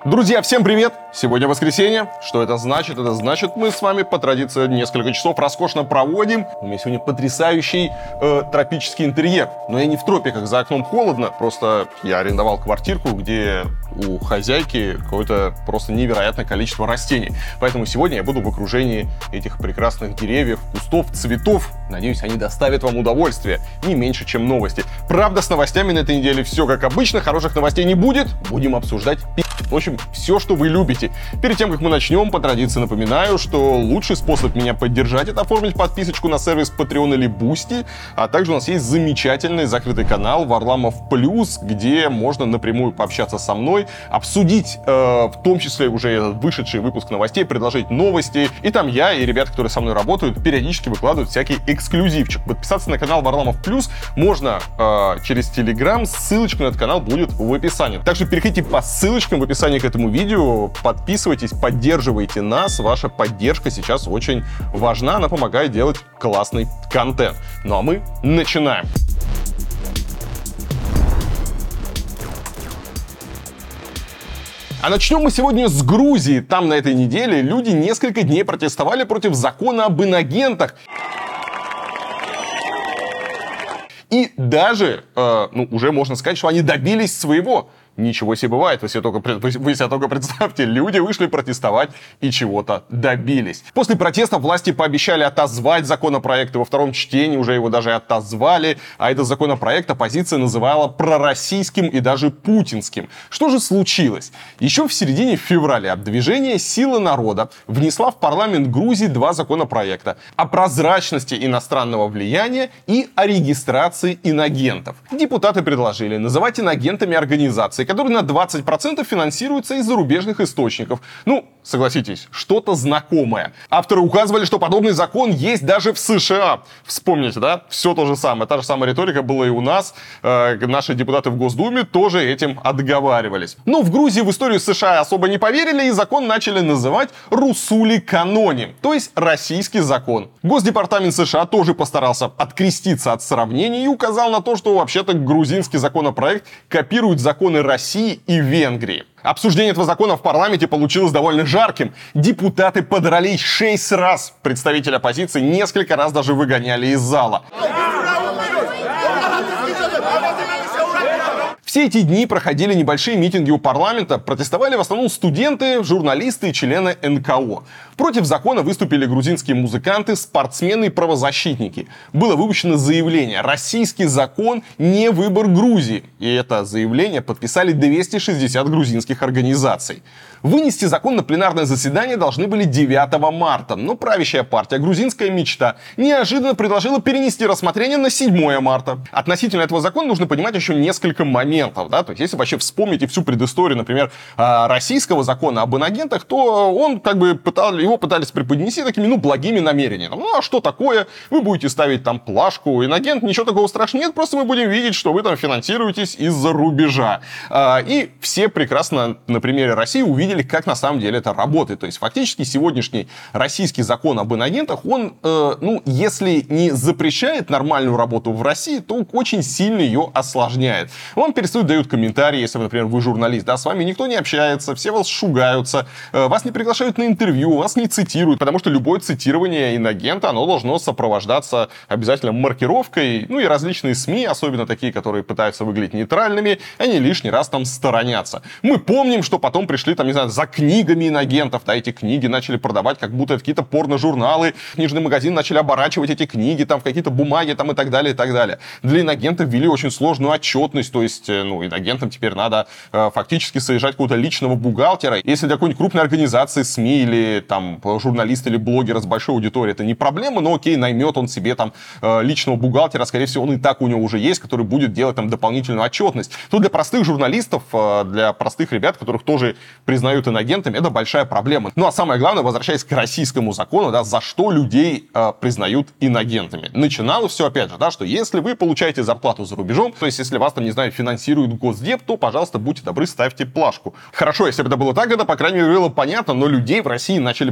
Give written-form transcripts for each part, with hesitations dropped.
Друзья, всем привет! Сегодня воскресенье. Что это значит? Это значит, мы с вами по традиции несколько часов роскошно проводим. У меня сегодня потрясающий тропический интерьер. Но я не в тропиках, за окном холодно. Просто я арендовал квартирку, где у хозяйки какое-то просто невероятное количество растений. Поэтому сегодня я буду в окружении этих прекрасных деревьев, кустов, цветов. Надеюсь, они доставят вам удовольствие. Не меньше, чем новости. Правда, с новостями на этой неделе все как обычно. Хороших новостей не будет. Будем обсуждать в общем, все, что вы любите. Перед тем, как мы начнем, по традиции напоминаю, что лучший способ меня поддержать — это оформить подписочку на сервис Patreon или Boosty, а также у нас есть замечательный закрытый канал Варламов Плюс, где можно напрямую пообщаться со мной, обсудить в том числе уже вышедший выпуск новостей, предложить новости. И там я и ребята, которые со мной работают, периодически выкладывают всякий эксклюзивчик. Подписаться на канал Варламов Плюс можно через Telegram, ссылочка на этот канал будет в описании. Так что переходите по ссылочкам в описании к этому видео, подписывайтесь, поддерживайте нас. Ваша поддержка сейчас очень важна, она помогает делать классный контент. Ну а мы начинаем. А начнем мы сегодня с Грузии. Там на этой неделе люди несколько дней протестовали против закона об инагентах. И даже, уже можно сказать, что они добились своего. Ничего себе бывает, вы себе только представьте, люди вышли протестовать и чего-то добились. После протестов власти пообещали отозвать законопроект, и во втором чтении уже его даже отозвали, а этот законопроект оппозиция называла пророссийским и даже путинским. Что же случилось? Еще в середине февраля движение «Сила народа» внесла в парламент Грузии два законопроекта о прозрачности иностранного влияния и о регистрации инагентов. Депутаты предложили называть инагентами организации, которые на 20% финансируются из зарубежных источников. Согласитесь, что-то знакомое. Авторы указывали, что подобный закон есть даже в США. Вспомните, да? Все то же самое. Та же самая риторика была и у нас. Наши депутаты в Госдуме тоже этим отговаривались. Но в Грузии в историю США особо не поверили, и закон начали называть «Русули-Канони», то есть российский закон. Госдепартамент США тоже постарался откреститься от сравнений и указал на то, что вообще-то грузинский законопроект копирует законы России и Венгрии. Обсуждение этого закона в парламенте получилось довольно жарким. Депутаты подрались 6 раз. Представители оппозиции несколько раз даже выгоняли из зала. Все эти дни проходили небольшие митинги у парламента, протестовали в основном студенты, журналисты и члены НКО. Против закона выступили грузинские музыканты, спортсмены и правозащитники. Было выпущено заявление: «Российский закон не выбор Грузии». И это заявление подписали 260 грузинских организаций. Вынести закон на пленарное заседание должны были 9 марта, но правящая партия «Грузинская мечта» неожиданно предложила перенести рассмотрение на 7 марта. Относительно этого закона нужно понимать еще несколько моментов. То есть, если вообще вспомните всю предысторию, например, российского закона об инагентах, то он его пытались преподнести такими, благими намерениями. А что такое? Вы будете ставить там плашку «Инагент», ничего такого страшного нет, просто мы будем видеть, что вы там финансируетесь из-за рубежа. И все прекрасно на примере России увидели, как на самом деле это работает. То есть, фактически, сегодняшний российский закон об инагентах, он, если не запрещает нормальную работу в России, то очень сильно ее осложняет. Вам перестают дают комментарии, если, например, вы журналист, с вами никто не общается, все вас шугаются, вас не приглашают на интервью, вас не цитируют, потому что любое цитирование инагента, оно должно сопровождаться обязательно маркировкой, и различные СМИ, особенно такие, которые пытаются выглядеть нейтральными, они лишний раз там сторонятся. Мы помним, что потом пришли, за книгами инагентов, эти книги начали продавать, как будто это какие-то порно-журналы, книжный магазин начали оборачивать эти книги в какие-то бумаги и так далее, и так далее. Для инагентов ввели очень сложную отчетность, то есть, инагентам теперь надо фактически содержать какого-то личного бухгалтера. Если для какой-нибудь крупной организации, СМИ или журналист или блогера с большой аудиторией, это не проблема, но окей, наймет он себе личного бухгалтера, скорее всего, он и так у него уже есть, который будет делать дополнительную отчетность. То для простых журналистов, для простых ребят, которых тоже признают инагентами, это большая проблема. А самое главное, возвращаясь к российскому закону, за что людей признают инагентами. Начиналось все, опять же, что если вы получаете зарплату за рубежом, то есть если вас финансирует Госдеп, то, пожалуйста, будьте добры, ставьте плашку. Хорошо, если бы это было так, это, по крайней мере, было понятно, но людей в России начали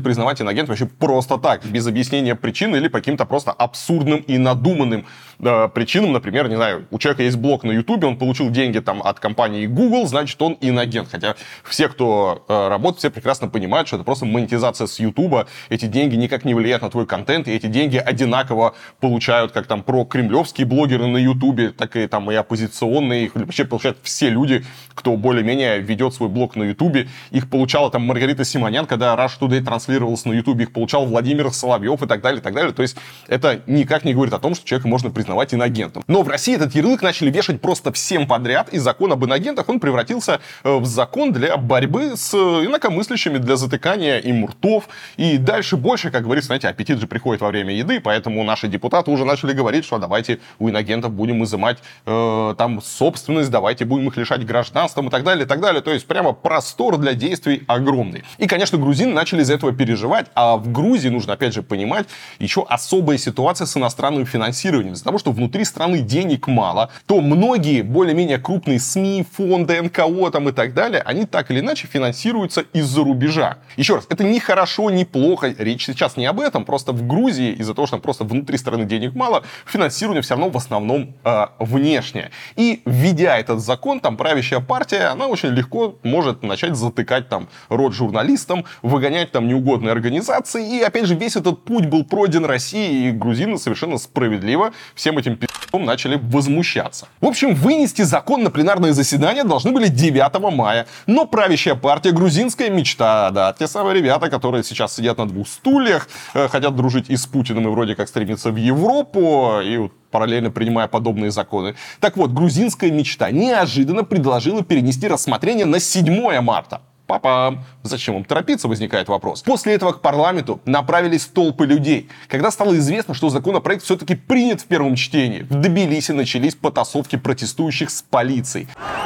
признавать инагентов вообще просто так, без объяснения причин или по каким-то просто абсурдным и надуманным причинам. Например, не знаю, у человека есть блог на Ютубе, он получил деньги там от компании Google, значит, он инагент. Хотя все, кто работает, все прекрасно понимают, что это просто монетизация с Ютуба. Эти деньги никак не влияют на твой контент, и эти деньги одинаково получают как там прокремлевские блогеры на Ютубе, так и там и оппозиционные. Их вообще получают все люди, кто более-менее ведет свой блог на Ютубе. Их получала там Маргарита Симонян, когда Rush Today транслировался на Ютубе, их получал Владимир Соловьев и так далее, и так далее. То есть это никак не говорит о том, что человека можно признавать инагентом. Но в России этот ярлык начали вешать просто всем подряд, и закон об инагентах, он превратился в закон для борьбы с инакомыслящими, для затыкания им ртов. И дальше больше, как говорится, знаете, аппетит же приходит во время еды, поэтому наши депутаты уже начали говорить, что давайте у инагентов будем изымать там собственность, давайте будем их лишать гражданства и так далее, и так далее. То есть прямо простор для действий огромный. И, конечно, грузины начали из-за этого переживать, а в Грузии нужно, опять же, понимать, еще особая ситуация с иностранным финансированием. Из-за того, что внутри страны денег мало, то многие более-менее крупные СМИ, фонды, НКО там и так далее, они так или иначе финансируются из-за рубежа. Еще раз, это не хорошо, не плохо, речь сейчас не об этом, просто в Грузии из-за того, что там просто внутри страны денег мало, финансирование все равно в основном внешнее. И введя этот закон, там правящая партия, она очень легко может начать затыкать там рот журналистам, выгонять там неугодные организации. И опять же, весь этот путь был пройден Россией, и грузины совершенно справедливо всем этим пи***ом начали возмущаться. В общем, вынести закон на пленарное заседание должны были 9 мая. Но правящая партия «Грузинская мечта», да, те самые ребята, которые сейчас сидят на двух стульях, хотят дружить и с Путиным, и вроде как стремиться в Европу, и вот параллельно принимая подобные законы. Так вот, «Грузинская мечта» неожиданно предложила перенести рассмотрение на 7 марта. Папа, зачем им торопиться, возникает вопрос. После этого к парламенту направились толпы людей. Когда стало известно, что законопроект все-таки принят в первом чтении, в Тбилиси начались потасовки протестующих с полицией.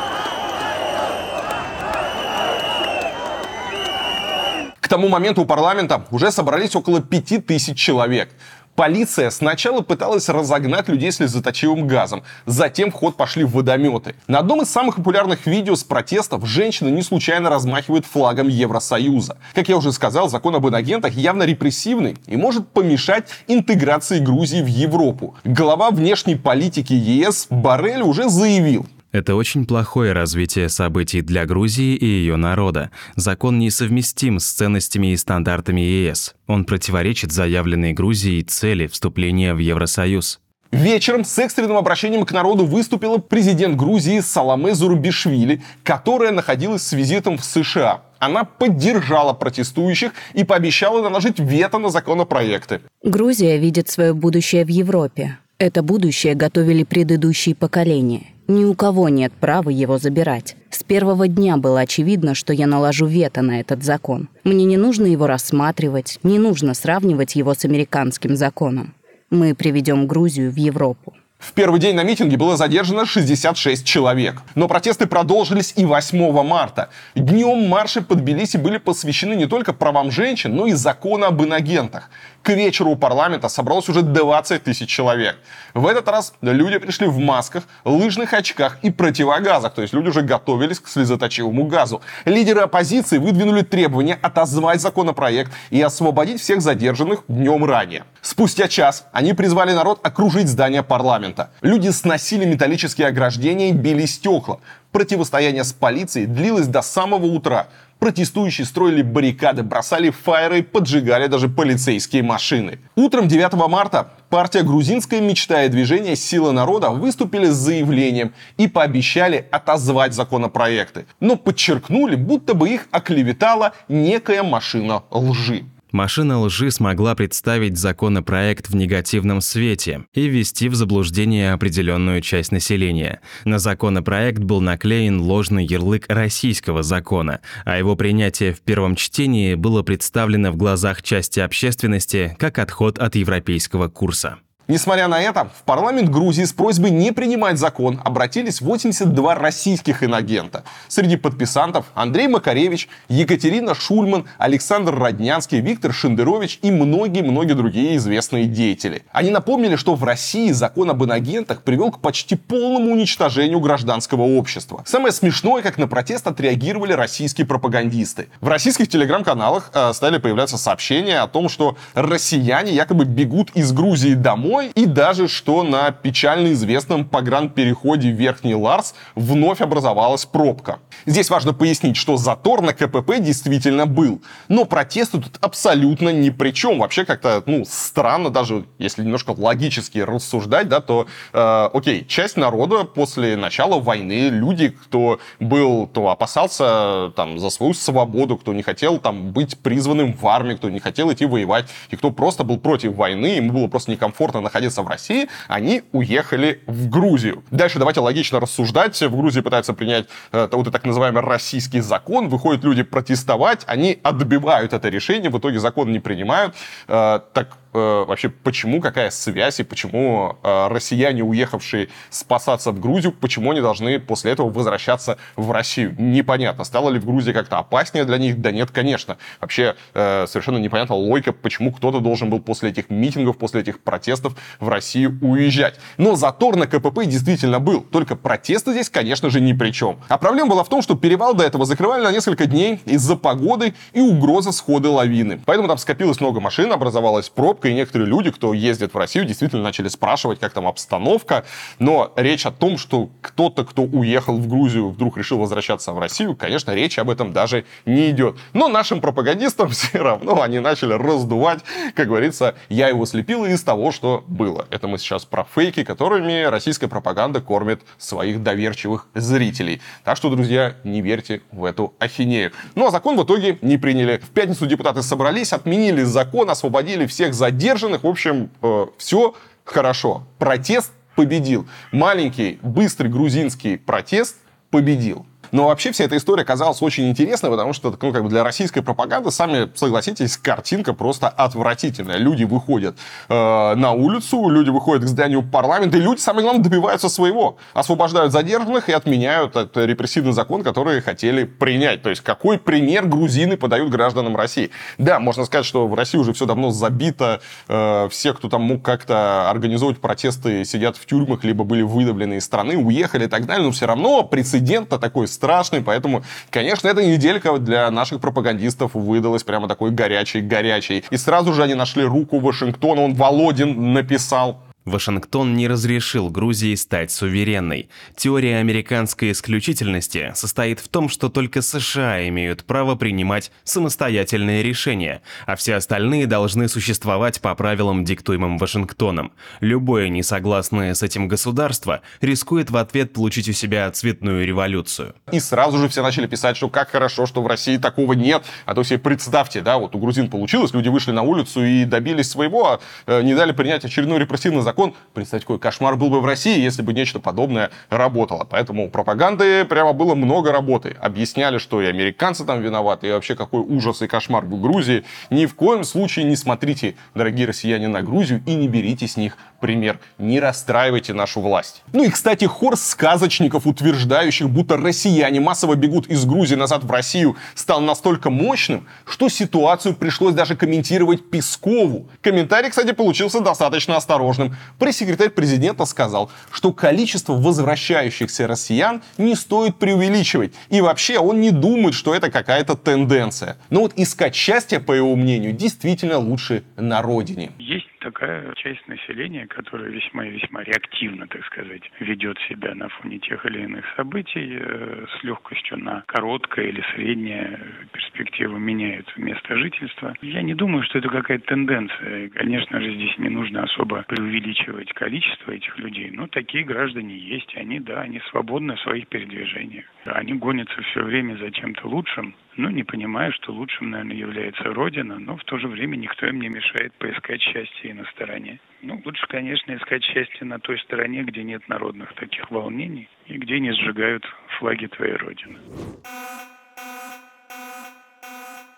К тому моменту у парламента уже собрались около 5000 человек. Полиция сначала пыталась разогнать людей слезоточивым газом, затем в ход пошли водометы. На одном из самых популярных видео с протестов женщина не случайно размахивает флагом Евросоюза. Как я уже сказал, закон об инагентах явно репрессивный и может помешать интеграции Грузии в Европу. Глава внешней политики ЕС Боррель уже заявил: это очень плохое развитие событий для Грузии и ее народа. Закон несовместим с ценностями и стандартами ЕС. Он противоречит заявленной Грузией цели вступления в Евросоюз. Вечером с экстренным обращением к народу выступила президент Грузии Саломе Зурабишвили, которая находилась с визитом в США. Она поддержала протестующих и пообещала наложить вето на законопроекты. Грузия видит свое будущее в Европе. Это будущее готовили предыдущие поколения. Ни у кого нет права его забирать. С первого дня было очевидно, что я наложу вето на этот закон. Мне не нужно его рассматривать, не нужно сравнивать его с американским законом. Мы приведем Грузию в Европу. В первый день на митинге было задержано 66 человек. Но протесты продолжились и 8 марта. Днем марши под Тбилиси были посвящены не только правам женщин, но и закону об инагентах. К вечеру у парламента собралось уже 20 тысяч человек. В этот раз люди пришли в масках, лыжных очках и противогазах. То есть люди уже готовились к слезоточивому газу. Лидеры оппозиции выдвинули требование отозвать законопроект и освободить всех задержанных днем ранее. Спустя час они призвали народ окружить здание парламента. Люди сносили металлические ограждения и били стекла. Противостояние с полицией длилось до самого утра. Протестующие строили баррикады, бросали фаеры и поджигали даже полицейские машины. Утром 9 марта партия «Грузинская мечта» и движение «Сила народа» выступили с заявлением и пообещали отозвать законопроекты. Но подчеркнули, будто бы их оклеветала некая машина лжи. Машина лжи смогла представить законопроект в негативном свете и ввести в заблуждение определенную часть населения. На законопроект был наклеен ложный ярлык российского закона, а его принятие в первом чтении было представлено в глазах части общественности как отход от европейского курса. Несмотря на это, в парламент Грузии с просьбой не принимать закон обратились 82 российских инагента. Среди подписантов Андрей Макаревич, Екатерина Шульман, Александр Роднянский, Виктор Шендерович и многие-многие другие известные деятели. Они напомнили, что в России закон об инагентах привел к почти полному уничтожению гражданского общества. Самое смешное, как на протест отреагировали российские пропагандисты. В российских телеграм-каналах стали появляться сообщения о том, что россияне якобы бегут из Грузии домой, и даже что на печально известном погранпереходе Верхний Ларс вновь образовалась пробка. Здесь важно пояснить, что затор на КПП действительно был, но протесты тут абсолютно ни при чем. Вообще как-то, странно, даже если немножко логически рассуждать, да, то, окей, часть народа после начала войны, люди, кто опасался там за свою свободу, кто не хотел там быть призванным в армию, кто не хотел идти воевать, и кто просто был против войны, ему было просто некомфортно находиться в России, они уехали в Грузию. Дальше давайте логично рассуждать. В Грузии пытаются принять вот так называемый российский закон, выходят люди протестовать, они отбивают это решение, в итоге закон не принимают. Вообще, почему, какая связь и почему россияне, уехавшие спасаться в Грузию, почему они должны после этого возвращаться в Россию? Непонятно. Стало ли в Грузии как-то опаснее для них? Да нет, конечно. Вообще, совершенно непонятна логика, почему кто-то должен был после этих митингов, после этих протестов в Россию уезжать. Но затор на КПП действительно был. Только протесты здесь, конечно же, ни при чем. А проблема была в том, что перевал до этого закрывали на несколько дней из-за погоды и угрозы схода лавины. Поэтому там скопилось много машин, образовалась пробка, и некоторые люди, кто ездит в Россию, действительно начали спрашивать, как там обстановка. Но речь о том, что кто-то, кто уехал в Грузию, вдруг решил возвращаться в Россию, конечно, речь об этом даже не идет. Но нашим пропагандистам все равно они начали раздувать, как говорится, я его слепил из того, что было. Это мы сейчас про фейки, которыми российская пропаганда кормит своих доверчивых зрителей. Так что, друзья, не верьте в эту ахинею. Ну а закон в итоге не приняли. В пятницу депутаты собрались, отменили закон, освободили всех задержанных. В общем, все хорошо. Протест победил. Маленький, быстрый грузинский протест победил. Но вообще вся эта история казалась очень интересной, потому что для российской пропаганды, сами согласитесь, картинка просто отвратительная. Люди выходят на улицу, люди выходят к зданию парламента, и люди, самое главное, добиваются своего. Освобождают задержанных и отменяют этот репрессивный закон, который хотели принять. То есть какой пример грузины подают гражданам России? Да, можно сказать, что в России уже все давно забито, все, кто там мог как-то организовать протесты, сидят в тюрьмах, либо были выдавлены из страны, уехали и так далее, но все равно прецедент-то такой страшный, поэтому, конечно, эта неделька для наших пропагандистов выдалась прямо такой горячей. И сразу же они нашли руку Вашингтона, он Володин написал. Вашингтон не разрешил Грузии стать суверенной. Теория американской исключительности состоит в том, что только США имеют право принимать самостоятельные решения, а все остальные должны существовать по правилам, диктуемым Вашингтоном. Любое несогласное с этим государство рискует в ответ получить у себя цветную революцию. И сразу же все начали писать, что как хорошо, что в России такого нет. А то себе представьте, да, вот у грузин получилось, люди вышли на улицу и добились своего, а не дали принять очередной репрессивный закон. Представьте, какой кошмар был бы в России, если бы нечто подобное работало. Поэтому у пропаганды прямо было много работы. Объясняли, что и американцы там виноваты, и вообще какой ужас и кошмар в Грузии. Ни в коем случае не смотрите, дорогие россияне, на Грузию и не берите с них пример. Не расстраивайте нашу власть. Ну и, кстати, хор сказочников, утверждающих, будто россияне массово бегут из Грузии назад в Россию, стал настолько мощным, что ситуацию пришлось даже комментировать Пескову. Комментарий, кстати, получился достаточно осторожным. Пресс-секретарь президента сказал, что количество возвращающихся россиян не стоит преувеличивать. И вообще он не думает, что это какая-то тенденция. Но вот искать счастье, по его мнению, действительно лучше на родине. Есть такая часть населения, которая весьма и весьма реактивно, так сказать, ведет себя на фоне тех или иных событий, с легкостью на короткое или среднее перспективу меняет место жительства. Я не думаю, что это какая-то тенденция. Конечно же, здесь не нужно особо преувеличивать количество этих людей, но такие граждане есть. Они свободны в своих передвижениях. Они гонятся все время за чем-то лучшим, но не понимая, что лучшим, наверное, является Родина, но в то же время никто им не мешает поискать счастье и на стороне. Лучше, конечно, искать счастье на той стороне, где нет народных таких волнений и где не сжигают флаги твоей Родины.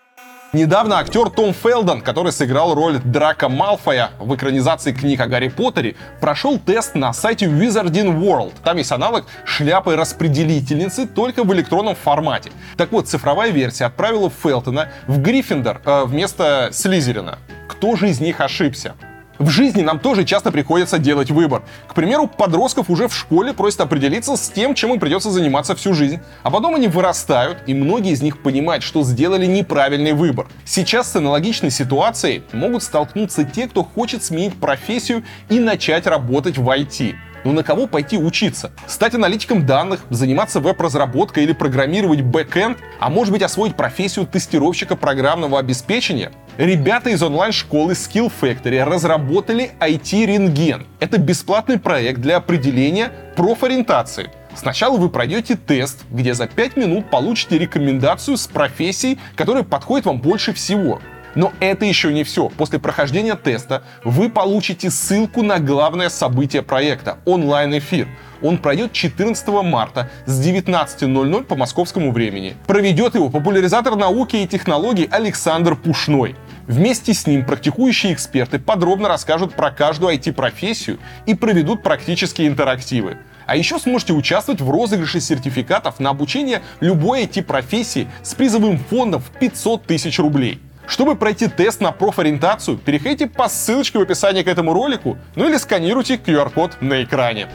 Недавно актер Том Фелдон, который сыграл роль Драко Малфоя в экранизации книг о Гарри Поттере, прошел тест на сайте Wizarding World. Там есть аналог шляпы распределительницы, только в электронном формате. Так вот, цифровая версия отправила Фелтона в Гриффиндор вместо Слизерина. Кто же из них ошибся? В жизни нам тоже часто приходится делать выбор. К примеру, подростков уже в школе просят определиться с тем, чем им придется заниматься всю жизнь. А потом они вырастают, и многие из них понимают, что сделали неправильный выбор. Сейчас с аналогичной ситуацией могут столкнуться те, кто хочет сменить профессию и начать работать в IT. Но на кого пойти учиться? Стать аналитиком данных, заниматься веб-разработкой или программировать бэкэнд? А может быть освоить профессию тестировщика программного обеспечения? Ребята из онлайн-школы Skill Factory разработали IT-рентген. Это бесплатный проект для определения профориентации. Сначала вы пройдете тест, где за 5 минут получите рекомендацию с профессией, которая подходит вам больше всего. Но это еще не все. После прохождения теста вы получите ссылку на главное событие проекта — онлайн-эфир. Он пройдет 14 марта с 19:00 по московскому времени. Проведет его популяризатор науки и технологий Александр Пушной. Вместе с ним практикующие эксперты подробно расскажут про каждую IT-профессию и проведут практические интерактивы. А еще сможете участвовать в розыгрыше сертификатов на обучение любой IT-профессии с призовым фондом в 500 тысяч рублей. Чтобы пройти тест на профориентацию, переходите по ссылочке в описании к этому ролику, ну или сканируйте QR-код на экране.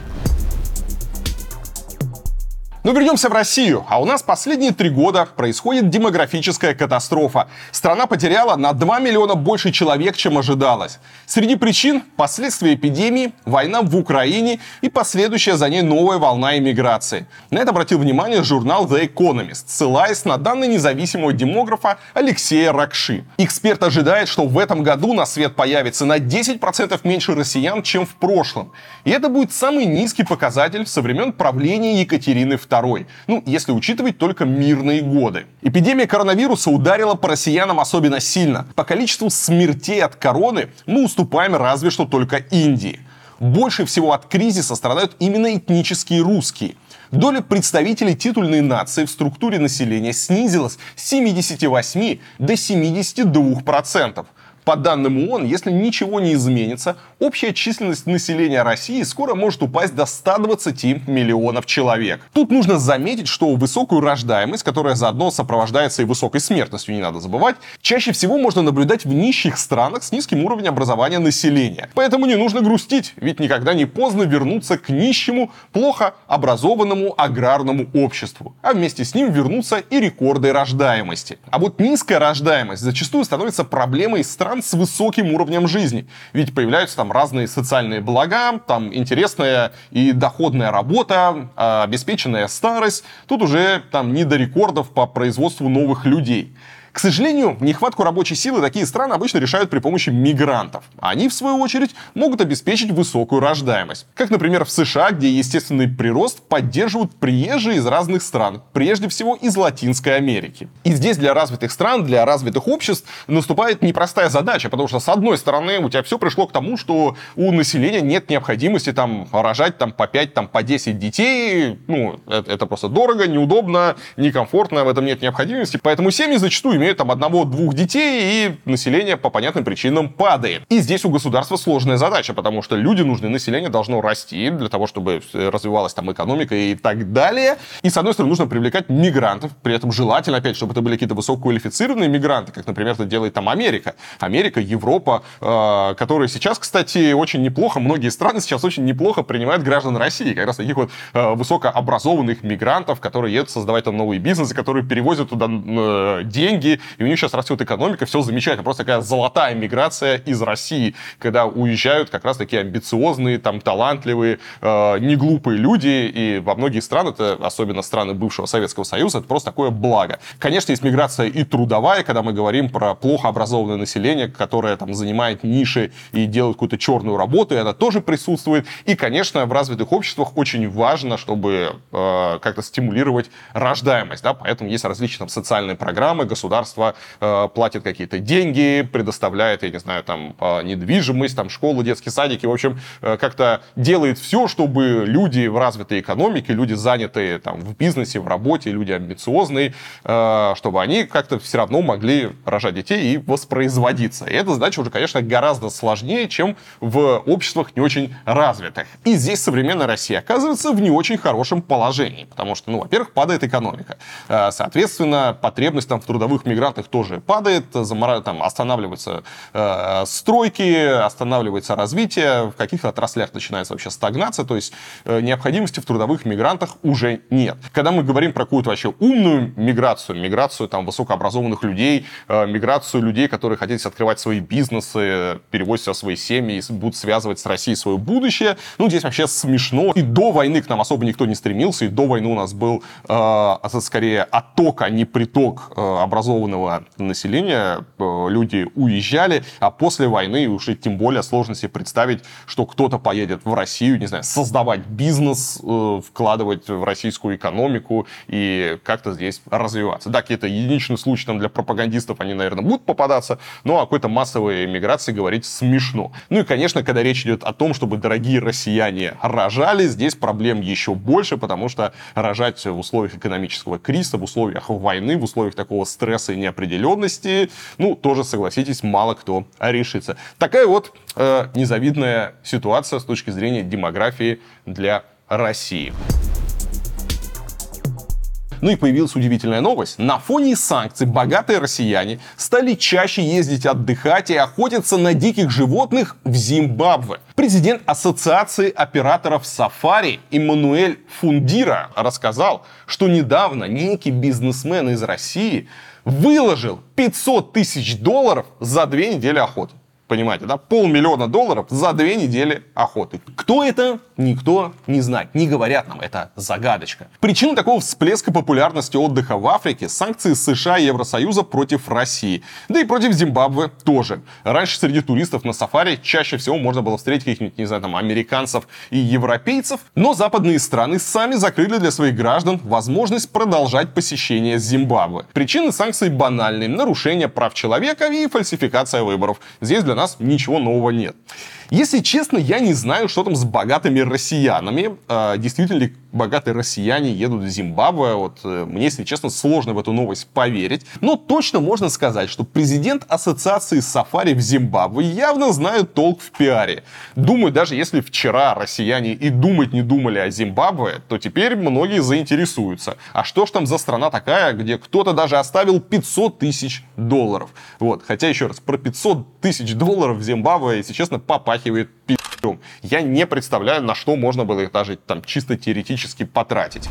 Но вернемся в Россию, а у нас последние 3 года происходит демографическая катастрофа. Страна потеряла на 2 миллиона больше человек, чем ожидалось. Среди причин — последствия эпидемии, война в Украине и последующая за ней новая волна иммиграции. На это обратил внимание журнал The Economist, ссылаясь на данные независимого демографа Алексея Ракши. Эксперт ожидает, что в этом году на свет появится на 10% меньше россиян, чем в прошлом. И это будет самый низкий показатель со времен правления Екатерины II. Ну, если учитывать только мирные годы. Эпидемия коронавируса ударила по россиянам особенно сильно. По количеству смертей от короны мы уступаем разве что только Индии. Больше всего от кризиса страдают именно этнические русские. Доля представителей титульной нации в структуре населения снизилась с 78 до 72%. По данным ООН, если ничего не изменится, общая численность населения России скоро может упасть до 120 миллионов человек. Тут нужно заметить, что высокую рождаемость, которая заодно сопровождается и высокой смертностью, не надо забывать, чаще всего можно наблюдать в нищих странах с низким уровнем образования населения. Поэтому не нужно грустить, ведь никогда не поздно вернуться к нищему, плохо образованному аграрному обществу. А вместе с ним вернутся и рекорды рождаемости. А вот низкая рождаемость зачастую становится проблемой стран с высоким уровнем жизни. Ведь появляются там разные социальные блага, там интересная и доходная работа, обеспеченная старость. Тут уже там не до рекордов по производству новых людей. К сожалению, нехватку рабочей силы такие страны обычно решают при помощи мигрантов. Они, в свою очередь, могут обеспечить высокую рождаемость. Как, например, в США, где естественный прирост поддерживают приезжие из разных стран, прежде всего из Латинской Америки. И здесь для развитых стран, для развитых обществ наступает непростая задача, потому что, с одной стороны, у тебя все пришло к тому, что у населения нет необходимости там рожать там, по 5, там, по 10 детей. Ну, это просто дорого, неудобно, некомфортно, в этом нет необходимости. Поэтому семьи зачастую имеют там 1-2 детей, и население по понятным причинам падает. И здесь у государства сложная задача, потому что люди нужны, население должно расти для того, чтобы развивалась там экономика и так далее. И, с одной стороны, нужно привлекать мигрантов, при этом желательно, опять, чтобы это были какие-то высококвалифицированные мигранты, как, например, это делает там Америка. Америка, Европа, которые сейчас, кстати, очень неплохо, многие страны сейчас очень неплохо принимают граждан России, как раз таких вот высокообразованных мигрантов, которые едут создавать там новые бизнесы, которые перевозят туда деньги, и у них сейчас растет экономика, все замечательно. Просто такая золотая миграция из России, когда уезжают как раз такие амбициозные, там, талантливые, неглупые люди, и во многих странах, это особенно страны бывшего Советского Союза, это просто такое благо. Конечно, есть миграция и трудовая, когда мы говорим про плохо образованное население, которое там занимает ниши и делает какую-то черную работу, и это тоже присутствует. И, конечно, в развитых обществах очень важно, чтобы как-то стимулировать рождаемость, да, поэтому есть различные там социальные программы, государственные, государство платит какие-то деньги, предоставляет, я не знаю, там, недвижимость, там, школы, детские садики, в общем, как-то делает все, чтобы люди в развитой экономике, люди, занятые там в бизнесе, в работе, люди амбициозные, чтобы они как-то все равно могли рожать детей и воспроизводиться. И эта задача уже, конечно, гораздо сложнее, чем в обществах не очень развитых. И здесь современная Россия оказывается в не очень хорошем положении, потому что, во-первых, падает экономика. Соответственно, потребность там в трудовых мигрантах тоже падает, там останавливаются стройки, останавливается развитие, в каких-то отраслях начинается вообще стагнация, то есть необходимости в трудовых мигрантах уже нет. Когда мы говорим про какую-то вообще умную миграцию там высокообразованных людей, миграцию людей, которые хотят открывать свои бизнесы, перевозить свои семьи и будут связывать с Россией свое будущее, здесь вообще смешно. И до войны к нам особо никто не стремился, и до войны у нас был скорее отток, а не приток образованного населения. Люди уезжали, а после войны уже тем более сложно себе представить, что кто-то поедет в Россию, не знаю, создавать бизнес, вкладывать в российскую экономику и как-то здесь развиваться. Да, какие-то единичные случаи там для пропагандистов, они, наверное, будут попадаться, но о какой-то массовой эмиграции говорить смешно. И, конечно, когда речь идет о том, чтобы дорогие россияне рожали, здесь проблем еще больше, потому что рожать в условиях экономического кризиса, в условиях войны, в условиях такого стресса и неопределенности, тоже, согласитесь, мало кто решится. Такая вот незавидная ситуация с точки зрения демографии для России. И появилась удивительная новость. На фоне санкций богатые россияне стали чаще ездить отдыхать и охотиться на диких животных в Зимбабве. Президент Ассоциации операторов сафари Эммануэль Фундира рассказал, что недавно некий бизнесмен из России выложил $500 тысяч за 2 недели охоты. Понимаете, да? $500 000 за 2 недели охоты. Кто это? Никто не знает. Не говорят нам. Это загадочка. Причина такого всплеска популярности отдыха в Африке — санкции США и Евросоюза против России. Да и против Зимбабве тоже. Раньше среди туристов на сафари чаще всего можно было встретить каких-нибудь, не знаю, там, американцев и европейцев. Но западные страны сами закрыли для своих граждан возможность продолжать посещение Зимбабве. Причины санкций банальные. Нарушение прав человека и фальсификация выборов. Здесь для нас ничего нового нет. Если честно, я не знаю, что там с богатыми россиянами. Действительно ли богатые россияне едут в Зимбабве? Мне, если честно, сложно в эту новость поверить. Но точно можно сказать, что президент Ассоциации сафари в Зимбабве явно знает толк в пиаре. Думаю, даже если вчера россияне и думать не думали о Зимбабве, то теперь многие заинтересуются. А что ж там за страна такая, где кто-то даже оставил $500 тысяч? Хотя, еще раз, про $500 тысяч в Зимбабве, если честно, попахивает пи***м. Я не представляю, на что можно было их даже там чисто теоретически потратить.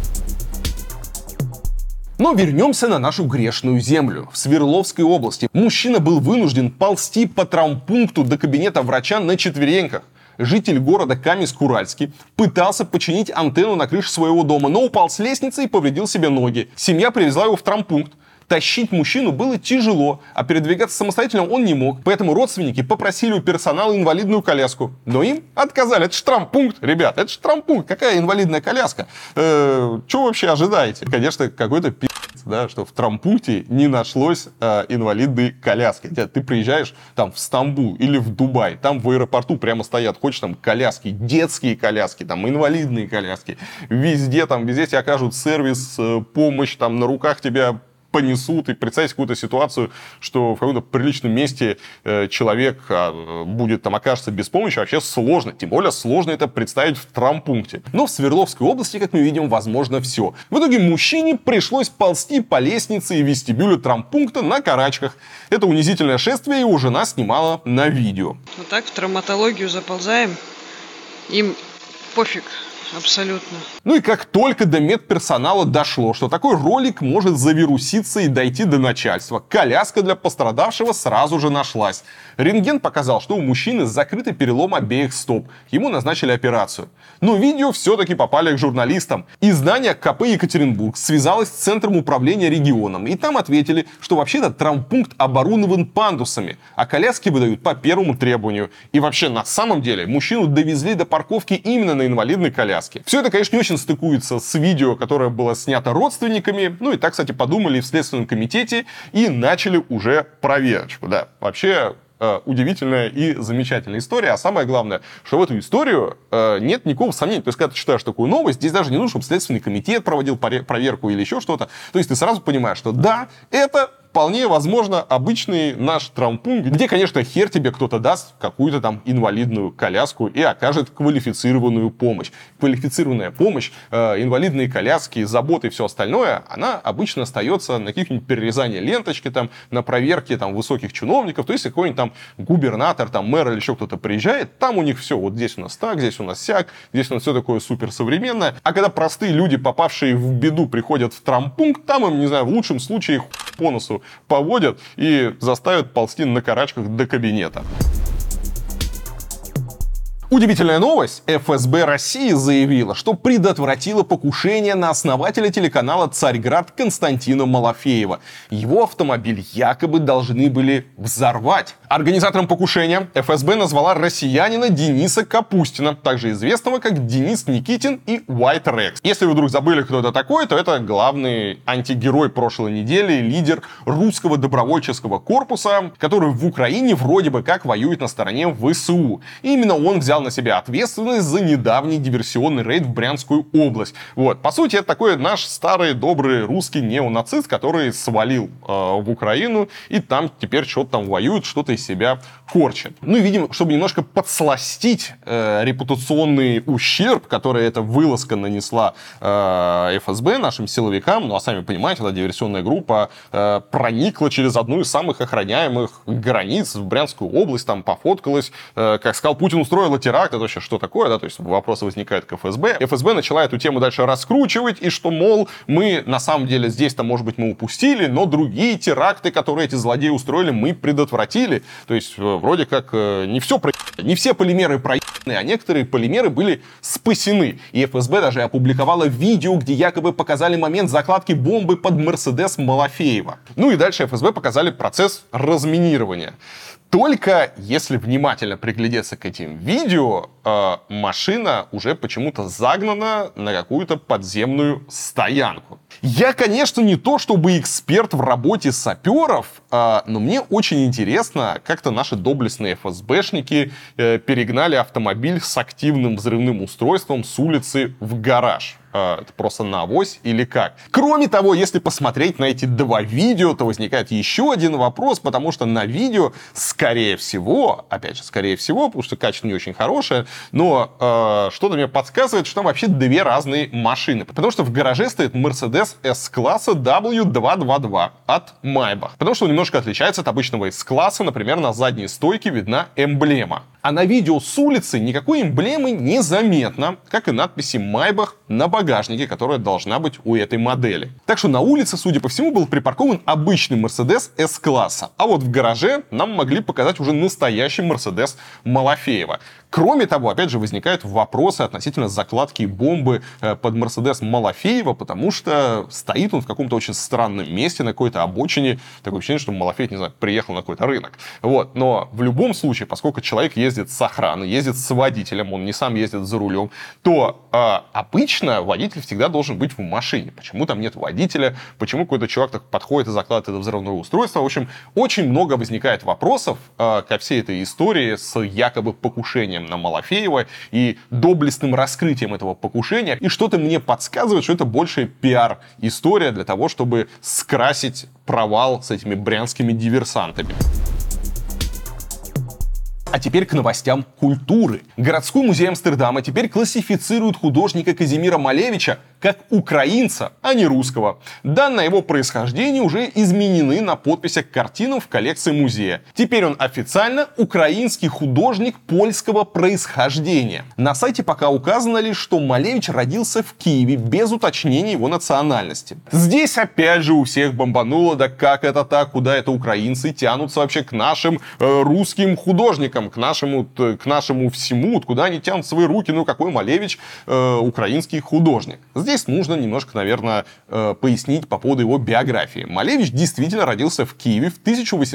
Но вернемся на нашу грешную землю. В Свердловской области мужчина был вынужден ползти по травмпункту до кабинета врача на четвереньках. Житель города Каменск-Уральский пытался починить антенну на крыше своего дома, но упал с лестницы и повредил себе ноги. Семья привезла его в травмпункт. Тащить мужчину было тяжело, а передвигаться самостоятельно он не мог. Поэтому родственники попросили у персонала инвалидную коляску. Но им отказали. Это ж травмпункт, ребят, это ж травмпункт. Какая инвалидная коляска? Что вообще ожидаете? Конечно, какой-то пи***ц, да, что в травмпункте не нашлось инвалидной коляски. Ты приезжаешь там в Стамбул или в Дубай, там в аэропорту прямо стоят, хочешь там коляски, детские коляски, там инвалидные коляски. Везде тебе окажут сервис, помощь, там на руках тебя понесут. И представить какую-то ситуацию, что в каком-то приличном месте человек окажется без помощи, вообще сложно. Тем более сложно это представить в травмпункте. Но в Свердловской области, как мы видим, возможно все. В итоге мужчине пришлось ползти по лестнице и вестибюлю травмпункта на карачках. Это унизительное шествие его жена снимала на видео. Вот так в травматологию заползаем, им пофиг. Абсолютно. И как только до медперсонала дошло, что такой ролик может завируситься и дойти до начальства, коляска для пострадавшего сразу же нашлась. Рентген показал, что у мужчины закрытый перелом обеих стоп. Ему назначили операцию. Но видео все-таки попали к журналистам. Издание КП Екатеринбург связалось с Центром управления регионом. И там ответили, что вообще-то травмпункт оборудован пандусами, а коляски выдают по первому требованию. И вообще, на самом деле, мужчину довезли до парковки именно на инвалидной коляске. коляски. Все это, конечно, не очень стыкуется с видео, которое было снято родственниками. Ну и так, кстати, подумали в Следственном комитете и начали уже проверочку. Да, вообще удивительная и замечательная история. А самое главное, что в эту историю нет никакого сомнения. То есть, когда ты читаешь такую новость, здесь даже не нужно, чтобы Следственный комитет проводил проверку или еще что-то. То есть, ты сразу понимаешь, что да, это вполне возможно обычный наш травмпункт, где, конечно, хер тебе кто-то даст какую-то там инвалидную коляску и окажет квалифицированную помощь. Квалифицированная помощь, инвалидные коляски, заботы и все остальное, она обычно остается на каких-нибудь перерезании ленточки, там, на проверке там, высоких чиновников. То есть, какой-нибудь там губернатор, там, мэр или еще кто-то приезжает, там у них все, вот здесь у нас так, здесь у нас сяк, здесь у нас все такое суперсовременное. А когда простые люди, попавшие в беду, приходят в травмпункт, там им, не знаю, в лучшем случае по носу поводят и заставят ползти на карачках до кабинета. Удивительная новость. ФСБ России заявила, что предотвратила покушение на основателя телеканала «Царьград» Константина Малафеева. Его автомобиль якобы должны были взорвать. Организатором покушения ФСБ назвала россиянина Дениса Капустина, также известного как Денис Никитин и White Rex. Если вы вдруг забыли, кто это такой, то это главный антигерой прошлой недели, лидер русского добровольческого корпуса, который в Украине вроде бы как воюет на стороне ВСУ. И именно он взял на себя ответственность за недавний диверсионный рейд в Брянскую область. Вот. По сути, это такой наш старый добрый русский неонацист, который свалил в Украину и там теперь что-то там воюет, что-то из себя корчит. Ну и, видимо, чтобы немножко подсластить репутационный ущерб, который эта вылазка нанесла ФСБ, нашим силовикам, ну а сами понимаете, эта диверсионная группа проникла через одну из самых охраняемых границ в Брянскую область, там пофоткалась, как сказал Путин, устроила теракт, это вообще что такое, да, то есть вопросы возникают к ФСБ. ФСБ начала эту тему дальше раскручивать, и что, мол, мы на самом деле здесь-то, может быть, мы упустили, но другие теракты, которые эти злодеи устроили, мы предотвратили. То есть вроде как не все полимеры проебаны, а некоторые полимеры были спасены. И ФСБ даже опубликовала видео, где якобы показали момент закладки бомбы под Мерседес Малафеева. Ну и дальше ФСБ показали процесс разминирования. Только если внимательно приглядеться к этим видео, машина уже почему-то загнана на какую-то подземную стоянку. Я, конечно, не то чтобы эксперт в работе саперов, но мне очень интересно, как-то наши доблестные ФСБшники перегнали автомобиль с активным взрывным устройством с улицы в гараж. Это просто на авось или как? Кроме того, если посмотреть на эти два видео, то возникает еще один вопрос, потому что на видео, скорее всего, опять же, скорее всего, потому что качество не очень хорошее, но что-то мне подсказывает, что там вообще две разные машины. Потому что в гараже стоит Mercedes S-класса W222 от Maybach. Потому что он немножко отличается от обычного S-класса, например, на задней стойке видна эмблема. А на видео с улицы никакой эмблемы не заметно, как и надписи Maybach на багажнике, которая должна быть у этой модели. Так что на улице, судя по всему, был припаркован обычный Mercedes S-класса. А вот в гараже нам могли показать уже настоящий Mercedes Малафеева. Кроме того, опять же, возникают вопросы относительно закладки бомбы под Mercedes Малафеева, потому что стоит он в каком-то очень странном месте, на какой-то обочине. Такое ощущение, что Малафеев, не знаю, приехал на какой-то рынок. Вот. Но в любом случае, поскольку человек ездит с охраной, ездит с водителем, он не сам ездит за рулем, то обычно водитель всегда должен быть в машине. Почему там нет водителя? Почему какой-то чувак так подходит и закладывает это взрывное устройство? В общем, очень много возникает вопросов ко всей этой истории с якобы покушением на Малафеева и доблестным раскрытием этого покушения. И что-то мне подсказывает, что это больше пиар-история для того, чтобы скрасить провал с этими брянскими диверсантами. А теперь к новостям культуры. Городской музей Амстердама теперь классифицирует художника Казимира Малевича как украинца, а не русского. Данные о его происхождении уже изменены на подписях к картинам в коллекции музея. Теперь он официально украинский художник польского происхождения. На сайте пока указано лишь, что Малевич родился в Киеве без уточнения его национальности. Здесь опять же у всех бомбануло, да как это так, куда это украинцы тянутся вообще к нашим русским художникам. там, к нашему всему, куда они тянут свои руки, ну какой Малевич украинский художник. Здесь нужно немножко, наверное, пояснить по поводу его биографии. Малевич действительно родился в Киеве в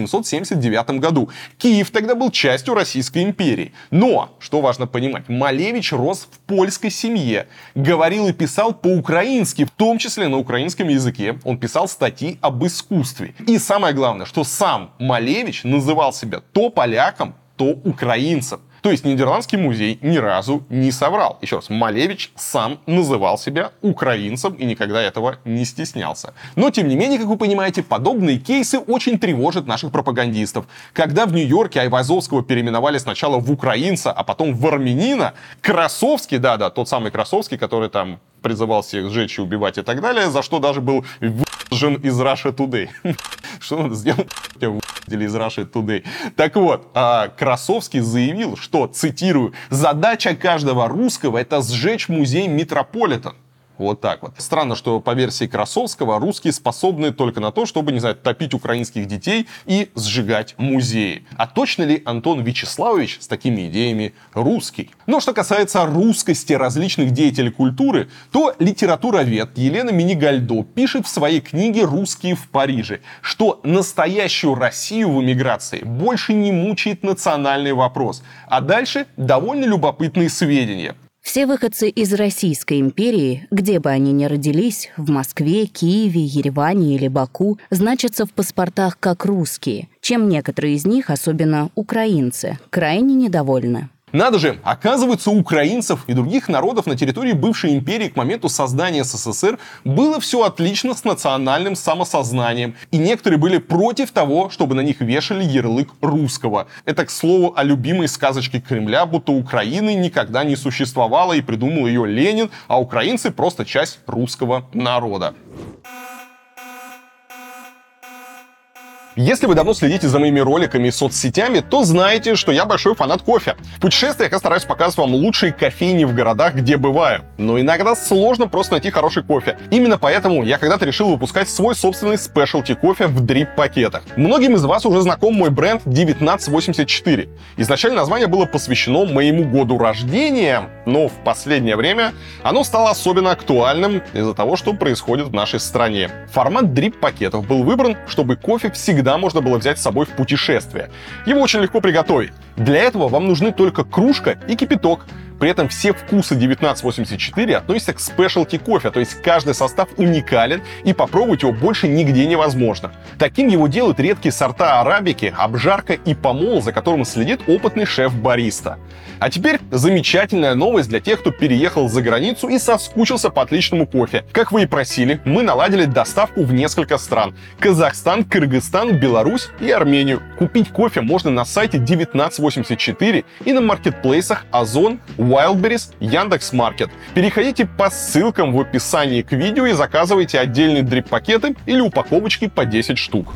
1879 году. Киев тогда был частью Российской империи. Но, что важно понимать, Малевич рос в польской семье, говорил и писал по-украински, в том числе на украинском языке. Он писал статьи об искусстве. И самое главное, что сам Малевич называл себя то поляком, то украинцем. То есть Нидерландский музей ни разу не соврал. Еще раз, Малевич сам называл себя украинцем и никогда этого не стеснялся. Но, тем не менее, как вы понимаете, подобные кейсы очень тревожат наших пропагандистов. Когда в Нью-Йорке Айвазовского переименовали сначала в украинца, а потом в армянина, Красовский, да-да, тот самый Красовский, который там призывал всех сжечь и убивать и так далее, за что даже был выжжен из Russia Today. Что он сделал? Выжили из Russia Today. Так вот, Красовский заявил, что, цитирую, «задача каждого русского — это сжечь музей Метрополитен». Вот так вот. Странно, что по версии Красовского русские способны только на то, чтобы, не знаю, топить украинских детей и сжигать музеи. А точно ли Антон Вячеславович с такими идеями русский? Но что касается русскости различных деятелей культуры, то литературовед Елена Минигальдо пишет в своей книге «Русские в Париже», что настоящую Россию в эмиграции больше не мучает национальный вопрос. А дальше довольно любопытные сведения. Все выходцы из Российской империи, где бы они ни родились, в Москве, Киеве, Ереване или Баку, значатся в паспортах как русские, чем некоторые из них, особенно украинцы, крайне недовольны. Надо же, оказывается, у украинцев и других народов на территории бывшей империи к моменту создания СССР было все отлично с национальным самосознанием. И некоторые были против того, чтобы на них вешали ярлык русского. Это, к слову, о любимой сказочке Кремля, будто Украины никогда не существовало и придумал ее Ленин, а украинцы просто часть русского народа. Если вы давно следите за моими роликами и соцсетями, то знаете, что я большой фанат кофе. В путешествиях я стараюсь показывать вам лучшие кофейни в городах, где бываю. Но иногда сложно просто найти хороший кофе. Именно поэтому я когда-то решил выпускать свой собственный спешлти кофе в дрип-пакетах. Многим из вас уже знаком мой бренд 1984. Изначально название было посвящено моему году рождения, но в последнее время оно стало особенно актуальным из-за того, что происходит в нашей стране. Формат дрип-пакетов был выбран, чтобы кофе всегда можно было взять с собой в путешествие. Его очень легко приготовить. Для этого вам нужны только кружка и кипяток. При этом все вкусы 1984 относятся к спешлти кофе, то есть каждый состав уникален и попробовать его больше нигде невозможно. Таким его делают редкие сорта арабики, обжарка и помол, за которым следит опытный шеф-бариста. А теперь замечательная новость для тех, кто переехал за границу и соскучился по отличному кофе. Как вы и просили, мы наладили доставку в несколько стран: Казахстан, Кыргызстан, Беларусь и Армению. Купить кофе можно на сайте 1984 и на маркетплейсах Озон, Wildberries, Яндекс.Маркет. Переходите по ссылкам в описании к видео и заказывайте отдельные дрип-пакеты или упаковочки по 10 штук.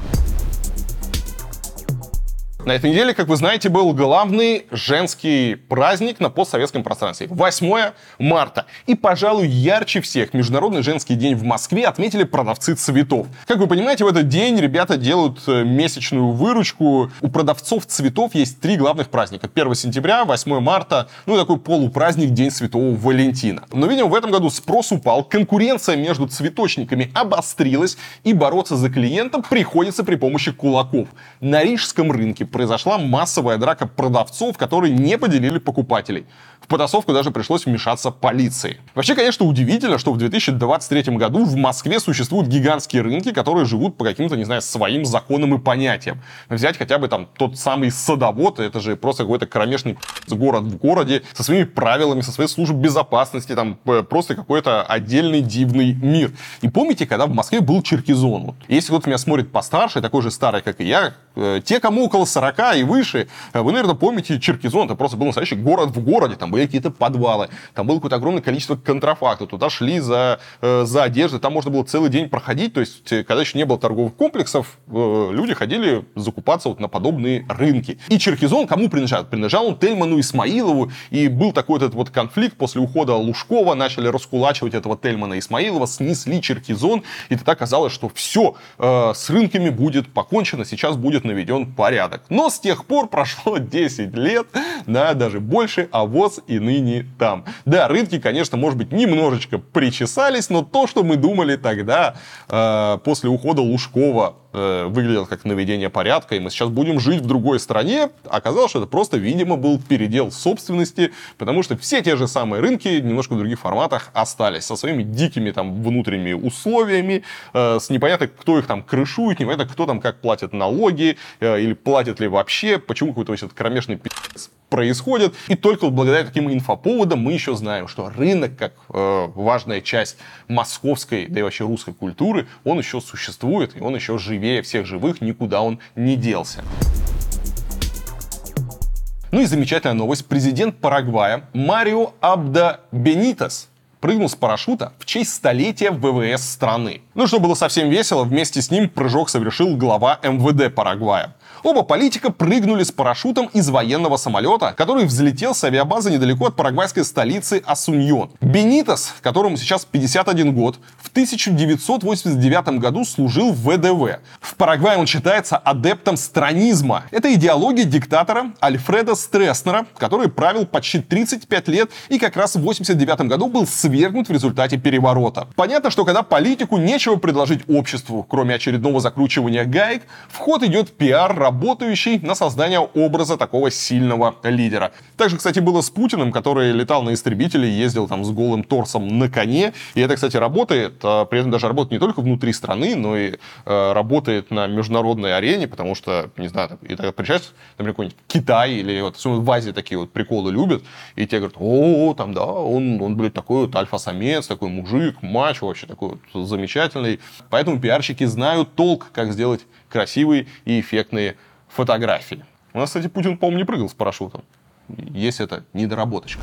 На этой неделе, как вы знаете, был главный женский праздник на постсоветском пространстве. 8 марта. И, пожалуй, ярче всех Международный женский день в Москве отметили продавцы цветов. Как вы понимаете, в этот день ребята делают месячную выручку. У продавцов цветов есть 3 главных праздника. 1 сентября, 8 марта, ну и такой полупраздник День Святого Валентина. Но, видимо, в этом году спрос упал, конкуренция между цветочниками обострилась, и бороться за клиентов приходится при помощи кулаков. На Рижском рынке произошла массовая драка продавцов, которые не поделили покупателей. В потасовку даже пришлось вмешаться полиции. Вообще, конечно, удивительно, что в 2023 году в Москве существуют гигантские рынки, которые живут по каким-то, не знаю, своим законам и понятиям. Взять хотя бы там тот самый Садовод, это же просто какой-то кромешный город в городе, со своими правилами, со своей службой безопасности, там просто какой-то отдельный дивный мир. И помните, когда в Москве был Черкизон? Вот, если кто-то меня смотрит постарше, такой же старый, как и я, те, кому около 40 и выше, вы, наверное, помните Черкизон. Это просто был настоящий город в городе. Там были какие-то подвалы, там было какое-то огромное количество контрафакта. Туда шли за одеждой, там можно было целый день проходить. То есть, когда еще не было торговых комплексов, люди ходили закупаться вот на подобные рынки. И Черкизон кому принадлежал? Принадлежал он Тельману Исмаилову. И был такой этот вот конфликт после ухода Лужкова. Начали раскулачивать этого Тельмана Исмаилова, снесли Черкизон. И тогда казалось, что все, с рынками будет покончено. Сейчас будет наведен порядок. Но с тех пор прошло 10 лет, да, даже больше, а ВОЗ и ныне там. Да, рынки, конечно, может быть, немножечко причесались, но то, что мы думали тогда, после ухода Лужкова, выглядело как наведение порядка, и мы сейчас будем жить в другой стране, оказалось, что это просто, видимо, был передел собственности, потому что все те же самые рынки немножко в других форматах остались, со своими дикими там внутренними условиями, с непонятно, кто их там крышует, непонятно, кто там как платит налоги, или платит ли вообще, почему какой-то вот этот кромешный пи***ц происходит. И только вот благодаря таким инфоповодам мы еще знаем, что рынок, как важная часть московской, да и вообще русской культуры, он еще существует, и он еще живее всех живых, никуда он не делся. Ну и замечательная новость. Президент Парагвая Марио Абдо Бенитес прыгнул с парашюта в честь столетия ВВС страны. Ну, что было совсем весело, вместе с ним прыжок совершил глава МВД Парагвая. Оба политика прыгнули с парашютом из военного самолета, который взлетел с авиабазы недалеко от парагвайской столицы Асуньон. Бенитес, которому сейчас 51 год, в 1989 году служил в ВДВ. В Парагвае он считается адептом странизма. Это идеология диктатора Альфреда Стресснера, который правил почти 35 лет и как раз в 1989 году был свергнут в результате переворота. Понятно, что когда политику нечего предложить обществу, кроме очередного закручивания гаек, в ход идет пиар, работающий на создание образа такого сильного лидера. Также, кстати, было с Путиным, который летал на истребителе, ездил там с голым торсом на коне. И это, кстати, работает. При этом даже работает не только внутри страны, но и работает на международной арене, потому что, не знаю, и тогда приезжаешь, например, какой-нибудь Китай или вот в Азии такие вот приколы любят, и те говорят: о, там, да, он блядь, такой вот альфа-самец, такой мужик, мачо, вообще такой вот замечательный. Поэтому пиарщики знают толк, как сделать красивые и эффектные фотографии. У нас, кстати, Путин, по-моему, не прыгал с парашютом. Есть это недоработочка.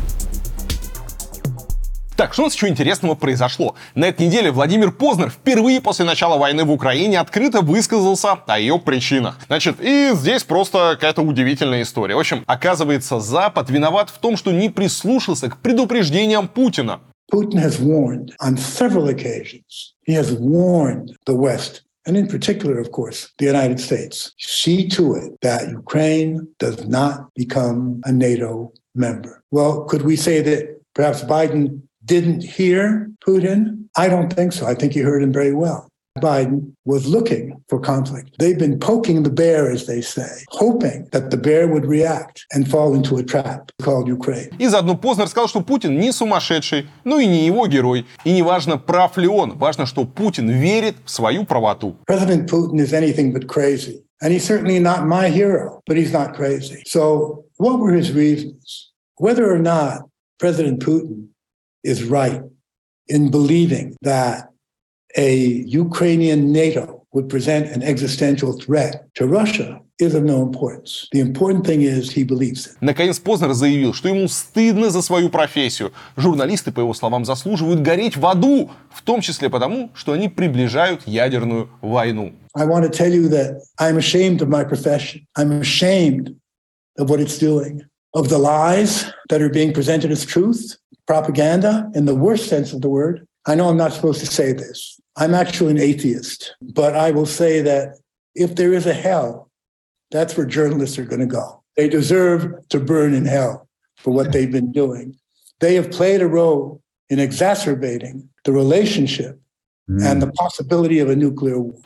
Так, что у нас еще интересного произошло? На этой неделе Владимир Познер впервые после начала войны в Украине открыто высказался о ее причинах. Значит, и здесь просто какая-то удивительная история. В общем, оказывается, Запад виноват в том, что не прислушался к предупреждениям Путина. Putin has warned on several occasions. He has warned the West, and in particular, of course, the United States. See to it that Ukraine does not become a NATO member. Well, could we say that perhaps Biden didn't hear Putin? I don't think so. I think he heard him very well. Biden was looking for conflict. They've been poking the bear, as they say, hoping that the bear would react and fall into a trap called Ukraine. И заодно Познер сказал, что Путин не сумасшедший, ну и не его герой. И не важно, прав ли он, важно, что Путин верит в свою правоту. President Putin is anything but crazy. And he's certainly not my hero, but he's not crazy. So what were his reasons? Whether or not President Putin is right in believing that a Ukrainian NATO would present an existential threat to Russia is of no importance. The important thing is he believes it. Наконец Познер заявил, что ему стыдно за свою профессию. Журналисты, по его словам, заслуживают гореть в аду, в том числе потому, что они приближают ядерную войну. I want to tell you that I'm ashamed of my profession. I'm ashamed of what it's doing, of the lies that are being presented as truth, propaganda in the worst sense of the word. I know I'm not supposed to say this. I'm actually an atheist, but I will say that if there is a hell, that's where journalists are going to go. They deserve to burn in hell for what they've been doing. They have played a role in exacerbating the relationship and the possibility of a nuclear war.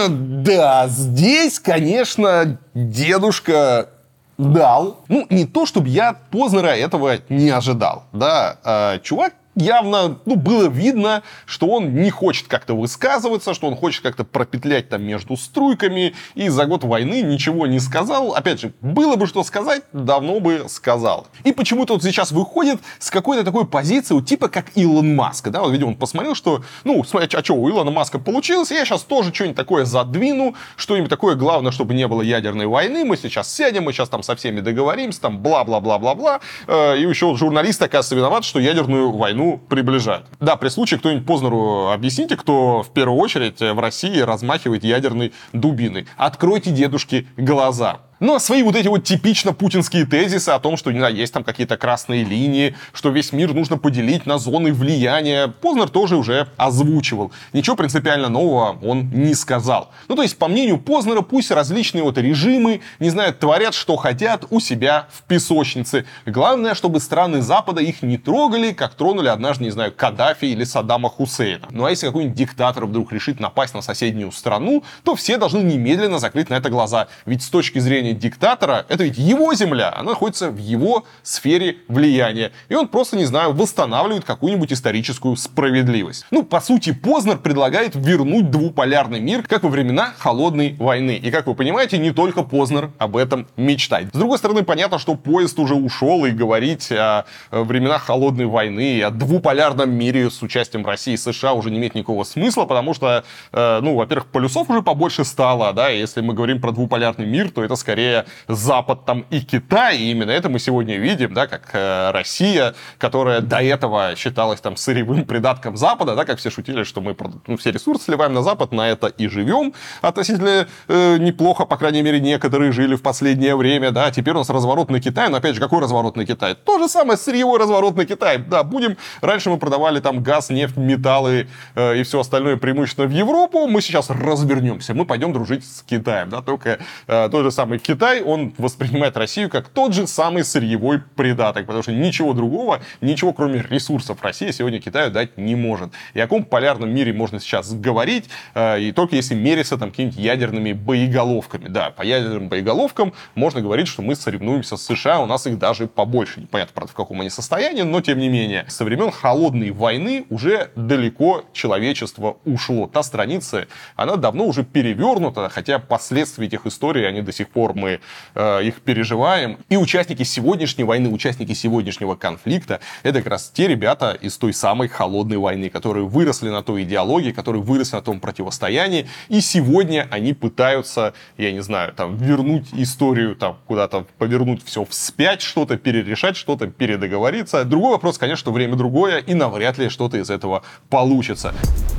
Да, здесь, конечно, дедушка дал. Ну, не то, чтобы я от Познера этого не ожидал. Да, чувак явно, было видно, что он не хочет как-то высказываться, что он хочет как-то пропетлять там между струйками, и за год войны ничего не сказал. Опять же, было бы что сказать, давно бы сказал. И почему-то вот сейчас выходит с какой-то такой позиции, типа как Илон Маск, да, вот, видимо, он посмотрел, что, смотри, а что у Илона Маска получилось, я сейчас тоже что-нибудь такое задвину, что-нибудь такое, главное, чтобы не было ядерной войны, мы сейчас сядем, мы сейчас там со всеми договоримся, там бла-бла-бла-бла-бла, и еще журналист, оказывается, виноват, что ядерную войну приближают. Да, при случае кто-нибудь Познеру объясните, кто в первую очередь в России размахивает ядерной дубиной. Откройте, дедушки, глаза. Ну а свои вот эти вот типично путинские тезисы о том, что, не знаю, есть там какие-то красные линии, что весь мир нужно поделить на зоны влияния, Познер тоже уже озвучивал. Ничего принципиально нового он не сказал. Ну то есть, по мнению Познера, пусть различные вот режимы, не знаю, творят, что хотят у себя в песочнице. Главное, чтобы страны Запада их не трогали, как тронули однажды, не знаю, Каддафи или Саддама Хусейна. Ну а если какой-нибудь диктатор вдруг решит напасть на соседнюю страну, то все должны немедленно закрыть на это глаза. Ведь с точки зрения диктатора, это ведь его земля, она находится в его сфере влияния. И он просто, не знаю, восстанавливает какую-нибудь историческую справедливость. Ну, по сути, Познер предлагает вернуть двуполярный мир, как во времена Холодной войны. И, как вы понимаете, не только Познер об этом мечтает. С другой стороны, понятно, что поезд уже ушел, и говорить о временах Холодной войны и о двуполярном мире с участием России и США уже не имеет никакого смысла, потому что, ну, во-первых, полюсов уже побольше стало, да, и если мы говорим про двуполярный мир, то это скорее Запад там и Китай, и именно это мы сегодня видим, да, как Россия, которая до этого считалась там сырьевым придатком Запада, да, как все шутили, что мы все ресурсы сливаем на Запад, на это и живем относительно неплохо, по крайней мере, некоторые жили в последнее время, да, теперь у нас разворот на Китай, но опять же, какой разворот на Китай? То же самое сырьевой разворот на Китай, да, раньше мы продавали там газ, нефть, металлы и все остальное преимущественно в Европу, мы сейчас развернемся, мы пойдем дружить с Китаем, да, только тот же самый Китай, он воспринимает Россию как тот же самый сырьевой придаток, потому что ничего другого, ничего кроме ресурсов Россия сегодня Китаю дать не может. И о каком полярном мире можно сейчас говорить, и только если мериться там какими-нибудь ядерными боеголовками. Да, по ядерным боеголовкам можно говорить, что мы соревнуемся с США, у нас их даже побольше. Непонятно, правда, в каком они состоянии, но тем не менее. Со времен Холодной войны уже далеко человечество ушло. Та страница, она давно уже перевернута, хотя последствия этих историй, они до сих пор мы их переживаем. И участники сегодняшней войны, участники сегодняшнего конфликта, это как раз те ребята из той самой Холодной войны, которые выросли на той идеологии, которые выросли на том противостоянии, и сегодня они пытаются, я не знаю, там, вернуть историю, там, куда-то повернуть все вспять, что-то перерешать, что-то передоговориться. Другой вопрос, конечно, что время другое, и навряд ли что-то из этого получится.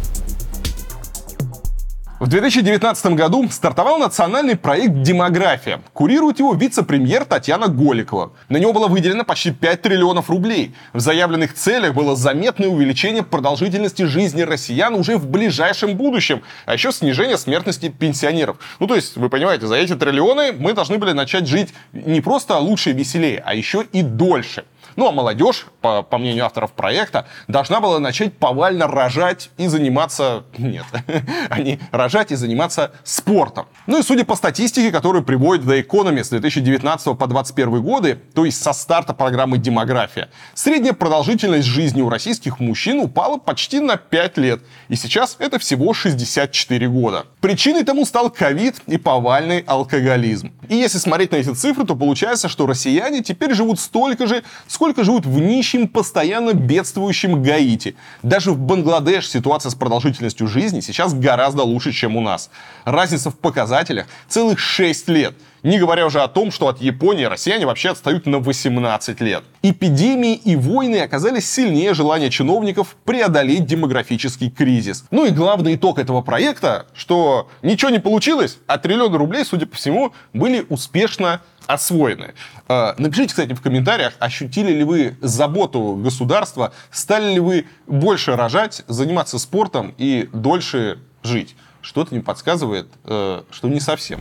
В 2019 году стартовал национальный проект «Демография». Курирует его вице-премьер Татьяна Голикова. На него было выделено почти 5 триллионов рублей. В заявленных целях было заметное увеличение продолжительности жизни россиян уже в ближайшем будущем, а еще снижение смертности пенсионеров. Ну, то есть, вы понимаете, за эти триллионы мы должны были начать жить не просто лучше и веселее, а еще и дольше. Ну, а молодежь, по мнению авторов проекта, должна была начать повально рожать и заниматься... Нет, они рожать и заниматься спортом. Ну и судя по статистике, которую приводит The Economist с 2019 по 2021 годы, то есть со старта программы «Демография», средняя продолжительность жизни у российских мужчин упала почти на 5 лет. И сейчас это всего 64 года. Причиной тому стал ковид и повальный алкоголизм. И если смотреть на эти цифры, то получается, что россияне теперь живут столько же, сколько живут в нищем, постоянно бедствующем Гаити. Даже в Бангладеш ситуация с продолжительностью жизни сейчас гораздо лучше, чем у нас. Разница в показателях целых 6 лет. Не говоря уже о том, что от Японии россияне вообще отстают на 18 лет. Эпидемии и войны оказались сильнее желания чиновников преодолеть демографический кризис. Ну и главный итог этого проекта, что ничего не получилось, а триллионы рублей, судя по всему, были успешно освоены. Напишите, кстати, в комментариях, ощутили ли вы заботу государства, стали ли вы больше рожать, заниматься спортом и дольше жить. Что-то мне подсказывает, что не совсем.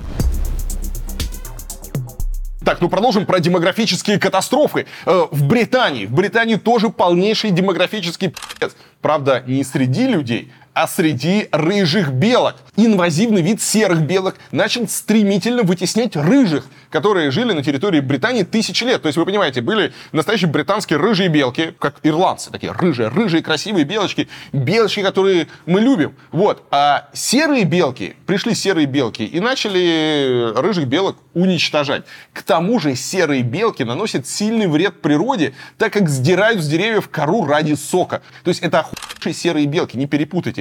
Так, ну продолжим про демографические катастрофы. В Британии тоже полнейший демографический пи***ц. Правда, не среди людей, а среди рыжих белок. Инвазивный вид серых белок начал стремительно вытеснять рыжих, которые жили на территории Британии тысячи лет. То есть, вы понимаете, были настоящие британские рыжие белки, как ирландцы, такие рыжие, красивые белочки, которые мы любим. Вот. А пришли серые белки и начали рыжих белок уничтожать. К тому же серые белки наносят сильный вред природе, так как сдирают с деревьев кору ради сока. То есть, это охуевшие серые белки, не перепутайте.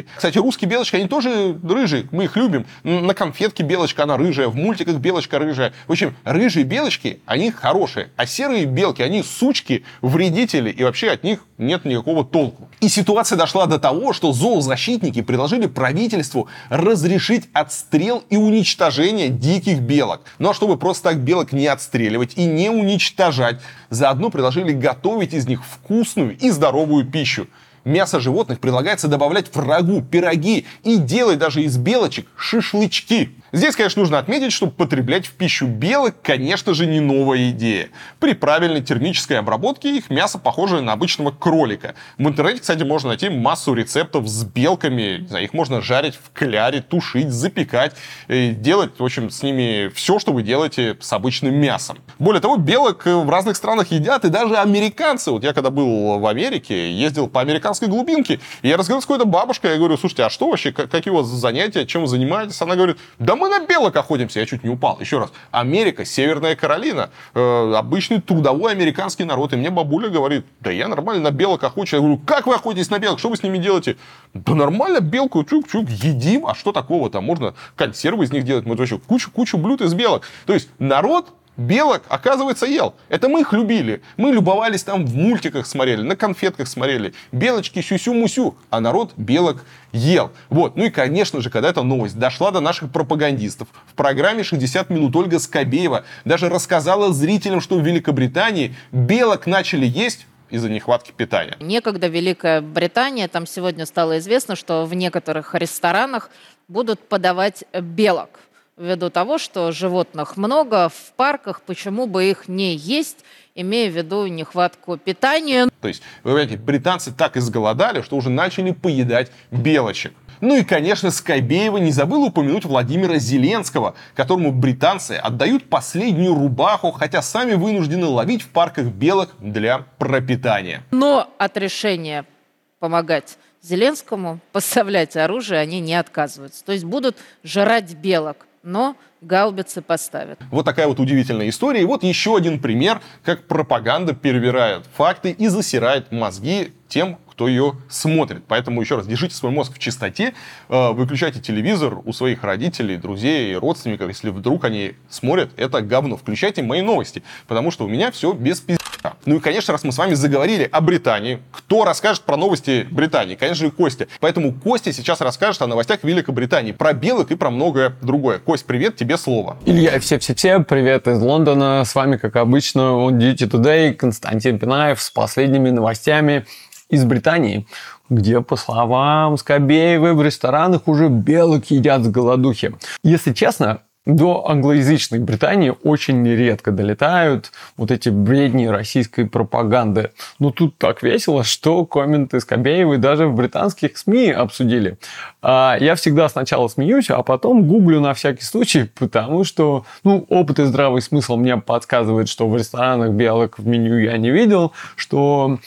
белочки. Кстати, русские белочки, они тоже рыжие, мы их любим. На конфетке белочка, она рыжая, в мультиках белочка рыжая. В общем, рыжие белочки, они хорошие, а серые белки, они сучки, вредители, и вообще от них нет никакого толку. И ситуация дошла до того, что зоозащитники предложили правительству разрешить отстрел и уничтожение диких белок. Ну а чтобы просто так белок не отстреливать и не уничтожать, заодно предложили готовить из них вкусную и здоровую пищу. Мясо животных предлагается добавлять в рагу, пироги и делать даже из белочек шашлычки. Здесь, конечно, нужно отметить, что потреблять в пищу белок, конечно же, не новая идея. При правильной термической обработке их мясо похоже на обычного кролика. В интернете, кстати, можно найти массу рецептов с белками. Не знаю, их можно жарить в кляре, тушить, запекать, делать, в общем, с ними все, что вы делаете с обычным мясом. Более того, белок в разных странах едят, и даже американцы. Вот я когда был в Америке, ездил по американской глубинке, и я разговаривал с какой-то бабушкой, я говорю: слушайте, а что вообще, какие у вас занятия, чем вы занимаетесь? Она говорит: да мы на белок охотимся. Я чуть не упал. Еще раз. Америка, Северная Каролина, обычный трудовой американский народ. И мне бабуля говорит: да я нормально на белок охочусь. Я говорю: как вы охотитесь на белок? Что вы с ними делаете? Да нормально, белку чук-чук едим. А что такого? Там можно консервы из них делать. Мы вообще кучу блюд из белок. То есть народ белок, оказывается, ел. Это мы их любили. Мы любовались там, в мультиках смотрели, на конфетках смотрели. Белочки, сюсю-мусю. А народ белок ел. Вот. Ну и, конечно же, когда эта новость дошла до наших пропагандистов, в программе «60 минут» Ольга Скобеева даже рассказала зрителям, что в Великобритании белок начали есть из-за нехватки питания. Некогда Великая Британия, там сегодня стало известно, что в некоторых ресторанах будут подавать белок. Ввиду того, что животных много в парках, почему бы их не есть, имея в виду нехватку питания. То есть, вы понимаете, британцы так изголодали, что уже начали поедать белочек. Ну и, конечно, Скобеева не забыла упомянуть Владимира Зеленского, которому британцы отдают последнюю рубаху, хотя сами вынуждены ловить в парках белок для пропитания. Но от решения помогать Зеленскому, поставлять оружие, они не отказываются. То есть будут жрать белок, но гаубицы поставят. Вот такая вот удивительная история. И вот еще один пример, как пропаганда перевирает факты и засирает мозги тем, кто ее смотрит. Поэтому еще раз, держите свой мозг в чистоте, выключайте телевизор у своих родителей, друзей и родственников, если вдруг они смотрят это говно. Включайте мои новости, потому что у меня все без пиздца. Ну и, конечно, раз мы с вами заговорили о Британии, кто расскажет про новости Британии? Конечно же, Костя. Поэтому Костя сейчас расскажет о новостях Великобритании, про белок и про многое другое. Кость, привет, тебе слово. Илья, все, привет из Лондона. С вами, как обычно, on Duty Today, Константин Пинаев с последними новостями из Британии, где, по словам Скобеевой, в ресторанах уже белок едят с голодухи. Если честно, до англоязычной Британии очень редко долетают вот эти бредни российской пропаганды. Но тут так весело, что комменты Скобеевой даже в британских СМИ обсудили. Я всегда сначала смеюсь, а потом гуглю на всякий случай, потому что опыт и здравый смысл мне подсказывает, что в ресторанах белок в меню я не видел, что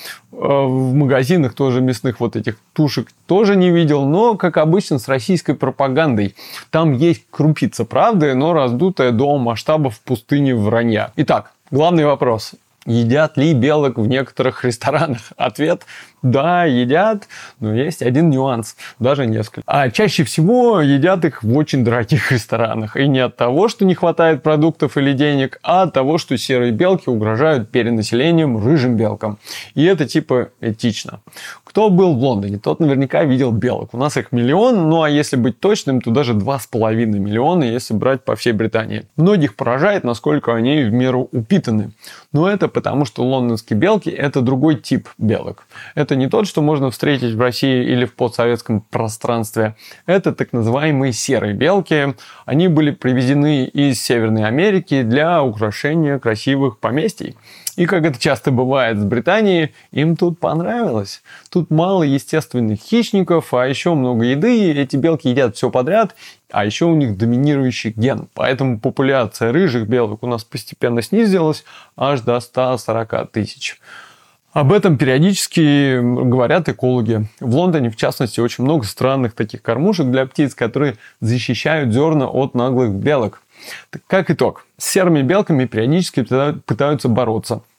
в магазинах тоже мясных вот этих тушек тоже не видел, но, как обычно, с российской пропагандой. Там есть крупица правды, но раздутая до масштабов пустыни вранья. Итак, главный вопрос. Едят ли белок в некоторых ресторанах? Ответ – да, едят, но есть один нюанс, даже несколько. А чаще всего едят их в очень дорогих ресторанах. И не от того, что не хватает продуктов или денег, а от того, что серые белки угрожают перенаселением рыжим белкам. И это типа этично. Кто был в Лондоне, тот наверняка видел белок. У нас их 1 миллион, ну а если быть точным, то даже 2,5 миллиона, если брать по всей Британии. Многих поражает, насколько они в меру упитаны. Но это потому, что лондонские белки – это другой тип белок. Это не тот, что можно встретить в России или в постсоветском пространстве. Это так называемые серые белки. Они были привезены из Северной Америки для украшения красивых поместий. И, как это часто бывает с Британией, им тут понравилось. Тут мало естественных хищников, а еще много еды. Эти белки едят все подряд, а еще у них доминирующий ген. Поэтому популяция рыжих белок у нас постепенно снизилась аж до 140 тысяч. Об этом периодически говорят экологи. В Лондоне, в частности, очень много странных таких кормушек для птиц, которые защищают зерна от наглых белок. Как итог, с серыми белками периодически пытаются бороться.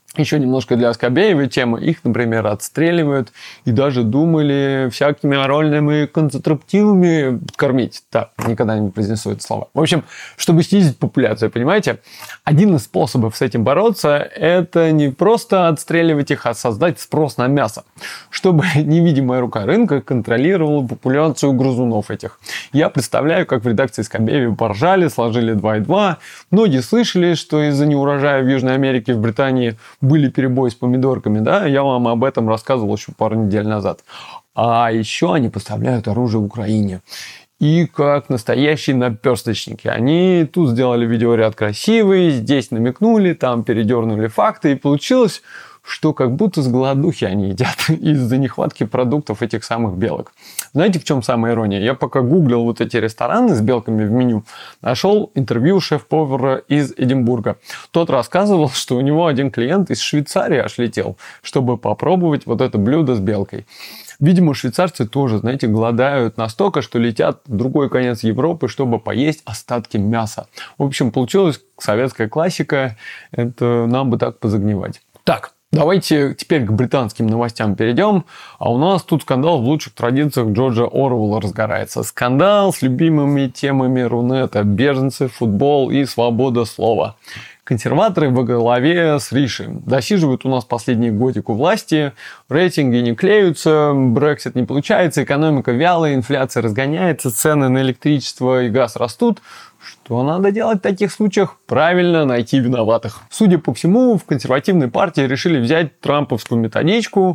Еще немножко для Скобеевой темы. Их, например, отстреливают и даже думали всякими оральными контрацептивами кормить. Так, никогда не произнесу это слово. В общем, чтобы снизить популяцию, понимаете? Один из способов с этим бороться – это не просто отстреливать их, а создать спрос на мясо, чтобы невидимая рука рынка контролировала популяцию грызунов этих. Я представляю, как в редакции Скобеевой поржали, сложили 2 и 2. Многие слышали, что из-за неурожая в Южной Америке, в Британии были перебои с помидорками, да, я вам об этом рассказывал еще пару недель назад. А еще они поставляют оружие в Украине. И как настоящие наперсточники. Они тут сделали видеоряд красивый, здесь намекнули, там передернули факты, и получилось, что как будто с голодухи они едят из-за нехватки продуктов этих самых белок. Знаете, в чем самая ирония? Я пока гуглил вот эти рестораны с белками в меню, нашел интервью шеф-повара из Эдинбурга. Тот рассказывал, что у него один клиент из Швейцарии аж летел, чтобы попробовать вот это блюдо с белкой. Видимо, швейцарцы тоже, знаете, голодают настолько, что летят в другой конец Европы, чтобы поесть остатки мяса. В общем, получилась советская классика. Это нам бы так позагнивать. Так. Давайте теперь к британским новостям перейдем. А у нас тут скандал в лучших традициях Джорджа Оруэлла разгорается. Скандал с любимыми темами Рунета: беженцы, футбол и свобода слова. Консерваторы во главе с Риши досиживают у нас последний годик у власти, рейтинги не клеются, Брексит не получается, экономика вялая, инфляция разгоняется, цены на электричество и газ растут. Что надо делать в таких случаях? Правильно, найти виноватых. Судя по всему, в консервативной партии решили взять трамповскую методичку.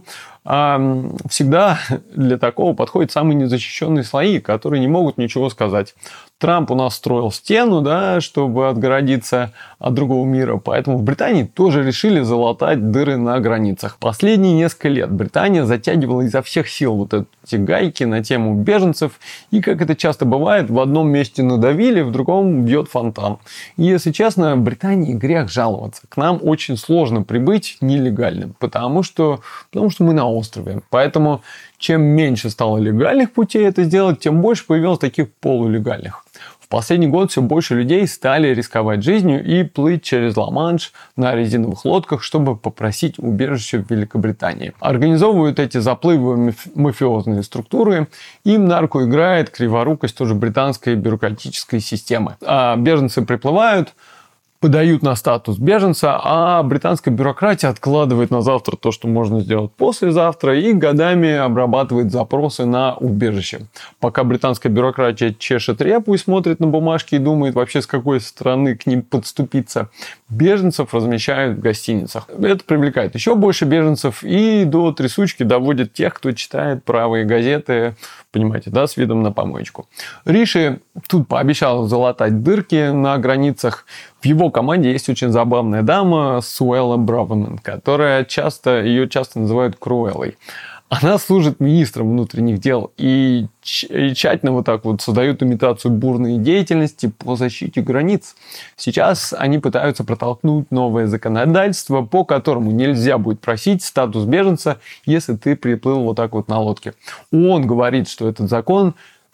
Всегда для такого подходят самые незащищенные слои, которые не могут ничего сказать. Трамп у нас строил стену, да, чтобы отгородиться от другого мира. Поэтому в Британии тоже решили залатать дыры на границах. Последние несколько лет Британия затягивала изо всех сил вот эти гайки на тему беженцев. И, как это часто бывает, в одном месте надавили, в другом бьет фонтан. И, если честно, Британии грех жаловаться. К нам очень сложно прибыть нелегальным, потому что мы на острове. Поэтому чем меньше стало легальных путей это сделать, тем больше появилось таких полулегальных. В последний год все больше людей стали рисковать жизнью и плыть через Ла-Манш на резиновых лодках, чтобы попросить убежище в Великобритании. Организовывают эти заплывы мафиозные структуры. Им на руку играет криворукость тоже британской бюрократической системы. А беженцы приплывают, подают на статус беженца, а британская бюрократия откладывает на завтра то, что можно сделать послезавтра, и годами обрабатывает запросы на убежище. Пока британская бюрократия чешет репу и смотрит на бумажки и думает вообще, с какой стороны к ним подступиться, беженцев размещают в гостиницах. Это привлекает еще больше беженцев и до трясучки доводит тех, кто читает правые газеты, понимаете, да, с видом на помоечку. Риши тут пообещал залатать дырки на границах. В его команде есть очень забавная дама Суэлла Браверман, ее часто называют Круэллой. Она служит министром внутренних дел и тщательно вот так вот создает имитацию бурной деятельности по защите границ. Сейчас они пытаются протолкнуть новое законодательство, по которому нельзя будет просить статус беженца, если ты приплыл вот так вот на лодке. Он говорит, что этот закон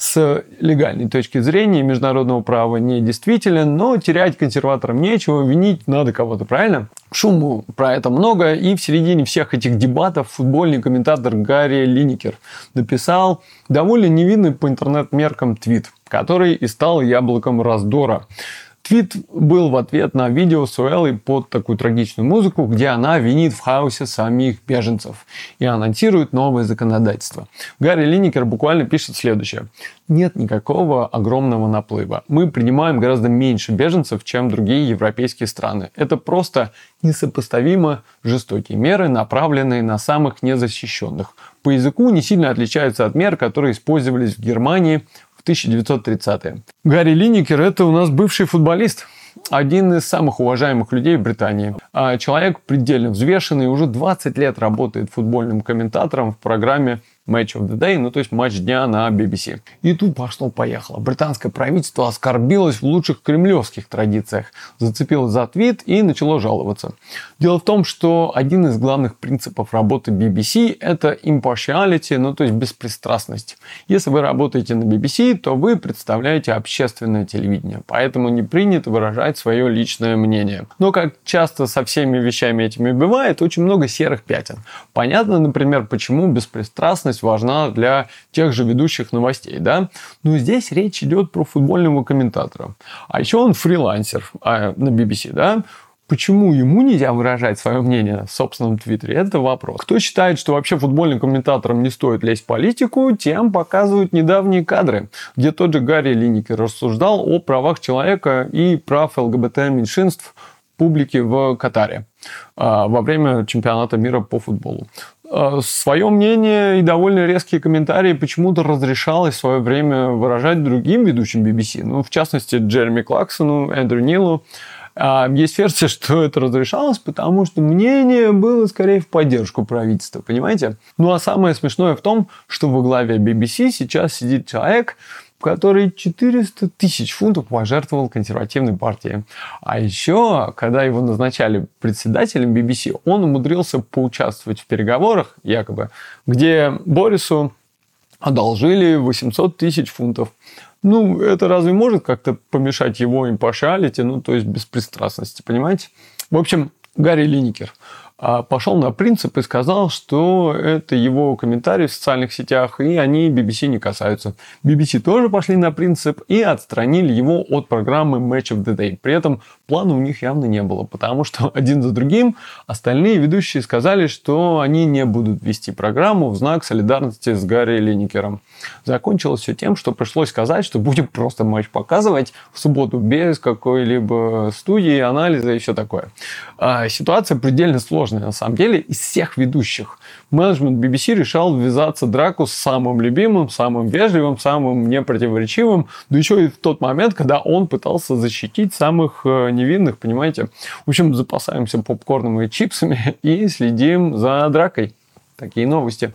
с легальной точки зрения международного права недействителен, но терять консерваторам нечего, винить надо кого-то, правильно? Шуму про это много, и в середине всех этих дебатов футбольный комментатор Гарри Линекер написал довольно невинный по интернет-меркам твит, который и стал яблоком раздора. Твит был в ответ на видео с Суэллой под такую трагичную музыку, где она винит в хаосе самих беженцев и анонсирует новое законодательство. Гарри Линекер буквально пишет следующее. Нет никакого огромного наплыва. Мы принимаем гораздо меньше беженцев, чем другие европейские страны. Это просто несопоставимо жестокие меры, направленные на самых незащищенных. По языку не сильно отличаются от мер, которые использовались в Германии в 1930-е. Гарри Линекер – это у нас бывший футболист. Один из самых уважаемых людей в Британии. Человек предельно взвешенный, уже 20 лет работает футбольным комментатором в программе Match of the Day, ну то есть матч дня на BBC. И тут пошло-поехало. Британское правительство оскорбилось в лучших кремлевских традициях, зацепилось за твит и начало жаловаться. Дело в том, что один из главных принципов работы BBC – это impartiality, ну то есть беспристрастность. Если вы работаете на BBC, то вы представляете общественное телевидение, поэтому не принято выражать свое личное мнение. Но как часто со всеми вещами этими бывает, очень много серых пятен. Понятно, например, почему беспристрастность важна для тех же ведущих новостей, да? Но здесь речь идет про футбольного комментатора. А еще он фрилансер на BBC, да? Почему ему нельзя выражать свое мнение в собственном твиттере? Это вопрос. Кто считает, что вообще футбольным комментаторам не стоит лезть в политику, тем показывают недавние кадры, где тот же Гарри Линекер рассуждал о правах человека и прав ЛГБТ-меньшинств публики в Катаре во время чемпионата мира по футболу. Свое мнение и довольно резкие комментарии почему-то разрешалось в свое время выражать другим ведущим BBC, ну, в частности, Джереми Кларксону, Эндрю Нилу. Есть версия, что это разрешалось, потому что мнение было скорее в поддержку правительства, понимаете? Ну а самое смешное в том, что во главе BBC сейчас сидит человек, который 400 тысяч фунтов пожертвовал консервативной партии. А еще, когда его назначали председателем BBC, он умудрился поучаствовать в переговорах, якобы, где Борису одолжили 800 тысяч фунтов. Ну, это разве может как-то помешать его импаршалити, ну, то есть беспристрастности, понимаете? В общем, Гарри Линекер пошел на принцип и сказал, что это его комментарии в социальных сетях, и они BBC не касаются. BBC тоже пошли на принцип и отстранили его от программы Match of the Day. При этом плана у них явно не было, потому что один за другим остальные ведущие сказали, что они не будут вести программу в знак солидарности с Гарри Линекером. Закончилось все тем, что пришлось сказать, что будем просто матч показывать в субботу без какой-либо студии, анализа и все такое. Ситуация предельно сложная. На самом деле, из всех ведущих менеджмент BBC решал ввязаться в драку с самым любимым, самым вежливым, самым непротиворечивым, да еще и в тот момент, когда он пытался защитить самых невинных, понимаете. В общем, запасаемся попкорном и чипсами и следим за дракой. Такие новости.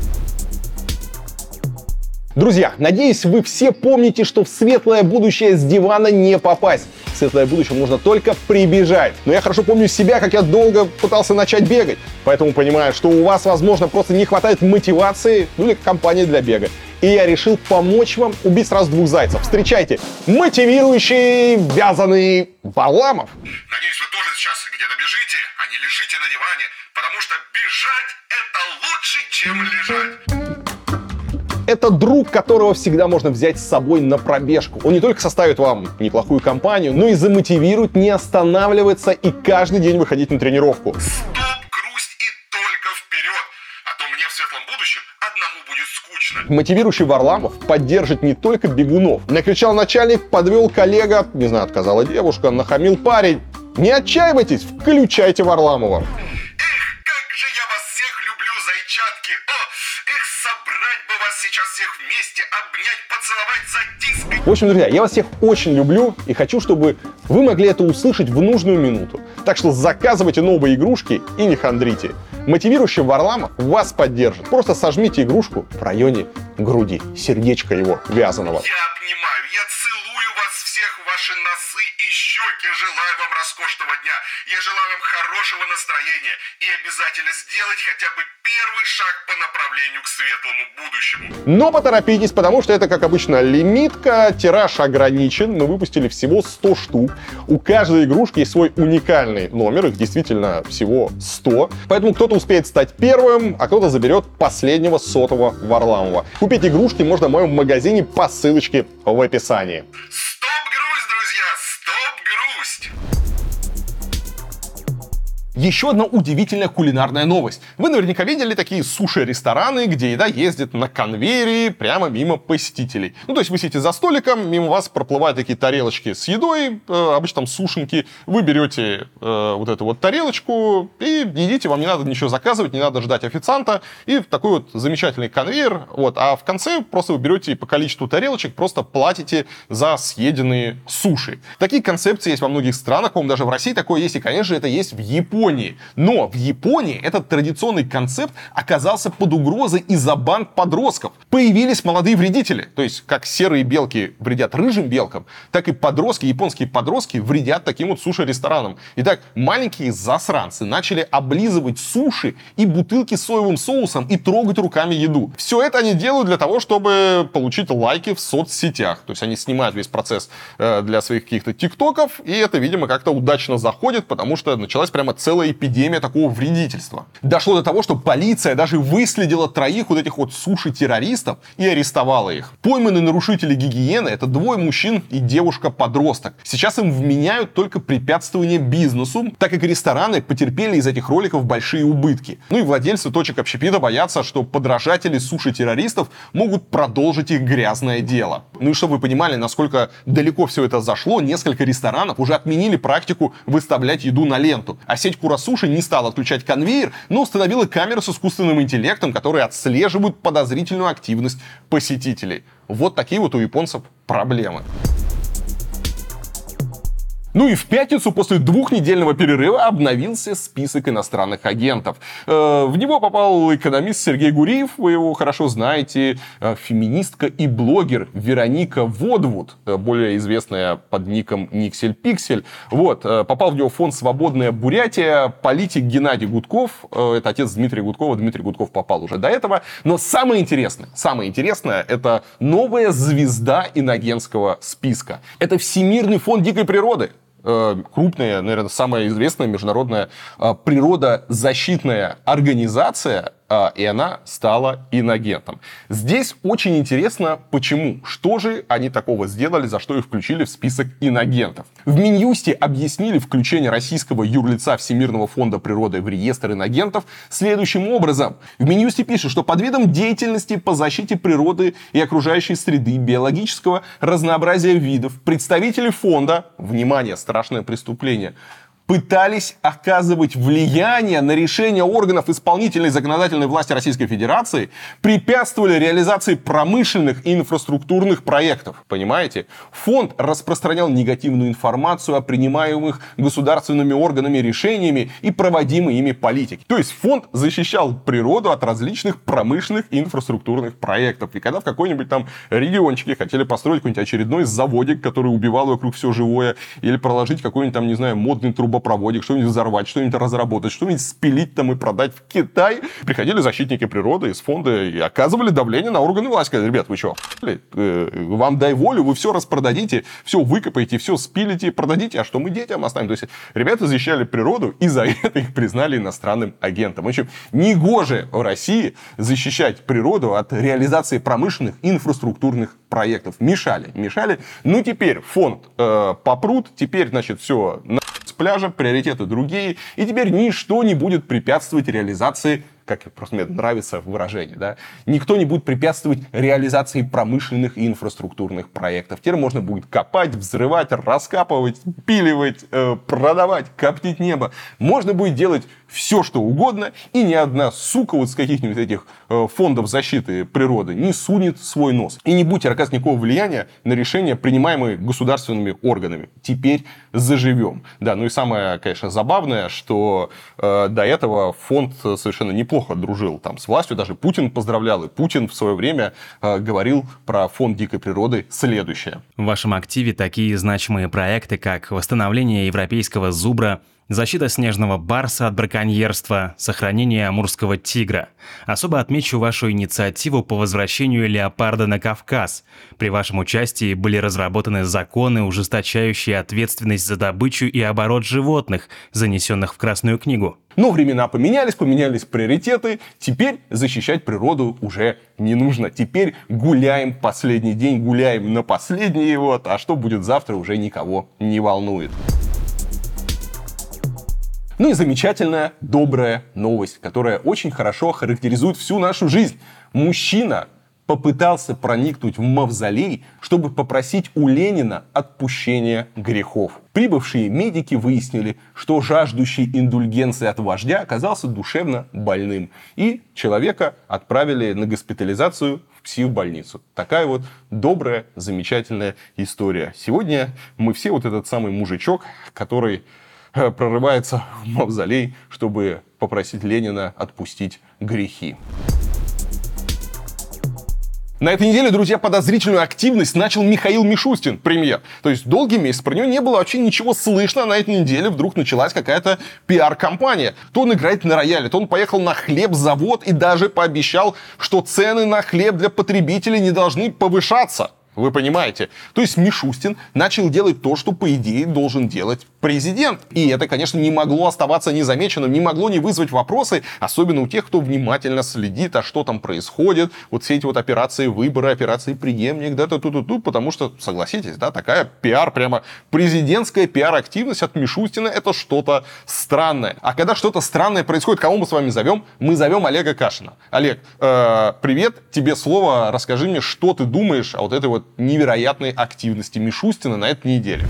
Друзья, надеюсь, вы все помните, что в светлое будущее с дивана не попасть. В светлое будущее можно только прибежать. Но я хорошо помню себя, как я долго пытался начать бегать. Поэтому понимаю, что у вас, возможно, просто не хватает мотивации, ну или компании для бега. И я решил помочь вам убить сразу двух зайцев. Встречайте, мотивирующий вязаный Варламов. Надеюсь, вы тоже сейчас где-то бежите, а не лежите на диване, потому что бежать это лучше, чем лежать. Это друг, которого всегда можно взять с собой на пробежку. Он не только составит вам неплохую компанию, но и замотивирует не останавливаться и каждый день выходить на тренировку. Стоп, грусть и только вперед, а то мне в светлом будущем одному будет скучно. Мотивирующий Варламов поддержит не только бегунов. Накричал начальник, подвел коллега, не знаю, отказала девушка, нахамил парень. Не отчаивайтесь, включайте Варламова. Же я вас всех люблю, зайчатки. Собрать бы вас сейчас всех вместе, обнять, поцеловать, задискать. В общем, друзья, я вас всех очень люблю и хочу, чтобы вы могли это услышать в нужную минуту. Так что заказывайте новые игрушки и не хандрите. Мотивирующий Варламов вас поддержит. Просто сожмите игрушку в районе груди, сердечко его вязаного. Я обнимаю, я целую вас всех, ваши носы и щеки. Желаю вам роскошного дня. Я желаю вам хорошего настроения. И обязательно сделать хотя бы первый шаг по направлению к светлому будущему. Но поторопитесь, потому что это, как обычно, лимитка. Тираж ограничен. Мы выпустили всего 100 штук. У каждой игрушки есть свой уникальный номер. Их действительно всего 100. Поэтому кто-то успеет стать первым, а кто-то заберет последнего 100-го Варламова. Купить игрушки можно в моем магазине по ссылочке в описании. Стоп грусть, друзья! Стоп грусть! Еще одна удивительная кулинарная новость. Вы наверняка видели такие суши-рестораны, где еда ездит на конвейере прямо мимо посетителей. Ну, то есть вы сидите за столиком, мимо вас проплывают такие тарелочки с едой, обычно там сушенки. Вы берете вот эту вот тарелочку и едите, вам не надо ничего заказывать, не надо ждать официанта. И такой вот замечательный конвейер. Вот. А в конце просто вы берете по количеству тарелочек, просто платите за съеденные суши. Такие концепции есть во многих странах, по-моему, даже в России такое есть. И, конечно же, это есть в Японии. Японии. Но в Японии этот традиционный концепт оказался под угрозой из-за банд подростков. Появились молодые вредители. То есть, как серые белки вредят рыжим белкам, так и подростки, японские подростки вредят таким вот суши-ресторанам. Итак, маленькие засранцы начали облизывать суши и бутылки с соевым соусом и трогать руками еду. Все это они делают для того, чтобы получить лайки в соцсетях. То есть они снимают весь процесс для своих каких-то тиктоков, и это, видимо, как-то удачно заходит, потому что началась прямо целая эпидемия такого вредительства. Дошло до того, что полиция даже выследила 3 вот этих вот суши-террористов и арестовала их. Пойманные нарушители гигиены — это 2 мужчин и девушка-подросток. Сейчас им вменяют только препятствование бизнесу, так как рестораны потерпели из этих роликов большие убытки. Ну и владельцы точек общепита боятся, что подражатели суши-террористов могут продолжить их грязное дело. Ну и чтобы вы понимали, насколько далеко все это зашло, несколько ресторанов уже отменили практику выставлять еду на ленту. А сеть Курасуши не стала отключать конвейер, но установила камеры с искусственным интеллектом, которые отслеживают подозрительную активность посетителей. Вот такие вот у японцев проблемы. Ну и в пятницу после 2-недельного перерыва обновился список иностранных агентов. В него попал экономист Сергей Гуриев, вы его хорошо знаете, феминистка и блогер Вероника Водвуд, более известная под ником Никсель Пиксель. Вот, попал в него фонд «Свободная Бурятия», политик Геннадий Гудков, это отец Дмитрия Гудкова, Дмитрий Гудков попал уже до этого. Но самое интересное, это новая звезда инагентского списка. Это Всемирный фонд дикой природы. Крупная, наверное, самая известная международная природозащитная организация, и она стала инагентом. Здесь очень интересно, почему. Что же они такого сделали, за что их включили в список инагентов? В Минюсте объяснили включение российского юрлица Всемирного фонда природы в реестр инагентов следующим образом. В Минюсте пишут, что под видом деятельности по защите природы и окружающей среды, биологического разнообразия видов, представители фонда, внимание, страшное преступление, пытались оказывать влияние на решения органов исполнительной и законодательной власти Российской Федерации, препятствовали реализации промышленных и инфраструктурных проектов. Понимаете? Фонд распространял негативную информацию о принимаемых государственными органами решениями и проводимой ими политике. То есть фонд защищал природу от различных промышленных и инфраструктурных проектов. И когда в какой-нибудь там региончике хотели построить какой-нибудь очередной заводик, который убивал вокруг все живое, или проложить какой-нибудь там, не знаю, модный трубопроводик, что-нибудь взорвать, что-нибудь разработать, что-нибудь спилить там и продать в Китай. Приходили защитники природы из фонда и оказывали давление на органы власти. Сказали: ребят, вы что, вам дай волю, вы все распродадите, все выкопаете, все спилите, продадите, а что мы детям оставим? То есть ребята защищали природу, и за это их признали иностранным агентом. В общем, негоже в России защищать природу от реализации промышленных инфраструктурных проектов. Мешали. Ну, теперь фонд попрут, теперь, значит, все с пляжа, приоритеты другие, и теперь ничто не будет препятствовать реализации, как просто мне нравится выражение, да, никто не будет препятствовать реализации промышленных и инфраструктурных проектов. Теперь можно будет копать, взрывать, раскапывать, пиливать, продавать, коптить небо. Можно будет делать все, что угодно, и ни одна сука вот с каких-нибудь этих фондов защиты природы не сунет свой нос. И не будет оказывать никакого влияния на решения, принимаемые государственными органами. Теперь заживем. Да, ну и самое, конечно, забавное, что до этого фонд совершенно неплохо дружил там с властью. Даже Путин поздравлял, и Путин в свое время говорил про фонд дикой природы следующее. В вашем активе такие значимые проекты, как восстановление европейского зубра, защита снежного барса от браконьерства, сохранение амурского тигра. Особо отмечу вашу инициативу по возвращению леопарда на Кавказ. При вашем участии были разработаны законы, ужесточающие ответственность за добычу и оборот животных, занесенных в Красную книгу. Но времена поменялись приоритеты. Теперь защищать природу уже не нужно. Теперь гуляем последний день, гуляем на последний. А что будет завтра, уже никого не волнует. Ну и замечательная, добрая новость, которая очень хорошо характеризует всю нашу жизнь. Мужчина попытался проникнуть в мавзолей, чтобы попросить у Ленина отпущения грехов. Прибывшие медики выяснили, что жаждущий индульгенции от вождя оказался душевно больным. И человека отправили на госпитализацию в психбольницу. Такая вот добрая, замечательная история. Сегодня мы все вот этот самый мужичок, который прорывается в мавзолей, чтобы попросить Ленина отпустить грехи. На этой неделе, друзья, подозрительную активность начал Михаил Мишустин, премьер. То есть долгий месяц про него не было вообще ничего слышно, а на этой неделе вдруг началась какая-то пиар-компания. То он играет на рояле, то он поехал на хлебзавод и даже пообещал, что цены на хлеб для потребителей не должны повышаться. Вы понимаете? То есть Мишустин начал делать то, что, по идее, должен делать президент. И это, конечно, не могло оставаться незамеченным, не могло не вызвать вопросы, особенно у тех, кто внимательно следит, а что там происходит. Вот все эти вот операции выбора, операции преемник, да, тут, потому что, согласитесь, да, такая пиар, прямо президентская пиар-активность от Мишустина, это что-то странное. А когда что-то странное происходит, кого мы с вами зовем? Мы зовем Олега Кашина. Олег, привет, тебе слово, расскажи мне, что ты думаешь о вот этой вот невероятной активности Мишустина на этой неделе.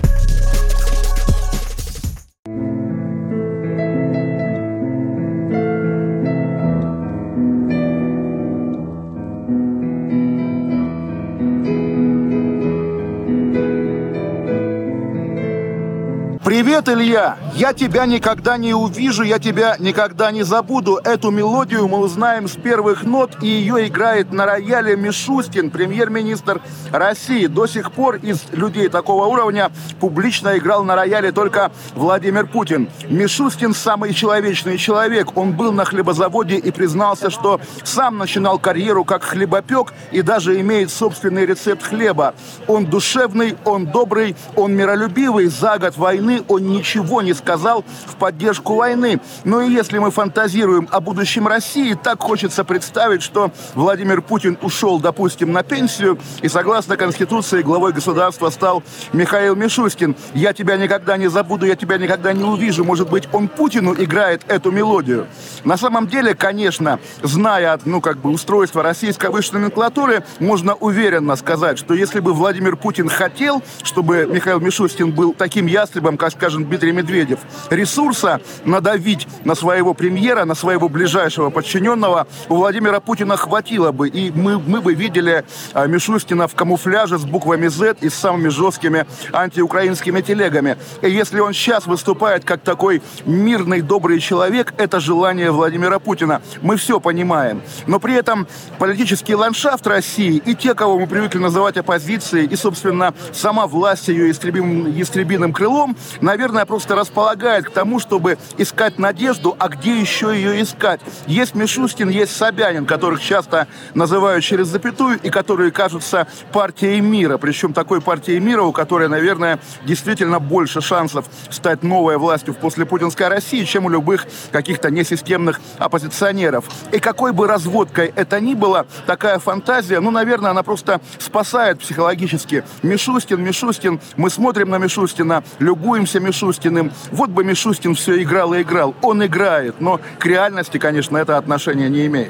Привет, Илья! Я тебя никогда не увижу, я тебя никогда не забуду. Эту мелодию мы узнаем с первых нот, и ее играет на рояле Мишустин, премьер-министр России. До сих пор из людей такого уровня публично играл на рояле только Владимир Путин. Мишустин самый человечный человек. Он был на хлебозаводе и признался, что сам начинал карьеру как хлебопек и даже имеет собственный рецепт хлеба. Он душевный, он добрый, он миролюбивый. За год войны он ничего не сказал в поддержку войны. Но и если мы фантазируем о будущем России, так хочется представить, что Владимир Путин ушел, допустим, на пенсию, и согласно Конституции главой государства стал Михаил Мишустин. «Я тебя никогда не забуду, я тебя никогда не увижу». Может быть, он Путину играет эту мелодию? На самом деле, конечно, зная, устройство российской высшей номенклатуры, можно уверенно сказать, что если бы Владимир Путин хотел, чтобы Михаил Мишустин был таким ястребом, как, скажем, Дмитрий Медведев, ресурса надавить на своего премьера, на своего ближайшего подчиненного у Владимира Путина хватило бы. И мы бы видели Мишустина в камуфляже с буквами Z и с самыми жесткими антиукраинскими телегами. И если он сейчас выступает как такой мирный, добрый человек, это желание Владимира Путина. Мы все понимаем. Но при этом политический ландшафт России и те, кого мы привыкли называть оппозицией, и, собственно, сама власть ее ястребиным крылом, наверное, просто располагает к тому, чтобы искать надежду, а где еще ее искать? Есть Мишустин, есть Собянин, которых часто называют через запятую и которые кажутся партией мира. Причем такой партией мира, у которой, наверное, действительно больше шансов стать новой властью в послепутинской России, чем у любых каких-то несистемных оппозиционеров. И какой бы разводкой это ни было, такая фантазия, наверное, она просто спасает психологически. Мишустин, мы смотрим на Мишустина, любуемся Мишустиным. Вот бы Мишустин все играл и играл. Он играет, но к реальности, конечно, это отношение не имеет.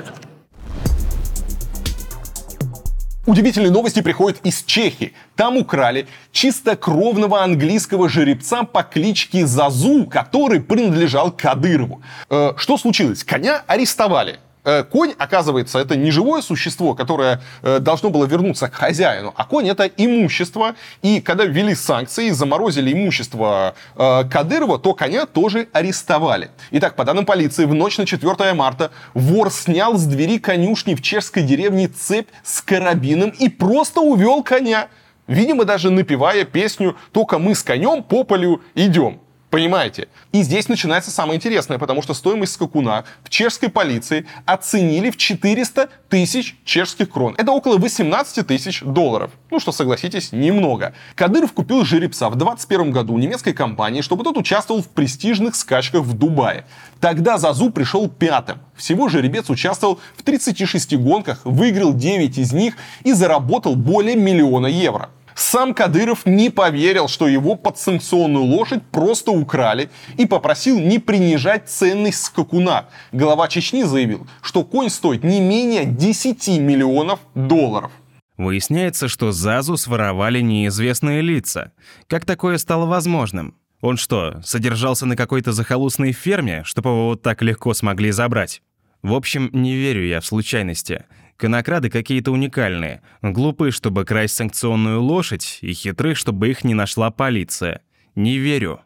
Удивительные новости приходят из Чехии. Там украли чистокровного английского жеребца по кличке Зазу, который принадлежал Кадырову. Что случилось? Коня арестовали. Конь, оказывается, это не живое существо, которое должно было вернуться к хозяину, а конь — это имущество. И когда ввели санкции, заморозили имущество Кадырова, то коня тоже арестовали. Итак, по данным полиции, в ночь на 4 марта вор снял с двери конюшни в чешской деревне цепь с карабином и просто увел коня. Видимо, даже напевая песню «Только мы с конем по полю идем». Понимаете? И здесь начинается самое интересное, потому что стоимость скакуна в чешской полиции оценили в 400 тысяч чешских крон. Это около 18 тысяч долларов. Что, согласитесь, немного. Кадыров купил жеребца в 2021 году у немецкой компании, чтобы тот участвовал в престижных скачках в Дубае. Тогда Зазу пришел пятым. Всего жеребец участвовал в 36 гонках, выиграл 9 из них и заработал более 1 миллиона евро. Сам Кадыров не поверил, что его подсанкционную лошадь просто украли, и попросил не принижать ценность скакуна. Глава Чечни заявил, что конь стоит не менее 10 миллионов долларов. Выясняется, что Зазу своровали неизвестные лица. Как такое стало возможным? Он что, содержался на какой-то захолустной ферме, чтобы его вот так легко смогли забрать? В общем, не верю я в случайности. Конокрады какие-то уникальные, глупые, чтобы красть санкционную лошадь, и хитрые, чтобы их не нашла полиция. Не верю.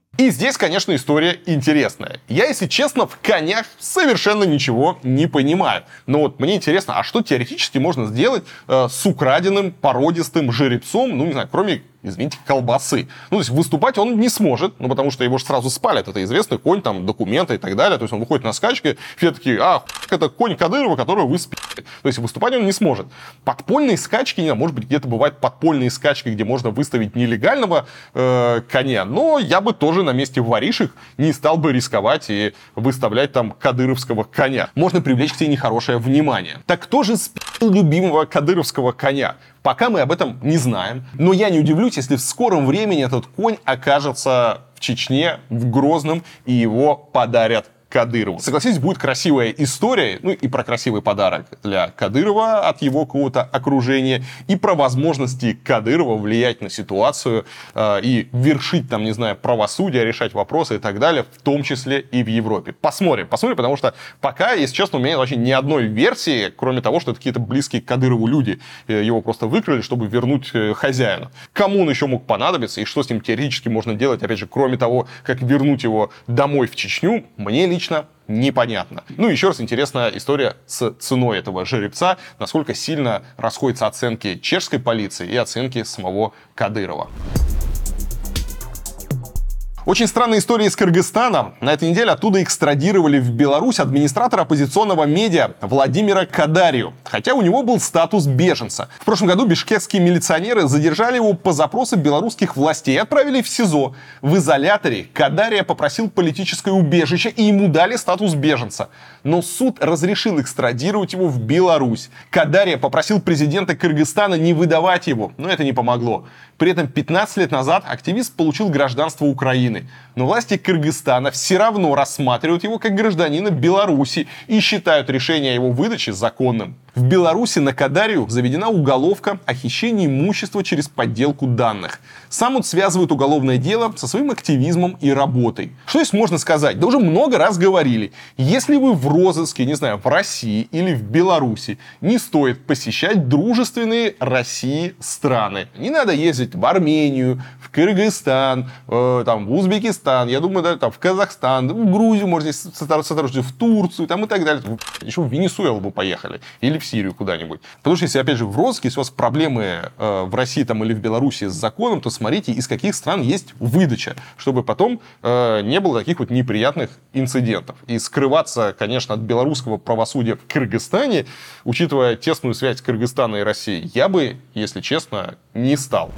И здесь, конечно, история интересная. Я, если честно, в конях совершенно ничего не понимаю. Но вот мне интересно, а что теоретически можно сделать с украденным породистым жеребцом, ну, не знаю, кроме, извините, колбасы. Ну, то есть выступать он не сможет, ну, потому что его же сразу спалят. Это известный конь, там, документы и так далее. То есть он выходит на скачки, все такие, это конь Кадырова, которого вы спите. То есть выступать он не сможет. Подпольные скачки, не знаю, может быть, где-то бывают подпольные скачки, где можно выставить нелегального коня, но я бы тоже на месте воришек не стал бы рисковать и выставлять там кадыровского коня. Можно привлечь к себе нехорошее внимание. Так кто же спил любимого кадыровского коня? Пока мы об этом не знаем, но я не удивлюсь, если в скором времени этот конь окажется в Чечне, в Грозном, и его подарят Кадырову. Согласитесь, будет красивая история, ну и про красивый подарок для Кадырова от его какого-то окружения, и про возможности Кадырова влиять на ситуацию и вершить там, не знаю, правосудие, решать вопросы и так далее, в том числе и в Европе. Посмотрим, потому что пока, если честно, у меня вообще ни одной версии, кроме того, что это какие-то близкие к Кадырову люди его просто выкрали, чтобы вернуть хозяину. Кому он еще мог понадобиться и что с ним теоретически можно делать, опять же, кроме того, как вернуть его домой в Чечню, мне лично непонятно. Ну, еще раз интересная история с ценой этого жеребца, насколько сильно расходятся оценки чешской полиции и оценки самого Кадырова. Очень странная история из Кыргызстана. На этой неделе оттуда экстрадировали в Беларусь администратора оппозиционного медиа Владимира Кадарию, хотя у него был статус беженца. В прошлом году бишкекские милиционеры задержали его по запросу белорусских властей и отправили в СИЗО. В изоляторе Кадария попросил политическое убежище, и ему дали статус беженца. Но суд разрешил экстрадировать его в Беларусь. Кадария попросил президента Кыргызстана не выдавать его, но это не помогло. При этом 15 лет назад активист получил гражданство Украины. Но власти Кыргызстана все равно рассматривают его как гражданина Беларуси и считают решение о его выдаче законным. В Беларуси на Кадарию заведена уголовка о хищении имущества через подделку данных. Сам он связывает уголовное дело со своим активизмом и работой. Что здесь можно сказать? Да уже много раз говорили. Если вы в розыске, не знаю, в России или в Беларуси, не стоит посещать дружественные России страны. Не надо ездить в Армению, в Кыргызстан, там, в Узбекистан, я думаю, да, там, в Казахстан, в Грузию, можно здесь сотрудничать, в Турцию там, и так далее. Еще в Венесуэлу бы поехали. Или в Сирию куда-нибудь. Потому что если, опять же, в розыске, если у вас проблемы в России там, или в Беларуси с законом, то смотрите, из каких стран есть выдача, чтобы потом не было таких вот неприятных инцидентов. И скрываться, конечно, от белорусского правосудия в Кыргызстане, учитывая тесную связь Кыргызстана и России, я бы, если честно, не стал.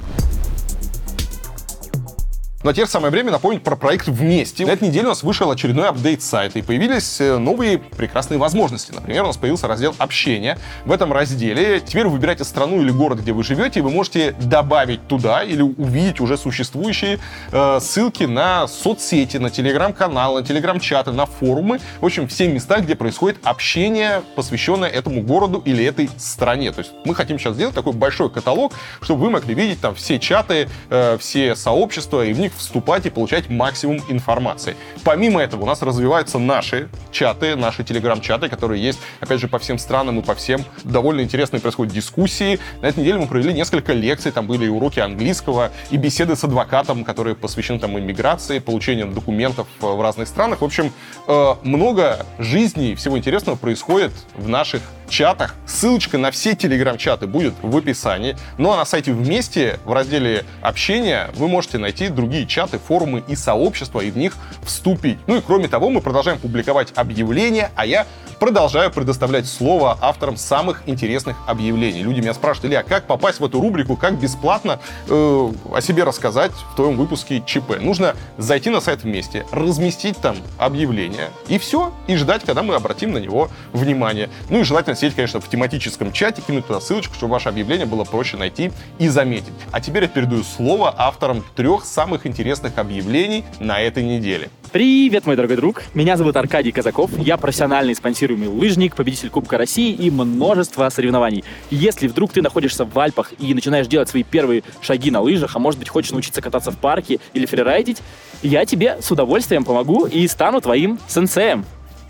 Ну а теперь самое время напомнить про проект «Вместе». На этой неделе у нас вышел очередной апдейт сайта, и появились новые прекрасные возможности. Например, у нас появился раздел «Общение». В этом разделе теперь вы выбираете страну или город, где вы живете, и вы можете добавить туда или увидеть уже существующие ссылки на соцсети, на телеграм-каналы, на телеграм-чаты, на форумы. В общем, все места, где происходит общение, посвященное этому городу или этой стране. То есть мы хотим сейчас сделать такой большой каталог, чтобы вы могли видеть там все чаты, все сообщества, и в них вступать и получать максимум информации. Помимо этого у нас развиваются наши чаты, наши телеграм-чаты, которые есть, опять же, по всем странам и по всем. Довольно интересные происходят дискуссии. На этой неделе мы провели несколько лекций, там были и уроки английского, и беседы с адвокатом, которые посвящены там иммиграции, получению документов в разных странах. В общем, много жизни и всего интересного происходит в наших чатах. Ссылочка на все телеграм-чаты будет в описании. Ну а на сайте «Вместе» в разделе «Общение» вы можете найти другие чаты, форумы и сообщества и в них вступить. Ну и кроме того, мы продолжаем публиковать объявления, а я продолжаю предоставлять слово авторам самых интересных объявлений. Люди меня спрашивают: Илья, как попасть в эту рубрику, как бесплатно о себе рассказать в твоем выпуске ЧП? Нужно зайти на сайт «Вместе», разместить там объявление и все, и ждать, когда мы обратим на него внимание. Ну и желательно сидеть, конечно, в тематическом чате, кинуть туда ссылочку, чтобы ваше объявление было проще найти и заметить. А теперь я передаю слово авторам 3 самых интересных объявлений на этой неделе. Привет, мой дорогой друг. Меня зовут Аркадий Казаков. Я профессиональный спонсируемый лыжник, победитель Кубка России и множество соревнований. Если вдруг ты находишься в Альпах и начинаешь делать свои первые шаги на лыжах, а может быть хочешь научиться кататься в парке или фрирайдить, я тебе с удовольствием помогу и стану твоим сенсеем.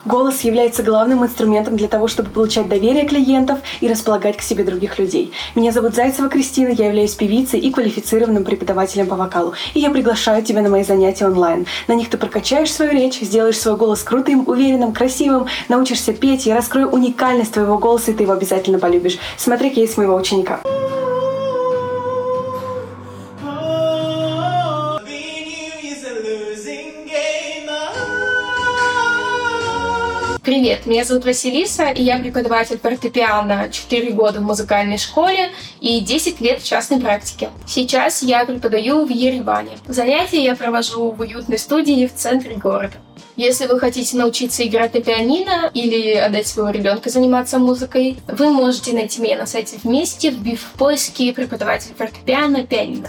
Голос является главным инструментом для того, чтобы получать доверие клиентов и располагать к себе других людей. Меня зовут Зайцева Кристина, я являюсь певицей и квалифицированным преподавателем по вокалу. И я приглашаю тебя на мои занятия онлайн. На них ты прокачаешь свою речь, сделаешь свой голос крутым, уверенным, красивым, научишься петь, я раскрою уникальность твоего голоса, и ты его обязательно полюбишь. Смотри кейс моего ученика. Привет, меня зовут Василиса, и я преподаватель фортепиано 4 года в музыкальной школе и 10 лет в частной практике. Сейчас я преподаю в Ереване. Занятия я провожу в уютной студии в центре города. Если вы хотите научиться играть на пианино или отдать своего ребенка заниматься музыкой, вы можете найти меня на сайте «Вместе», вбив в поиске «Преподаватель фортепиано, пианино».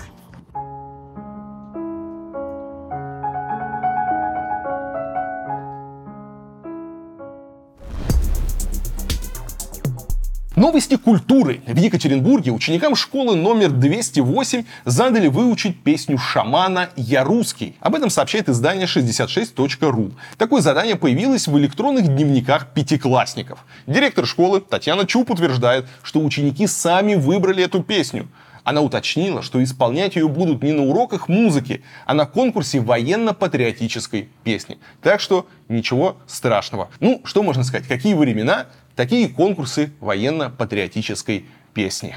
Новости культуры. В Екатеринбурге ученикам школы номер 208 задали выучить песню шамана «Я русский». Об этом сообщает издание 66.ru. Такое задание появилось в электронных дневниках пятиклассников. Директор школы Татьяна Чуб утверждает, что ученики сами выбрали эту песню. Она уточнила, что исполнять ее будут не на уроках музыки, а на конкурсе военно-патриотической песни. Так что ничего страшного. Ну, что можно сказать? Какие времена, такие конкурсы военно-патриотической песни.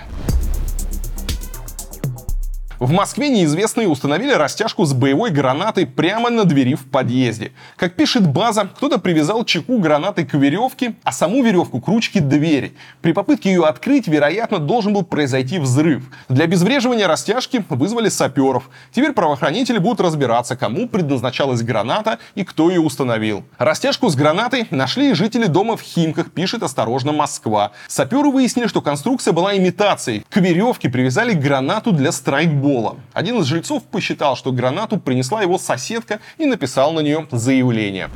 В Москве неизвестные установили растяжку с боевой гранатой прямо на двери в подъезде. Как пишет база, кто-то привязал чеку гранаты к веревке, а саму веревку к ручке двери. При попытке ее открыть, вероятно, должен был произойти взрыв. Для обезвреживания растяжки вызвали саперов. Теперь правоохранители будут разбираться, кому предназначалась граната и кто ее установил. Растяжку с гранатой нашли жители дома в Химках, пишет «Осторожно, Москва». Саперы выяснили, что конструкция была имитацией. К веревке привязали гранату для страйкбола. Один из жильцов посчитал, что гранату принесла его соседка, и написал на нее заявление.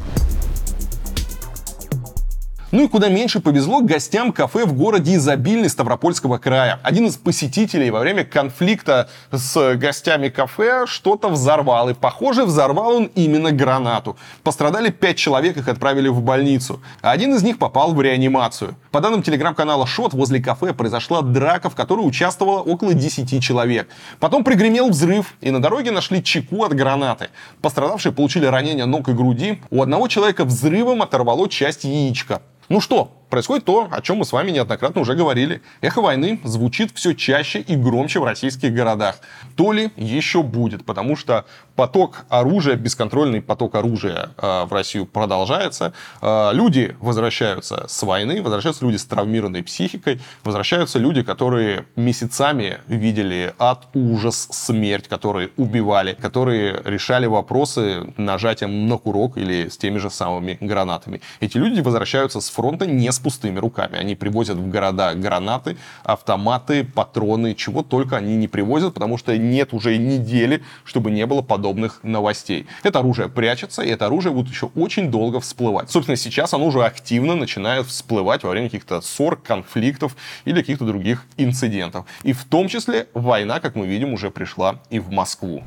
Ну и куда меньше повезло гостям кафе в городе Изобильный Ставропольского края. Один из посетителей во время конфликта с гостями кафе что-то взорвал. И, похоже, взорвал он именно гранату. Пострадали 5 человек, их отправили в больницу. А один из них попал в реанимацию. По данным телеграм-канала «Шот», возле кафе произошла драка, в которой участвовало около 10 человек. Потом пригремел взрыв, и на дороге нашли чеку от гранаты. Пострадавшие получили ранения ног и груди. У одного человека взрывом оторвало часть яичка. Ну что, происходит то, о чем мы с вами неоднократно уже говорили. Эхо войны звучит все чаще и громче в российских городах. То ли еще будет, потому что поток оружия, бесконтрольный поток оружия в Россию продолжается. Люди возвращаются с войны, возвращаются люди с травмированной психикой, возвращаются люди, которые месяцами видели ад, ужас, смерть, которые убивали, которые решали вопросы нажатием на курок или с теми же самыми гранатами. Эти люди возвращаются с фронта не с пустыми руками. Они привозят в города гранаты, автоматы, патроны, чего только они не привозят, потому что нет уже недели, чтобы не было подобных новостей. Это оружие прячется, и это оружие будет еще очень долго всплывать. Собственно, сейчас оно уже активно начинает всплывать во время каких-то ссор, конфликтов или каких-то других инцидентов. И в том числе война, как мы видим, уже пришла и в Москву.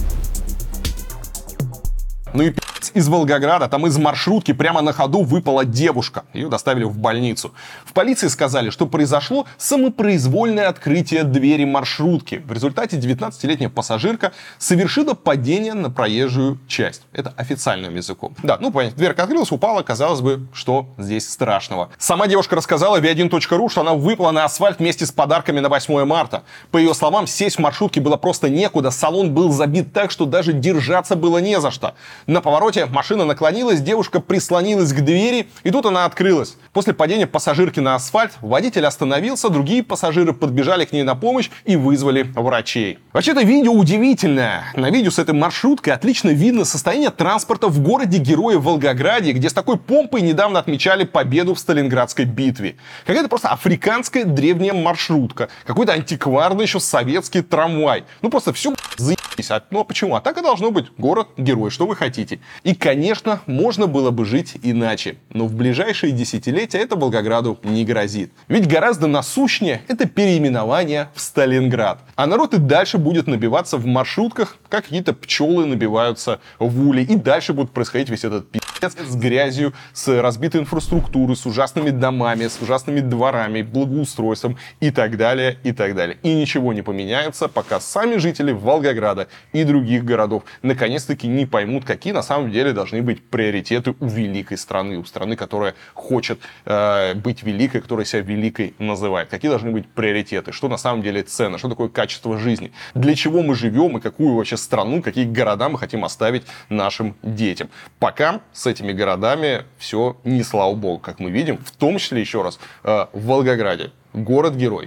Ну и из Волгограда, там из маршрутки прямо на ходу выпала девушка. Ее доставили в больницу. В полиции сказали, что произошло самопроизвольное открытие двери маршрутки. В результате 19-летняя пассажирка совершила падение на проезжую часть. Это официальным языком. Да, ну понятно, дверка открылась, упала, казалось бы, что здесь страшного. Сама девушка рассказала в vi1.ru, что она выпала на асфальт вместе с подарками на 8 марта. По ее словам, сесть в маршрутке было просто некуда, салон был забит так, что даже держаться было не за что. На повороте машина наклонилась, девушка прислонилась к двери, и тут она открылась. После падения пассажирки на асфальт водитель остановился, другие пассажиры подбежали к ней на помощь и вызвали врачей. Вообще-то видео удивительное. На видео с этой маршруткой отлично видно состояние транспорта в городе-герое Волгограде, где с такой помпой недавно отмечали победу в Сталинградской битве. Какая-то просто африканская древняя маршрутка, какой-то антикварный еще советский трамвай. Ну просто все заебись. Ну а почему? А так и должно быть. Город-герой, что вы хотите. И, конечно, можно было бы жить иначе. Но в ближайшие десятилетия это Волгограду не грозит. Ведь гораздо насущнее это переименование в Сталинград. А народ и дальше будет набиваться в маршрутках, как какие-то пчелы набиваются в улей. И дальше будет происходить весь этот пи***. с грязью, с разбитой инфраструктурой, с ужасными домами, с ужасными дворами, благоустройством и так далее, и так далее. И ничего не поменяется, пока сами жители Волгограда и других городов наконец-таки не поймут, какие на самом деле должны быть приоритеты у великой страны, у страны, которая хочет быть великой, которая себя великой называет. Какие должны быть приоритеты, что на самом деле ценно, что такое качество жизни, для чего мы живем и какую вообще страну, какие города мы хотим оставить нашим детям. Пока с этими городами все не слава богу, как мы видим, в том числе, еще раз, в Волгограде. Город-герой.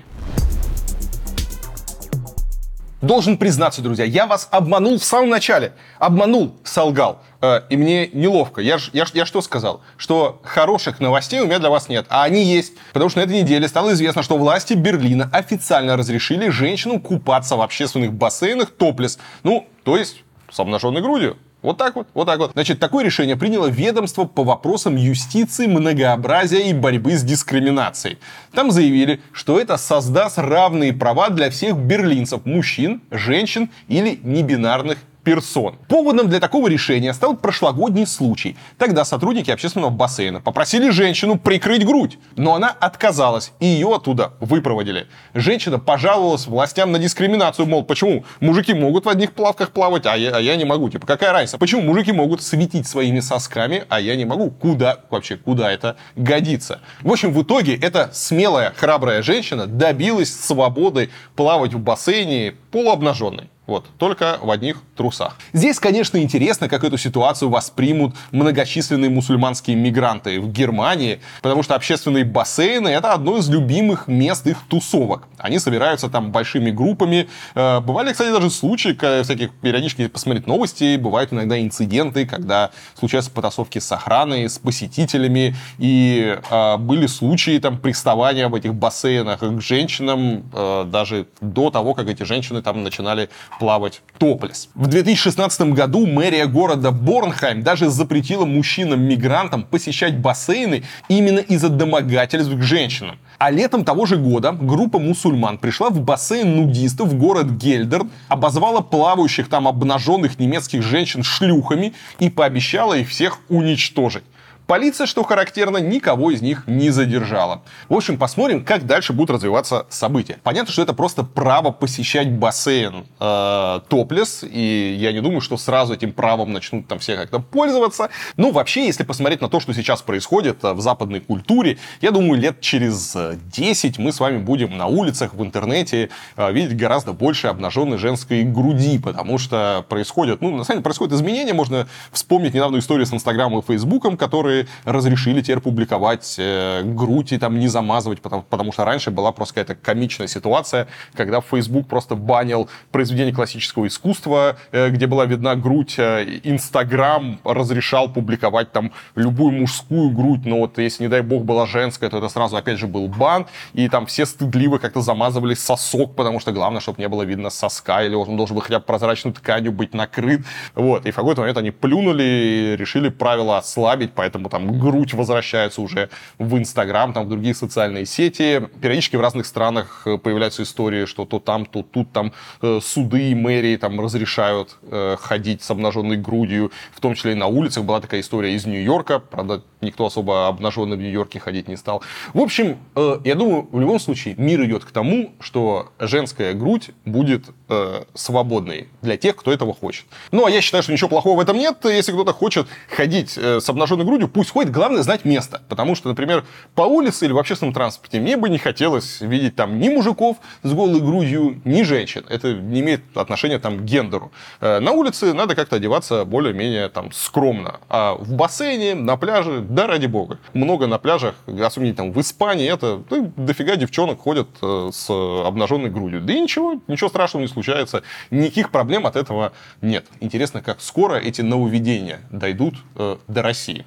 Должен признаться, друзья, я вас обманул в самом начале. Обманул, солгал. И мне неловко. Я что сказал? Что хороших новостей у меня для вас нет. А они есть. Потому что на этой неделе стало известно, что власти Берлина официально разрешили женщинам купаться в общественных бассейнах топлес. Ну, то есть с обнаженной грудью. Вот так вот, вот так вот. Значит, такое решение приняло ведомство по вопросам юстиции, многообразия и борьбы с дискриминацией. Там заявили, что это создаст равные права для всех берлинцев, мужчин, женщин или небинарных персон. Поводом для такого решения стал прошлогодний случай. Тогда сотрудники общественного бассейна попросили женщину прикрыть грудь, но она отказалась, и ее оттуда выпроводили. Женщина пожаловалась властям на дискриминацию, мол, почему мужики могут в одних плавках плавать, а я не могу. Типа, какая разница? Почему мужики могут светить своими сосками, а я не могу? Куда это годится? В общем, в итоге эта смелая, храбрая женщина добилась свободы плавать в бассейне полуобнаженной. Вот, только в одних трусах. Здесь, конечно, интересно, как эту ситуацию воспримут многочисленные мусульманские мигранты в Германии, потому что общественные бассейны — это одно из любимых мест их тусовок. Они собираются там большими группами. Бывали, кстати, даже случаи, всяких периодически посмотреть новости, бывают иногда инциденты, когда случаются потасовки с охраной, с посетителями, и были случаи там приставания в этих бассейнах к женщинам даже до того, как эти женщины там начинали плавать топлес. В 2016 году мэрия города Борнхайм даже запретила мужчинам-мигрантам посещать бассейны именно из-за домогательств к женщинам. А летом того же года группа мусульман пришла в бассейн нудистов в город Гельдерн, обозвала плавающих там обнаженных немецких женщин шлюхами и пообещала их всех уничтожить. Полиция, что характерно, никого из них не задержала. В общем, посмотрим, как дальше будут развиваться события. Понятно, что это просто право посещать бассейн топлес, и я не думаю, что сразу этим правом начнут там все как-то пользоваться. Но вообще, если посмотреть на то, что сейчас происходит в западной культуре, я думаю, лет через 10 мы с вами будем на улицах, в интернете видеть гораздо больше обнаженной женской груди, потому что происходят, на самом деле происходят изменения. Можно вспомнить недавнюю историю с Инстаграмом и Фейсбуком, которые разрешили теперь публиковать грудь и там не замазывать, потому что раньше была просто какая-то комичная ситуация, когда Facebook просто банил произведение классического искусства, где была видна грудь. Инстаграм разрешал публиковать там любую мужскую грудь, но вот если, не дай бог, была женская, то это сразу, опять же, был бан, и там все стыдливо как-то замазывали сосок, потому что главное, чтобы не было видно соска, или он должен был хотя бы прозрачной тканью быть накрыт. Вот. И в какой-то момент они плюнули и решили правила ослабить, поэтому там грудь возвращается уже в Инстаграм, там в другие социальные сети. Периодически в разных странах появляются истории, что то там, то тут там суды и мэрии там разрешают ходить с обнаженной грудью, в том числе и на улицах. Была такая история из Нью-Йорка, правда, никто особо обнаженный в Нью-Йорке ходить не стал. В общем, я думаю, в любом случае мир идет к тому, что женская грудь будет свободной для тех, кто этого хочет. Ну, а я считаю, что ничего плохого в этом нет. Если кто-то хочет ходить с обнаженной грудью, пусть ходит, главное знать место. Потому что, например, по улице или в общественном транспорте мне бы не хотелось видеть там ни мужиков с голой грудью, ни женщин. Это не имеет отношения там к гендеру. На улице надо как-то одеваться более-менее там скромно. А в бассейне, на пляже, да ради бога. Много на пляжах, особенно там в Испании, это дофига девчонок ходят с обнаженной грудью. Да и ничего страшного не случается. Никаких проблем от этого нет. Интересно, как скоро эти нововведения дойдут до России.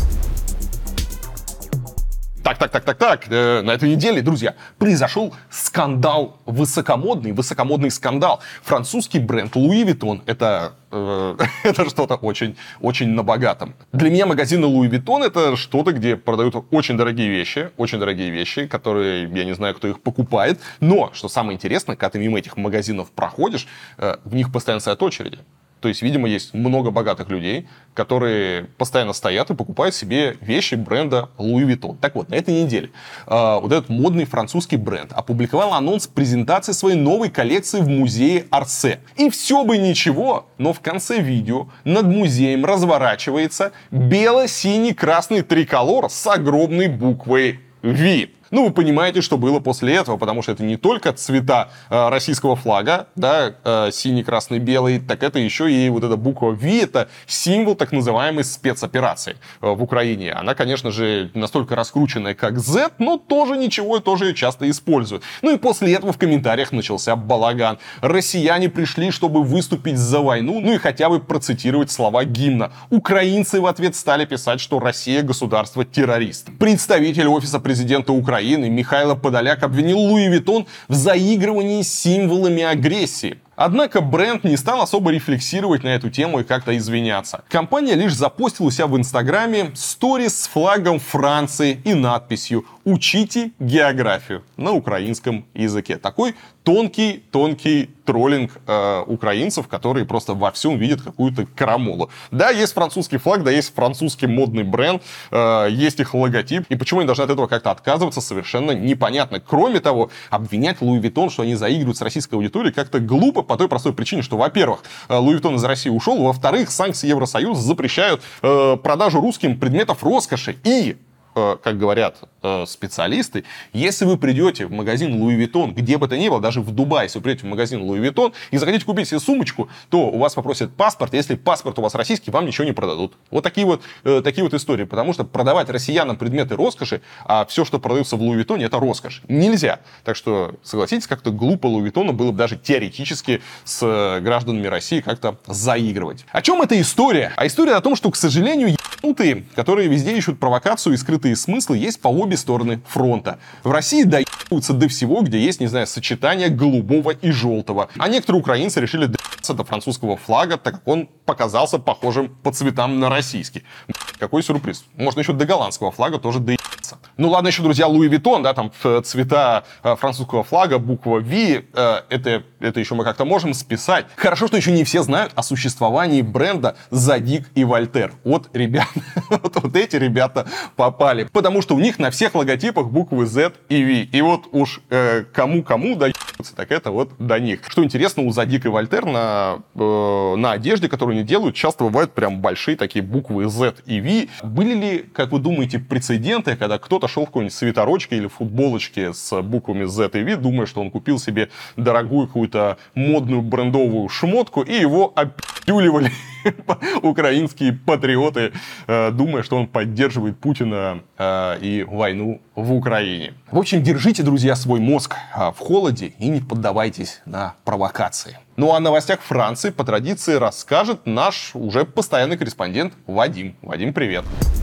Так. На этой неделе, друзья, произошел скандал, высокомодный скандал. Французский бренд Louis Vuitton — это что-то очень на богатом. Для меня магазин Louis Vuitton — это что-то, где продают очень дорогие вещи, которые, я не знаю, кто их покупает. Но, что самое интересное, когда ты мимо этих магазинов проходишь, в них постоянно стоят очереди. То То есть, видимо, есть много богатых людей, которые постоянно стоят и покупают себе вещи бренда Louis Vuitton. Так вот, на этой неделе вот этот модный французский бренд опубликовал анонс презентации своей новой коллекции в музее Орсе. И все бы ничего, но в конце видео над музеем разворачивается бело-синий-красный триколор с огромной буквой V. Ну, вы понимаете, что было после этого, потому что это не только цвета российского флага, да, синий, красный, белый, так это еще и вот эта буква V, это символ так называемой спецоперации в Украине. Она, конечно же, настолько раскрученная, как Z, но тоже ничего, тоже часто используют. Ну и после этого в комментариях начался балаган. Россияне пришли, чтобы выступить за войну, ну и хотя бы процитировать слова гимна. Украинцы в ответ стали писать, что Россия государство-террорист. Представитель офиса президента Украины Михаил Подоляк обвинил Луи Виттон в заигрывании с символами агрессии. Однако бренд не стал особо рефлексировать на эту тему и как-то извиняться. Компания лишь запостила у себя в Инстаграме сторис с флагом Франции и надписью «Учите географию» на украинском языке. Такой тонкий троллинг украинцев, которые просто во всем видят какую-то крамолу. Да, есть французский флаг, да, есть французский модный бренд, есть их логотип. И почему они должны от этого как-то отказываться, совершенно непонятно. Кроме того, обвинять Луи Виттон, что они заигрывают с российской аудиторией, как-то глупо по той простой причине, что, во-первых, Луи Виттон из России ушел, во-вторых, санкции Евросоюза запрещают продажу русским предметов роскоши. И, как говорят специалисты, если вы придете в магазин Louis Vuitton, где бы то ни было, даже в Дубае, если вы придете в магазин Louis Vuitton и захотите купить себе сумочку, то у вас попросят паспорт. Если паспорт у вас российский, вам ничего не продадут. Вот такие вот истории. Потому что продавать россиянам предметы роскоши, а все, что продается в Louis Vuitton, это роскошь. Нельзя. Так что, согласитесь, как-то глупо Louis Vuitton было бы даже теоретически с гражданами России как-то заигрывать. О чем эта история? А история о том, что, к сожалению, ебанутые, которые везде ищут провокацию и скрытые смыслы, есть по обе стороны фронта. В России доебываются до всего, где есть, не знаю, сочетание голубого и желтого. А некоторые украинцы решили доебаться до французского флага, так как он показался похожим по цветам на российский. Какой сюрприз. Можно еще до голландского флага тоже доебаться. Ну ладно, еще, друзья, Луи Виттон, да, там цвета французского флага, буква V, это еще мы как-то можем списать. Хорошо, что еще не все знают о существовании бренда Zadig и Voltaire. Вот, ребят, вот эти ребята попали. Потому что у них на всех логотипах буквы Z и V. И вот уж кому-кому доебаться, так это вот до них. Что интересно, у Zadig и Voltaire на одежде, которую они делают, часто бывают прям большие такие буквы Z и V. Были ли, как вы думаете, прецеденты, когда кто-то шел в какой-нибудь свитерочке или футболочке с буквами Z и V, думая, что он купил себе дорогую какую-то модную брендовую шмотку, и его опиливали украинские патриоты, думая, что он поддерживает Путина и войну в Украине. В общем, держите, друзья, свой мозг в холоде и не поддавайтесь на провокации. Ну а о новостях Франции по традиции расскажет наш уже постоянный корреспондент Вадим. Вадим, привет.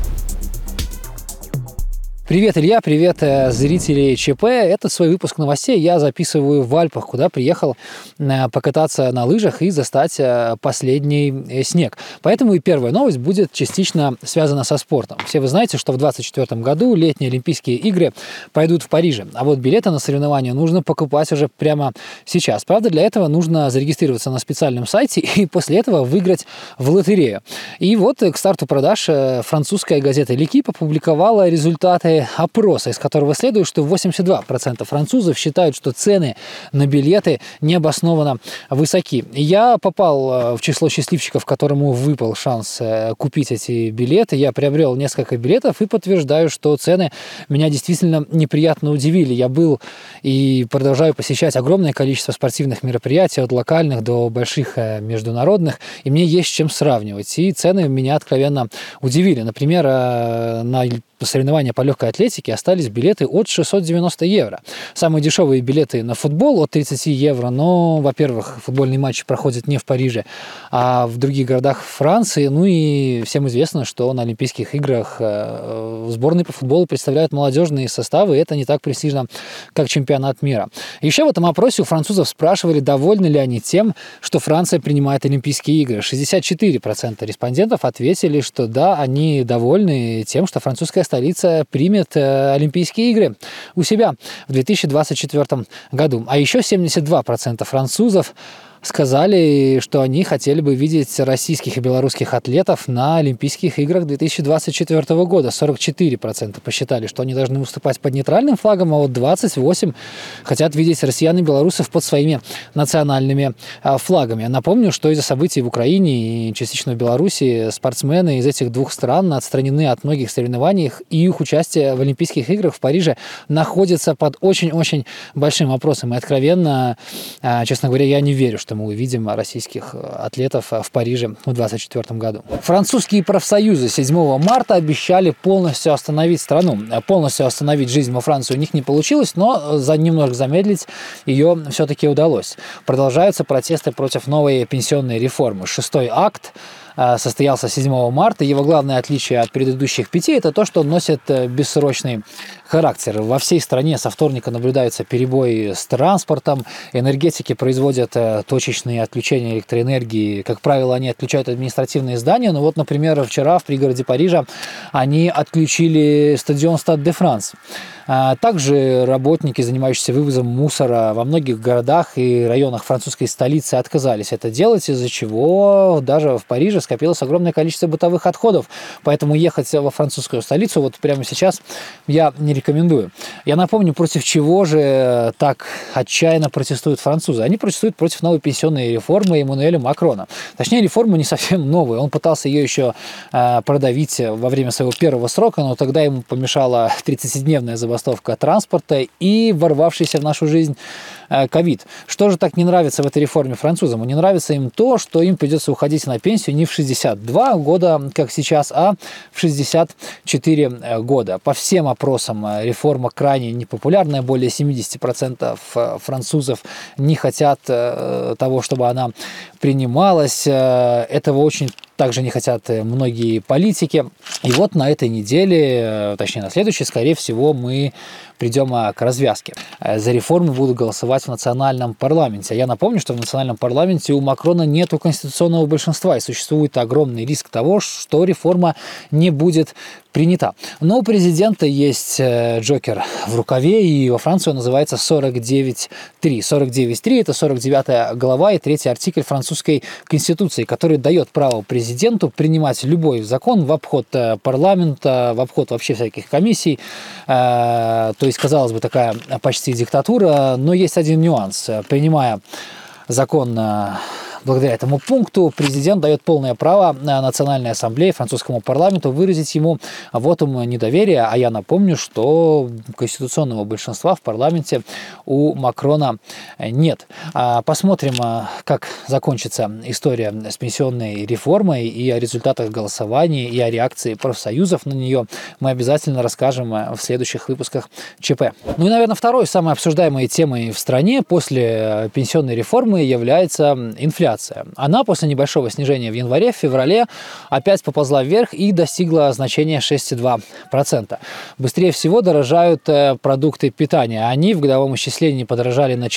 Привет, Илья, привет, зрители ЧП. Это свой выпуск новостей я записываю в Альпах, куда приехал покататься на лыжах и застать последний снег. Поэтому и первая новость будет частично связана со спортом. Все вы знаете, что в 2024 году летние Олимпийские игры пройдут в Париже. А вот билеты на соревнования нужно покупать уже прямо сейчас. Правда, для этого нужно зарегистрироваться на специальном сайте и после этого выиграть в лотерею. И вот к старту продаж французская газета «L'équipe» опубликовала результаты опроса, из которого следует, что 82% французов считают, что цены на билеты необоснованно высоки. Я попал в число счастливчиков, которому выпал шанс купить эти билеты. Я приобрел несколько билетов и подтверждаю, что цены меня действительно неприятно удивили. Я был и продолжаю посещать огромное количество спортивных мероприятий, от локальных до больших международных, и мне есть с чем сравнивать. И цены меня откровенно удивили. Например, на соревнования по легкой атлетике остались билеты от 690 евро. Самые дешевые билеты на футбол от 30 евро, но, во-первых, футбольные матчи проходят не в Париже, а в других городах Франции. Ну и всем известно, что на Олимпийских играх сборные по футболу представляют молодежные составы, и это не так престижно, как чемпионат мира. Еще в этом опросе у французов спрашивали, довольны ли они тем, что Франция принимает Олимпийские игры. 64% респондентов ответили, что да, они довольны тем, что французская столица примет Олимпийские игры у себя в 2024 году. А еще 72% французов сказали, что они хотели бы видеть российских и белорусских атлетов на Олимпийских играх 2024 года. 44% посчитали, что они должны выступать под нейтральным флагом, а вот 28% хотят видеть россиян и белорусов под своими национальными флагами. Напомню, что из-за событий в Украине и частично в Беларуси спортсмены из этих двух стран отстранены от многих соревнований, и их участие в Олимпийских играх в Париже находится под очень-очень большим вопросом. И откровенно, честно говоря, я не верю, что мы увидим российских атлетов в Париже в 2024 году. Французские профсоюзы 7 марта обещали полностью остановить страну. Полностью остановить жизнь во Франции у них не получилось, но немного замедлить ее все-таки удалось. Продолжаются протесты против новой пенсионной реформы. 6-й акт состоялся 7 марта. Его главное отличие от предыдущих 5 – это то, что он носит бессрочный характер. Во всей стране со вторника наблюдаются перебои с транспортом, энергетики производят точечные отключения электроэнергии. Как правило, они отключают административные здания. Но вот, например, вчера в пригороде Парижа они отключили стадион Стад де Франс. Также работники, занимающиеся вывозом мусора во многих городах и районах французской столицы, отказались это делать, из-за чего даже в Париже скопилось огромное количество бытовых отходов. Поэтому ехать во французскую столицу вот прямо сейчас я не рекомендую. Я напомню, против чего же так отчаянно протестуют французы. Они протестуют против новой пенсионной реформы Эммануэля Макрона. Точнее, реформа не совсем новая. Он пытался ее еще продавить во время своего первого срока, но тогда ему помешала 30-дневная забастовка транспорта и ворвавшийся в нашу жизнь ковид. Что же так не нравится в этой реформе французам? Не нравится им то, что им придется уходить на пенсию не в 62 года, как сейчас, а в 64 года. По всем опросам реформа крайне непопулярная. Более 70% французов не хотят того, чтобы она принималась. Этого очень также не хотят многие политики. И вот на этой неделе, точнее на следующей, скорее всего, мы придем к развязке. За реформы будут голосовать в национальном парламенте. Я напомню, что в национальном парламенте у Макрона нет конституционного большинства, и существует огромный риск того, что реформа не будет принята. Но у президента есть джокер в рукаве, и во Франции он называется 49.3. 49.3 – это 49 глава и 3 артикль французской конституции, который дает право президенту принимать любой закон в обход парламента, в обход вообще всяких комиссий. То есть, казалось бы, такая почти диктатура, но есть один нюанс. Принимая закон благодаря этому пункту, президент дает полное право Национальной ассамблее, французскому парламенту выразить ему вотум недоверия. А я напомню, что конституционного большинства в парламенте у Макрона нет. Посмотрим, как закончится история с пенсионной реформой, и о результатах голосования, и о реакции профсоюзов на нее мы обязательно расскажем в следующих выпусках ЧП. Ну и, наверное, второй самой обсуждаемой темой в стране после пенсионной реформы является инфляция. Она после небольшого снижения в январе, в феврале опять поползла вверх и достигла значения 6,2%. Быстрее всего дорожают продукты питания. Они в годовом исчислении подорожали на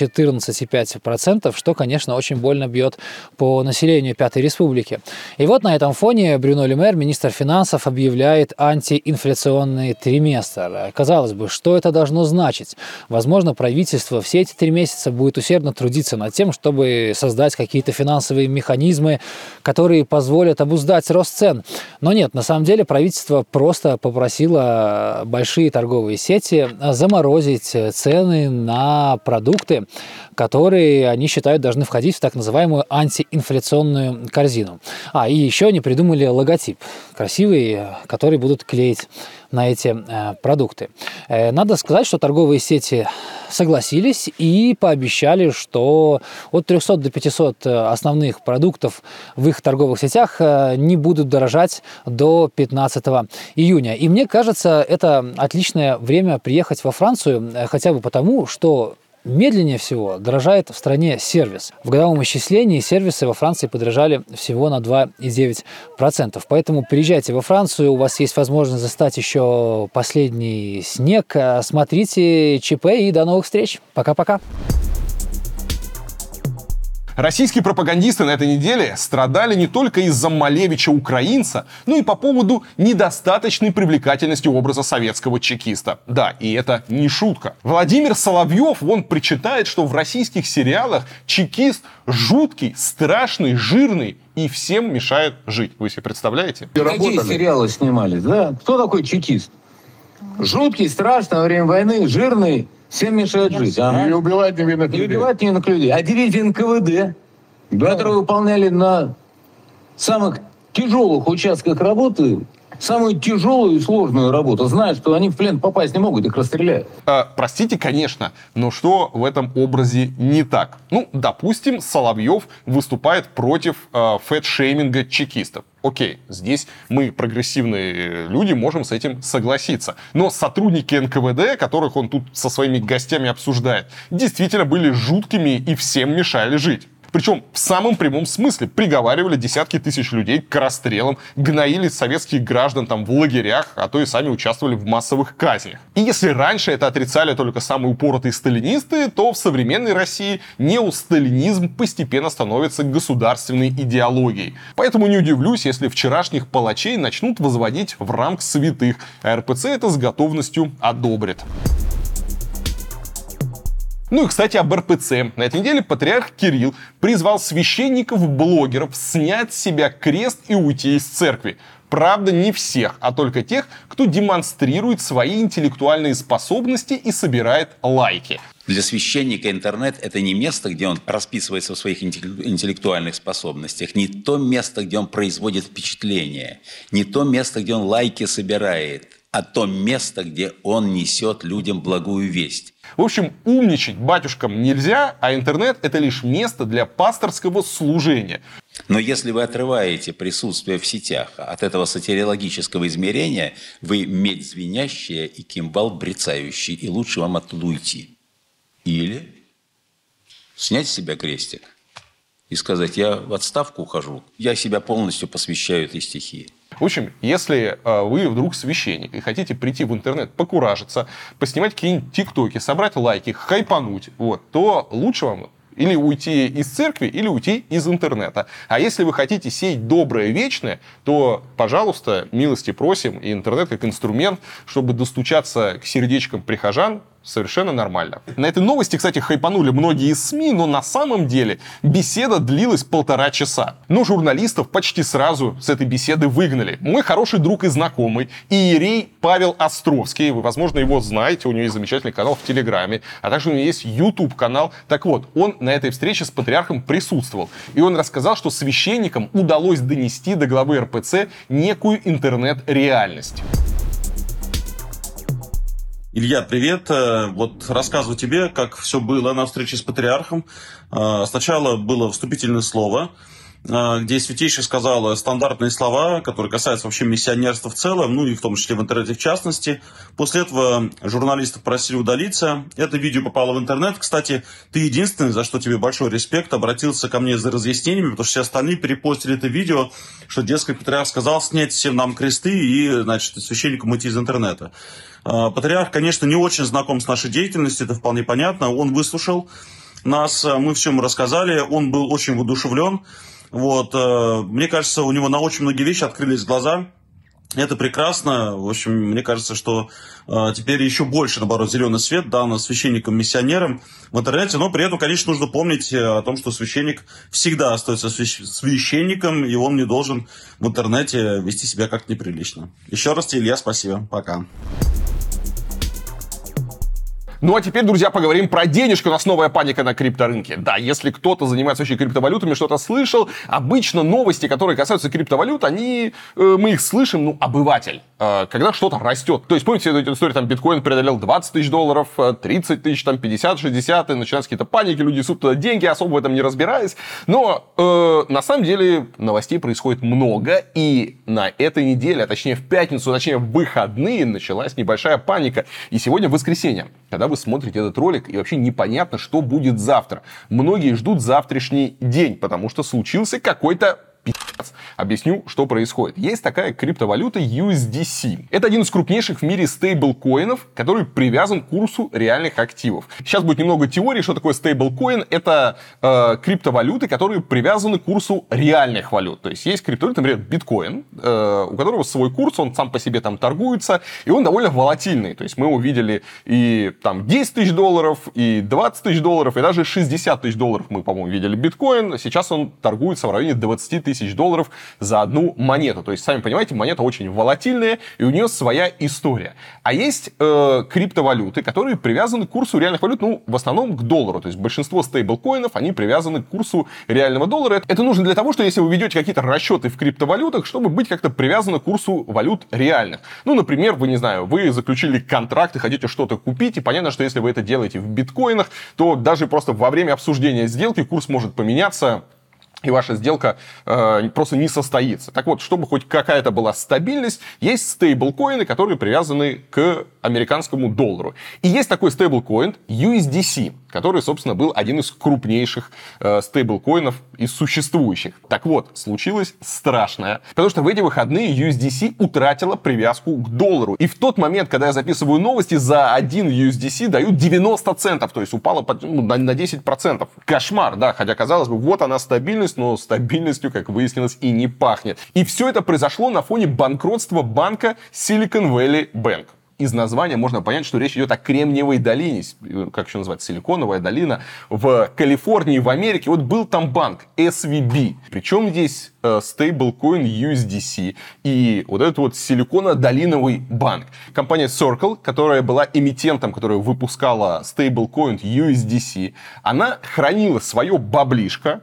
14,5%, что, конечно, очень больно бьет по населению Пятой Республики. И вот на этом фоне Брюно Ле Мэр, министр финансов, объявляет антиинфляционный триместр. Казалось бы, что это должно значить? Возможно, правительство все эти 3 месяца будет усердно трудиться над тем, чтобы создать какие-то финансовые механизмы, которые позволят обуздать рост цен. Но нет, на самом деле правительство просто попросило большие торговые сети заморозить цены на продукты, которые они считают должны входить в так называемую антиинфляционную корзину. И еще они придумали логотип красивый, который будут клеить на эти продукты. Надо сказать, что торговые сети согласились и пообещали, что от 300 до 500 основных продуктов в их торговых сетях не будут дорожать до 15 июня. И мне кажется, это отличное время приехать во Францию, хотя бы потому, что медленнее всего дорожает в стране сервис. В годовом исчислении сервисы во Франции подорожали всего на 2,9%. Поэтому приезжайте во Францию, у вас есть возможность застать еще последний снег. Смотрите ЧП и до новых встреч. Пока-пока. Российские пропагандисты на этой неделе страдали не только из-за Малевича-украинца, но и по поводу недостаточной привлекательности образа советского чекиста. Да, и это не шутка. Владимир Соловьев, он причитает, что в российских сериалах чекист жуткий, страшный, жирный и всем мешает жить. Вы себе представляете? Какие сериалы снимались, да? Кто такой чекист? Жуткий, страшный, во время войны, жирный, всем мешает жить. Ага. И убивать невинных людей. И убивать невинных людей. А дивизии НКВД, которые выполняли на самых тяжелых участках работы самую тяжелую и сложную работу, зная, что они в плен попасть не могут, их расстреляют. Простите, конечно, но что в этом образе не так? Ну, допустим, Соловьев выступает против фэт-шейминга чекистов. Окей, здесь мы, прогрессивные люди, можем с этим согласиться. Но сотрудники НКВД, которых он тут со своими гостями обсуждает, действительно были жуткими и всем мешали жить. Причем в самом прямом смысле приговаривали десятки тысяч людей к расстрелам, гноили советских граждан там в лагерях, а то и сами участвовали в массовых казнях. И если раньше это отрицали только самые упоротые сталинисты, то в современной России неосталинизм постепенно становится государственной идеологией. Поэтому не удивлюсь, если вчерашних палачей начнут возводить в ранг святых, а РПЦ это с готовностью одобрит. Ну и, кстати, об РПЦ. На этой неделе патриарх Кирилл призвал священников-блогеров снять с себя крест и уйти из церкви. Правда, не всех, а только тех, кто демонстрирует свои интеллектуальные способности и собирает лайки. Для священника интернет – это не место, где он расписывается в своих интеллектуальных способностях, не то место, где он производит впечатление, не то место, где он лайки собирает, а то место, где он несет людям благую весть. В общем, умничать батюшкам нельзя, а интернет – это лишь место для пасторского служения. Но если вы отрываете присутствие в сетях от этого сатириологического измерения, вы медь звенящая и кимвал брецающий, и лучше вам оттуда уйти. Или снять с себя крестик и сказать: я в отставку ухожу, я себя полностью посвящаю этой стихии. В общем, если вы вдруг священник и хотите прийти в интернет, покуражиться, поснимать какие-нибудь тиктоки, собрать лайки, хайпануть, то лучше вам или уйти из церкви, или уйти из интернета. А если вы хотите сеять доброе вечное, то, пожалуйста, милости просим, и интернет как инструмент, чтобы достучаться к сердечкам прихожан, совершенно нормально. На этой новости, кстати, хайпанули многие СМИ, но на самом деле беседа длилась 1,5 часа. Но журналистов почти сразу с этой беседы выгнали. Мой хороший друг и знакомый, иерей Павел Островский, вы, возможно, его знаете, у него есть замечательный канал в Телеграме, а также у него есть YouTube-канал. Так вот, он на этой встрече с патриархом присутствовал. И он рассказал, что священникам удалось донести до главы РПЦ некую интернет-реальность. Илья, привет. Вот рассказываю тебе, как все было на встрече с патриархом. Сначала было вступительное слово, где Святейший сказал стандартные слова, которые касаются вообще миссионерства в целом, ну и в том числе в интернете в частности. После этого журналистов просили удалиться. Это видео попало в интернет. Кстати, ты единственный, за что тебе большой респект, обратился ко мне за разъяснениями, потому что все остальные перепостили это видео, что, дескать, патриарх сказал снять всем нам кресты и, значит, священникам уйти из интернета. Патриарх, конечно, не очень знаком с нашей деятельностью, это вполне понятно. Он выслушал нас, мы все ему рассказали, он был очень воодушевлен. Вот, мне кажется, у него на очень многие вещи открылись глаза. Это прекрасно. В общем, мне кажется, что теперь еще больше, наоборот, зеленый свет дан священникам-миссионерам в интернете. Но при этом, конечно, нужно помнить о том, что священник всегда остается священником, и он не должен в интернете вести себя как-то неприлично. Еще раз тебе, Илья, спасибо. Пока. Ну а теперь, друзья, поговорим про денежки. У нас новая паника на крипторынке. Да, если кто-то занимается вообще криптовалютами, что-то слышал, обычно новости, которые касаются криптовалют, мы их слышим, обыватель, когда что-то растет. То есть, помните эту историю, там биткоин преодолел $20 тысяч, 30 тысяч, там 50, 60, и начинаются какие-то паники, люди несут туда деньги, особо в этом не разбираясь. Но на самом деле новостей происходит много, и на этой неделе, а точнее в пятницу, точнее в выходные, началась небольшая паника. И сегодня воскресенье, когда вы смотрите этот ролик, и вообще непонятно, что будет завтра. Многие ждут завтрашний день, потому что случился какой-то пи***ц. Объясню, что происходит. Есть такая криптовалюта USDC. Это один из крупнейших в мире стейблкоинов, который привязан к курсу реальных активов. Сейчас будет немного теории, что такое стейблкоин. Это криптовалюты, которые привязаны к курсу реальных валют. То есть криптовалюта, например, биткоин, у которого свой курс, он сам по себе там торгуется, и он довольно волатильный. То есть мы увидели и там 10 тысяч долларов, и 20 тысяч долларов, и даже 60 тысяч долларов мы, по-моему, видели биткоин. Сейчас он торгуется в районе 20 тысяч долларов за одну монету. То есть, сами понимаете, монета очень волатильная, и у нее своя история. А есть криптовалюты, которые привязаны к курсу реальных валют, в основном к доллару. То есть, большинство стейблкоинов, они привязаны к курсу реального доллара. Это нужно для того, что если вы ведете какие-то расчеты в криптовалютах, чтобы быть как-то привязаны к курсу валют реальных. Например, вы заключили контракт и хотите что-то купить, и понятно, что если вы это делаете в биткоинах, то даже просто во время обсуждения сделки курс может поменяться, и ваша сделка просто не состоится. Так вот, чтобы хоть какая-то была стабильность, есть стейблкоины, которые привязаны к американскому доллару. И есть такой стейблкоин USDC, который, собственно, был один из крупнейших стейблкоинов из существующих. Так вот, случилось страшное, потому что в эти выходные USDC утратила привязку к доллару. И в тот момент, когда я записываю новости, за один USDC дают 90 центов, то есть упала на 10%. Кошмар, да, хотя, казалось бы, вот она стабильность, но стабильностью, как выяснилось, и не пахнет. И все это произошло на фоне банкротства банка Silicon Valley Bank. Из названия можно понять, что речь идет о Кремниевой долине, как еще называется, Силиконовая долина, в Калифорнии, в Америке. Вот был там банк SVB. Причем здесь стейблкоин USDC и вот этот вот силиконодолиновый банк. Компания Circle, которая была эмитентом, которая выпускала стейблкоин USDC, она хранила свое баблишко,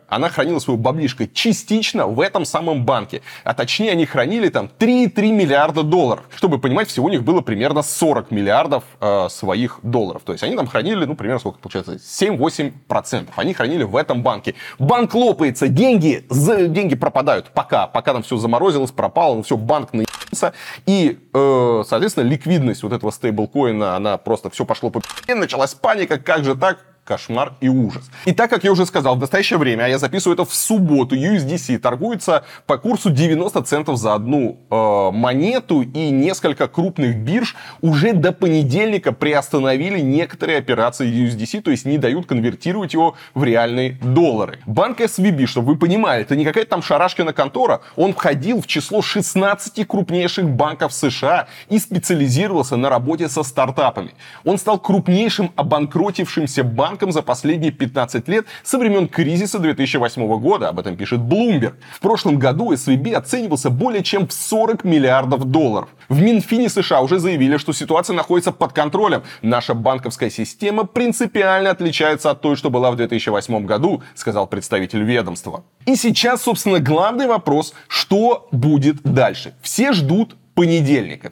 частично в этом самом банке. А точнее, они хранили там 3,3 миллиарда долларов. Чтобы понимать, всего у них было примерно 40 миллиардов своих долларов. То есть они там хранили, примерно сколько получается, 7-8%. Они хранили в этом банке. Банк лопается, деньги пропадают. Пока там все заморозилось, пропало, все, банк наебался. И, соответственно, ликвидность вот этого стейблкоина, она просто все пошло по пи***е, началась паника, как же так? Кошмар и ужас. И так, как я уже сказал, в настоящее время, а я записываю это в субботу, USDC торгуется по курсу 90 центов за одну монету, и несколько крупных бирж уже до понедельника приостановили некоторые операции USDC, то есть не дают конвертировать его в реальные доллары. Банк SVB, чтобы вы понимали, это не какая-то там шарашкина контора, он входил в число 16 крупнейших банков США и специализировался на работе со стартапами. Он стал крупнейшим обанкротившимся банком за последние 15 лет со времен кризиса 2008 года. Об этом пишет Bloomberg. В прошлом году SVB оценивался более чем в 40 миллиардов долларов. В Минфине США уже заявили, что ситуация находится под контролем. Наша банковская система принципиально отличается от той, что была в 2008 году, сказал представитель ведомства. И сейчас, собственно, главный вопрос, что будет дальше. Все ждут понедельника,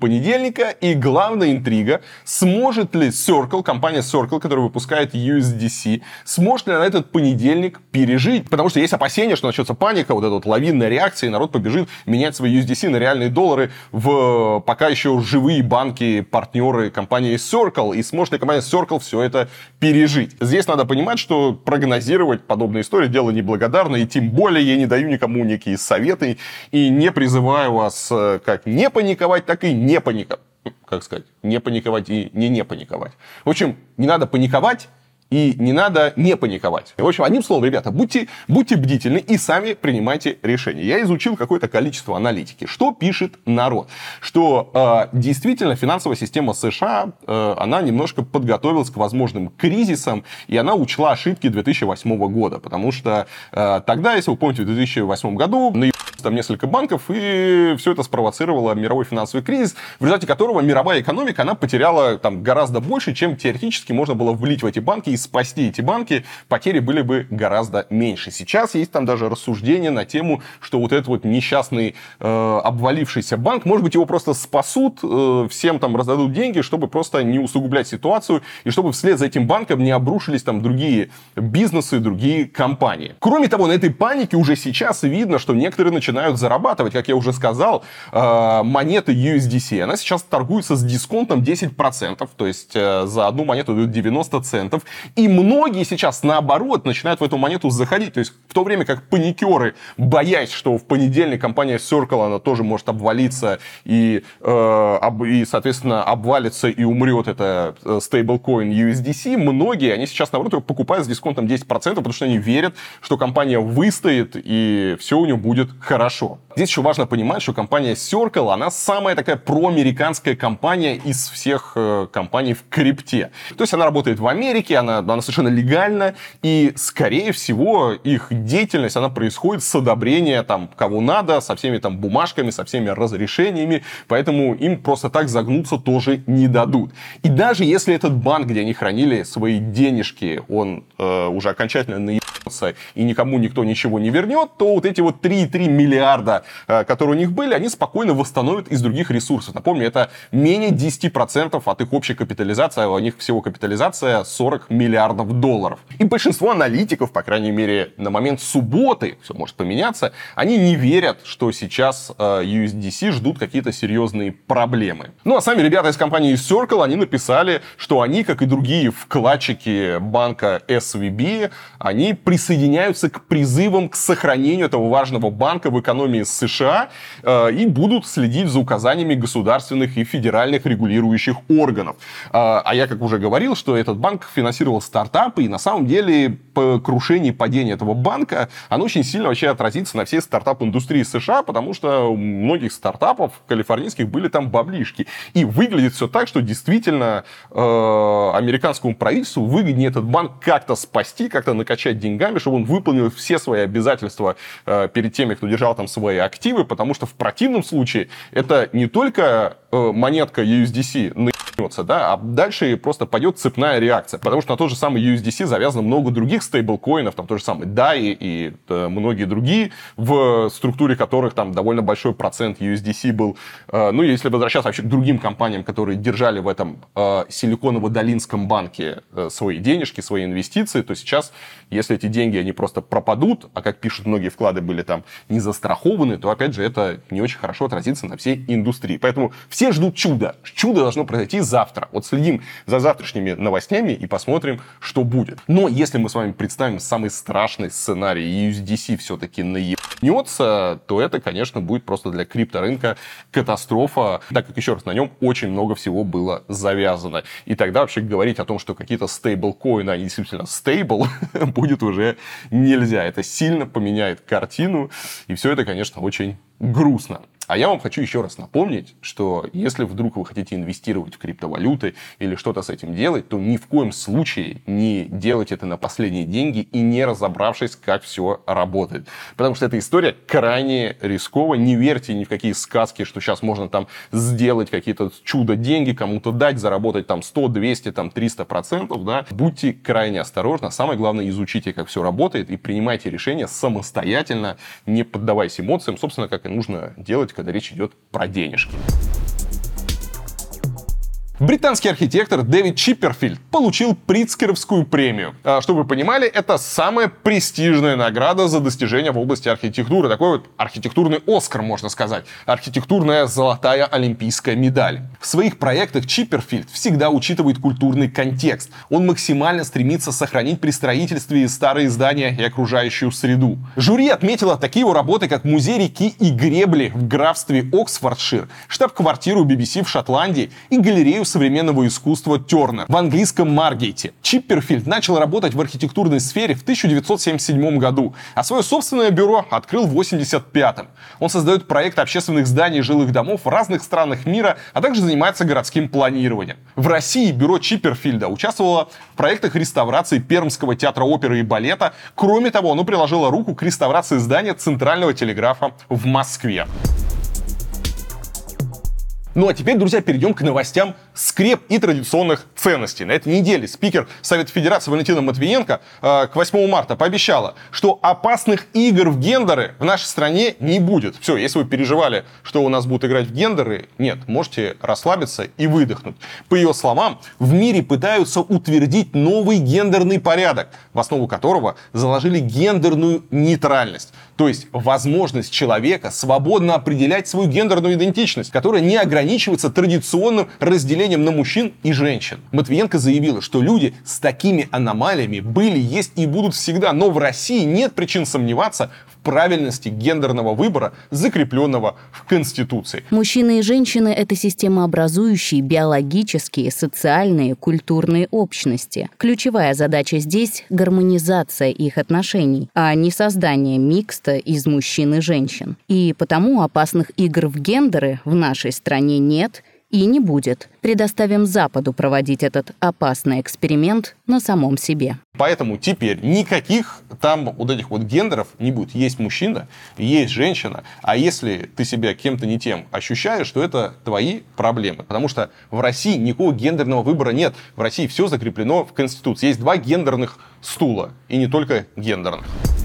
и главная интрига, сможет ли Circle, компания Circle, которая выпускает USDC, сможет ли она этот понедельник пережить? Потому что есть опасения, что начнется паника, вот эта вот лавинная реакция, и народ побежит менять свои USDC на реальные доллары в пока еще живые банки, партнеры компании Circle, и сможет ли компания Circle все это пережить? Здесь надо понимать, что прогнозировать подобные истории дело неблагодарное, и тем более я не даю никому некие советы, и не призываю вас как не паниковать, так и не паниковать. Как сказать? Не паниковать и не паниковать. В общем, не надо паниковать и не надо не паниковать. В общем, одним словом, ребята, будьте бдительны и сами принимайте решения. Я изучил какое-то количество аналитики. Что пишет народ? Что действительно финансовая система США, она немножко подготовилась к возможным кризисам, и она учла ошибки 2008 года. Потому что тогда, если вы помните, в 2008 году там несколько банков, и все это спровоцировало мировой финансовый кризис, в результате которого мировая экономика, она потеряла там гораздо больше, чем теоретически можно было влить в эти банки и спасти эти банки, потери были бы гораздо меньше. Сейчас есть там даже рассуждения на тему, что вот этот вот несчастный обвалившийся банк, может быть, его просто спасут, всем там раздадут деньги, чтобы просто не усугублять ситуацию, и чтобы вслед за этим банком не обрушились там другие бизнесы, другие компании. Кроме того, на этой панике уже сейчас видно, что некоторые начинают начинают зарабатывать. Как я уже сказал, монета USDC, она сейчас торгуется с дисконтом 10%, то есть за одну монету дают 90 центов. И многие сейчас, наоборот, начинают в эту монету заходить. То есть в то время как паникеры, боясь, что в понедельник компания Circle, она тоже может обвалиться и соответственно, обвалится и умрет это стейблкоин USDC, многие, они сейчас, наоборот, его покупают с дисконтом 10%, потому что они верят, что компания выстоит и все у нее будет хорошо. Здесь еще важно понимать, что компания Circle, она самая такая проамериканская компания из всех компаний в крипте. То есть она работает в Америке, она совершенно легальна, и, скорее всего, их деятельность, она происходит с одобрения там кого надо, со всеми там бумажками, со всеми разрешениями, поэтому им просто так загнуться тоже не дадут. И даже если этот банк, где они хранили свои денежки, он уже окончательно наебется и никому никто ничего не вернет, то вот эти вот 3,3 миллиарда, которые у них были, они спокойно восстановят из других ресурсов. Напомню, это менее 10% от их общей капитализации, а у них всего капитализация 40 миллиардов долларов. И большинство аналитиков, по крайней мере, на момент субботы, все может поменяться, они не верят, что сейчас USDC ждут какие-то серьезные проблемы. Ну а сами ребята из компании Circle, они написали, что они, как и другие вкладчики банка SVB, они присоединяются к призывам к сохранению этого важного банка в экономии США и будут следить за указаниями государственных и федеральных регулирующих органов. А я, как уже говорил, что этот банк финансировал стартапы, и на самом деле крушение и падение этого банка, оно очень сильно вообще отразится на всей стартап-индустрии США, потому что у многих стартапов калифорнийских были там баблишки. И выглядит все так, что действительно американскому правительству выгоднее этот банк как-то спасти, как-то накачать деньгами, чтобы он выполнил все свои обязательства перед теми, кто держал там свои активы, потому что в противном случае это не только монетка USDC наебнется, да, а дальше просто пойдет цепная реакция, потому что на тот же самый USDC завязано много других стейблкоинов, там тот же самый DAI и многие другие, в структуре которых там довольно большой процент USDC был. Ну, если возвращаться вообще к другим компаниям, которые держали в этом силиконово-долинском банке свои денежки, свои инвестиции, то сейчас, если эти деньги, они просто пропадут, а как пишут, многие вклады были там не застрахованы, то, опять же, это не очень хорошо отразится на всей индустрии. Поэтому все ждут чуда. Чудо должно произойти завтра. Вот следим за завтрашними новостями и посмотрим, что будет. Но если мы с вами представим самый страшный сценарий, USDC все-таки наебнется, то это, конечно, будет просто для крипторынка катастрофа, так как, еще раз, на нем очень много всего было завязано. И тогда вообще говорить о том, что какие-то стейблкоины, они действительно стейбл, будет уже нельзя. Это сильно поменяет картину, и все это, конечно, очень грустно. А я вам хочу еще раз напомнить, что если вдруг вы хотите инвестировать в криптовалюты или что-то с этим делать, то ни в коем случае не делайте это на последние деньги и не разобравшись, как все работает. Потому что эта история крайне рисковая. Не верьте ни в какие сказки, что сейчас можно там сделать какие-то чудо-деньги, кому-то дать, заработать там 100, 200, там 300%. Да? Будьте крайне осторожны. Самое главное, изучите, как все работает и принимайте решения самостоятельно, не поддаваясь эмоциям, собственно, как и нужно делать, когда речь идет про денежки. Британский архитектор Дэвид Чипперфильд получил Притцкеровскую премию. Чтобы вы понимали, это самая престижная награда за достижения в области архитектуры. Такой вот архитектурный Оскар, можно сказать. Архитектурная золотая олимпийская медаль. В своих проектах Чипперфильд всегда учитывает культурный контекст. Он максимально стремится сохранить при строительстве старые здания и окружающую среду. Жюри отметило такие его работы, как музей реки и гребли в графстве Оксфордшир, штаб-квартиру BBC в Шотландии и галерею современного искусства Тернер в английском Маргейте. Чипперфильд начал работать в архитектурной сфере в 1977 году, а свое собственное бюро открыл в 1985. Он создает проект общественных зданий и жилых домов в разных странах мира, а также занимается городским планированием. В России бюро Чипперфильда участвовало в проектах реставрации Пермского театра оперы и балета. Кроме того, оно приложило руку к реставрации здания Центрального телеграфа в Москве. Ну а теперь, друзья, перейдем к новостям скреп и традиционных ценностей. На этой неделе спикер Совета Федерации Валентина Матвиенко к 8 марта пообещала, что опасных игр в гендеры в нашей стране не будет. Все, если вы переживали, что у нас будут играть в гендеры, нет, можете расслабиться и выдохнуть. По ее словам, в мире пытаются утвердить новый гендерный порядок, в основу которого заложили гендерную нейтральность. То есть возможность человека свободно определять свою гендерную идентичность, которая не ограничивается традиционным разделением на мужчин и женщин. Матвиенко заявила, что люди с такими аномалиями были, есть и будут всегда, но в России нет причин сомневаться в правильности гендерного выбора, закрепленного в Конституции. Мужчины и женщины — это системообразующие биологические, социальные, культурные общности. Ключевая задача здесь — гармонизация их отношений, а не создание микста из мужчин и женщин. И потому опасных игр в гендеры в нашей стране нет и не будет. Предоставим Западу проводить этот опасный эксперимент на самом себе. Поэтому теперь никаких там вот этих вот гендеров не будет. Есть мужчина, есть женщина, а если ты себя кем-то не тем ощущаешь, то это твои проблемы. Потому что в России никакого гендерного выбора нет. В России все закреплено в Конституции. Есть 2 гендерных стула, и не только гендерных.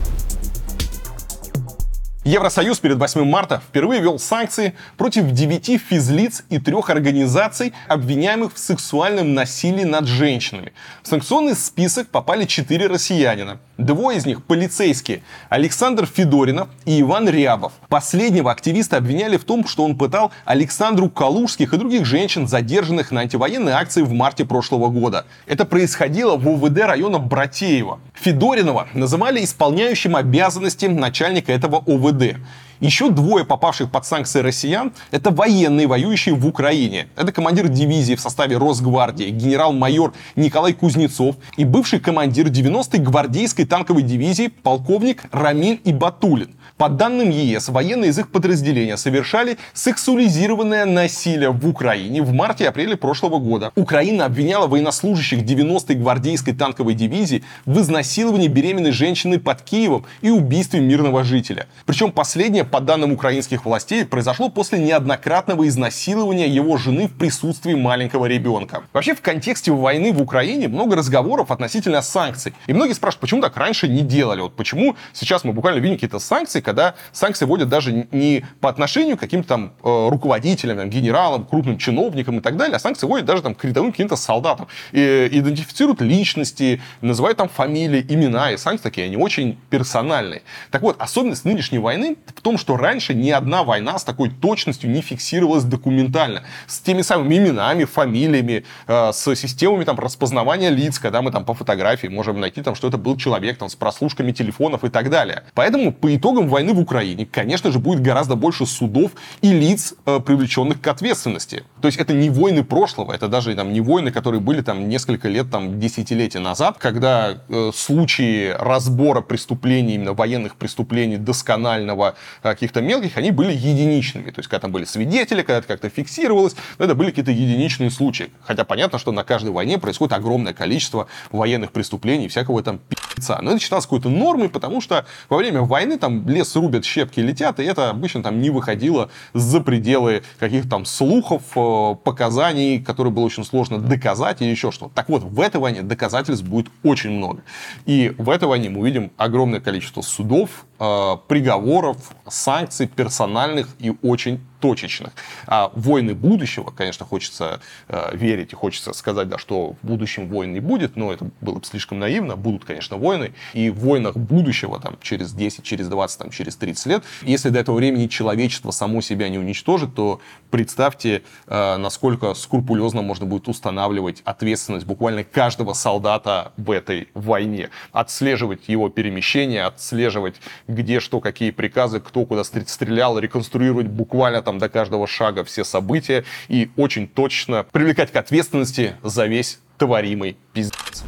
Евросоюз перед 8 марта впервые ввел санкции против 9 физлиц и 3 организаций, обвиняемых в сексуальном насилии над женщинами. В санкционный список попали 4 россиянина. 2 из них полицейские — Александр Федоринов и Иван Рябов. Последнего активиста обвиняли в том, что он пытал Александру Калужских и других женщин, задержанных на антивоенной акции в марте прошлого года. Это происходило в УВД района Братеево. Федоринова называли исполняющим обязанности начальника этого ОВД. Еще 2 попавших под санкции россиян — это военные, воюющие в Украине. Это командир дивизии в составе Росгвардии, генерал-майор Николай Кузнецов и бывший командир 90-й гвардейской танковой дивизии полковник Рамиль Ибатуллин. По данным ЕС, военные из их подразделения совершали сексуализированное насилие в Украине в марте-апреле прошлого года. Украина обвиняла военнослужащих 90-й гвардейской танковой дивизии в изнасиловании беременной женщины под Киевом и убийстве мирного жителя. Причем последнее, по данным украинских властей, произошло после неоднократного изнасилования его жены в присутствии маленького ребенка. Вообще, в контексте войны в Украине много разговоров относительно санкций. И многие спрашивают, почему так раньше не делали? Вот почему сейчас мы буквально видим какие-то санкции, когда санкции вводят даже не по отношению к каким-то там руководителям, там, генералам, крупным чиновникам и так далее, а санкции вводят даже там к рядовым каким-то солдатам. И идентифицируют личности, называют там фамилии, имена, и санкции такие, они очень персональные. Так вот, особенность нынешней войны в том, что раньше ни одна война с такой точностью не фиксировалась документально. С теми самыми именами, фамилиями, с системами там распознавания лиц, когда мы там по фотографии можем найти там, что это был человек там с прослушками телефонов и так далее. Поэтому по итогам войны в Украине, конечно же, будет гораздо больше судов и лиц, привлеченных к ответственности. То есть это не войны прошлого, это даже там не войны, которые были там несколько лет, там десятилетия назад, когда случаи разбора преступлений, именно военных преступлений досконального, каких-то мелких, они были единичными. То есть когда там были свидетели, когда это как-то фиксировалось, это были какие-то единичные случаи. Хотя понятно, что на каждой войне происходит огромное количество военных преступлений, всякого там пи***ца. Но это считалось какой-то нормой, потому что во время войны там лес рубят, щепки летят, и это обычно там не выходило за пределы каких-то там слухов, показаний, которые было очень сложно доказать или еще что-то. Так вот, в этой войне доказательств будет очень много. И в этой войне мы увидим огромное количество судов, приговоров, санкций персональных и очень точечных. А войны будущего, конечно, хочется верить и хочется сказать, да, что в будущем войн не будет, но это было бы слишком наивно. Будут, конечно, войны. И в войнах будущего, там, через 10, через 20, там, через 30 лет, если до этого времени человечество само себя не уничтожит, то представьте, насколько скрупулезно можно будет устанавливать ответственность буквально каждого солдата в этой войне. Отслеживать его перемещения, отслеживать, где что, какие приказы, кто куда стрелял, реконструировать буквально там до каждого шага все события и очень точно привлекать к ответственности за весь творимый пиздец.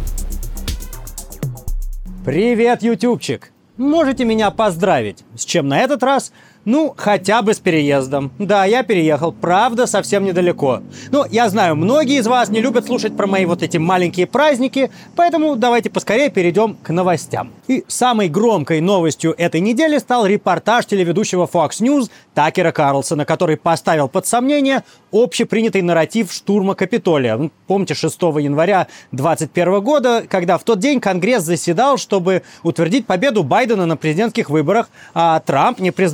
Привет, ютубчик! Можете меня поздравить. С чем на этот раз? Ну, хотя бы с переездом. Да, я переехал, правда, совсем недалеко. Ну, я знаю, многие из вас не любят слушать про мои вот эти маленькие праздники, поэтому давайте поскорее перейдем к новостям. И самой громкой новостью этой недели стал репортаж телеведущего Fox News Такера Карлсона, который поставил под сомнение общепринятый нарратив штурма Капитолия. Помните, 6 января 2021 года, когда в тот день Конгресс заседал, чтобы утвердить победу Байдена на президентских выборах, а Трамп, не признавший еще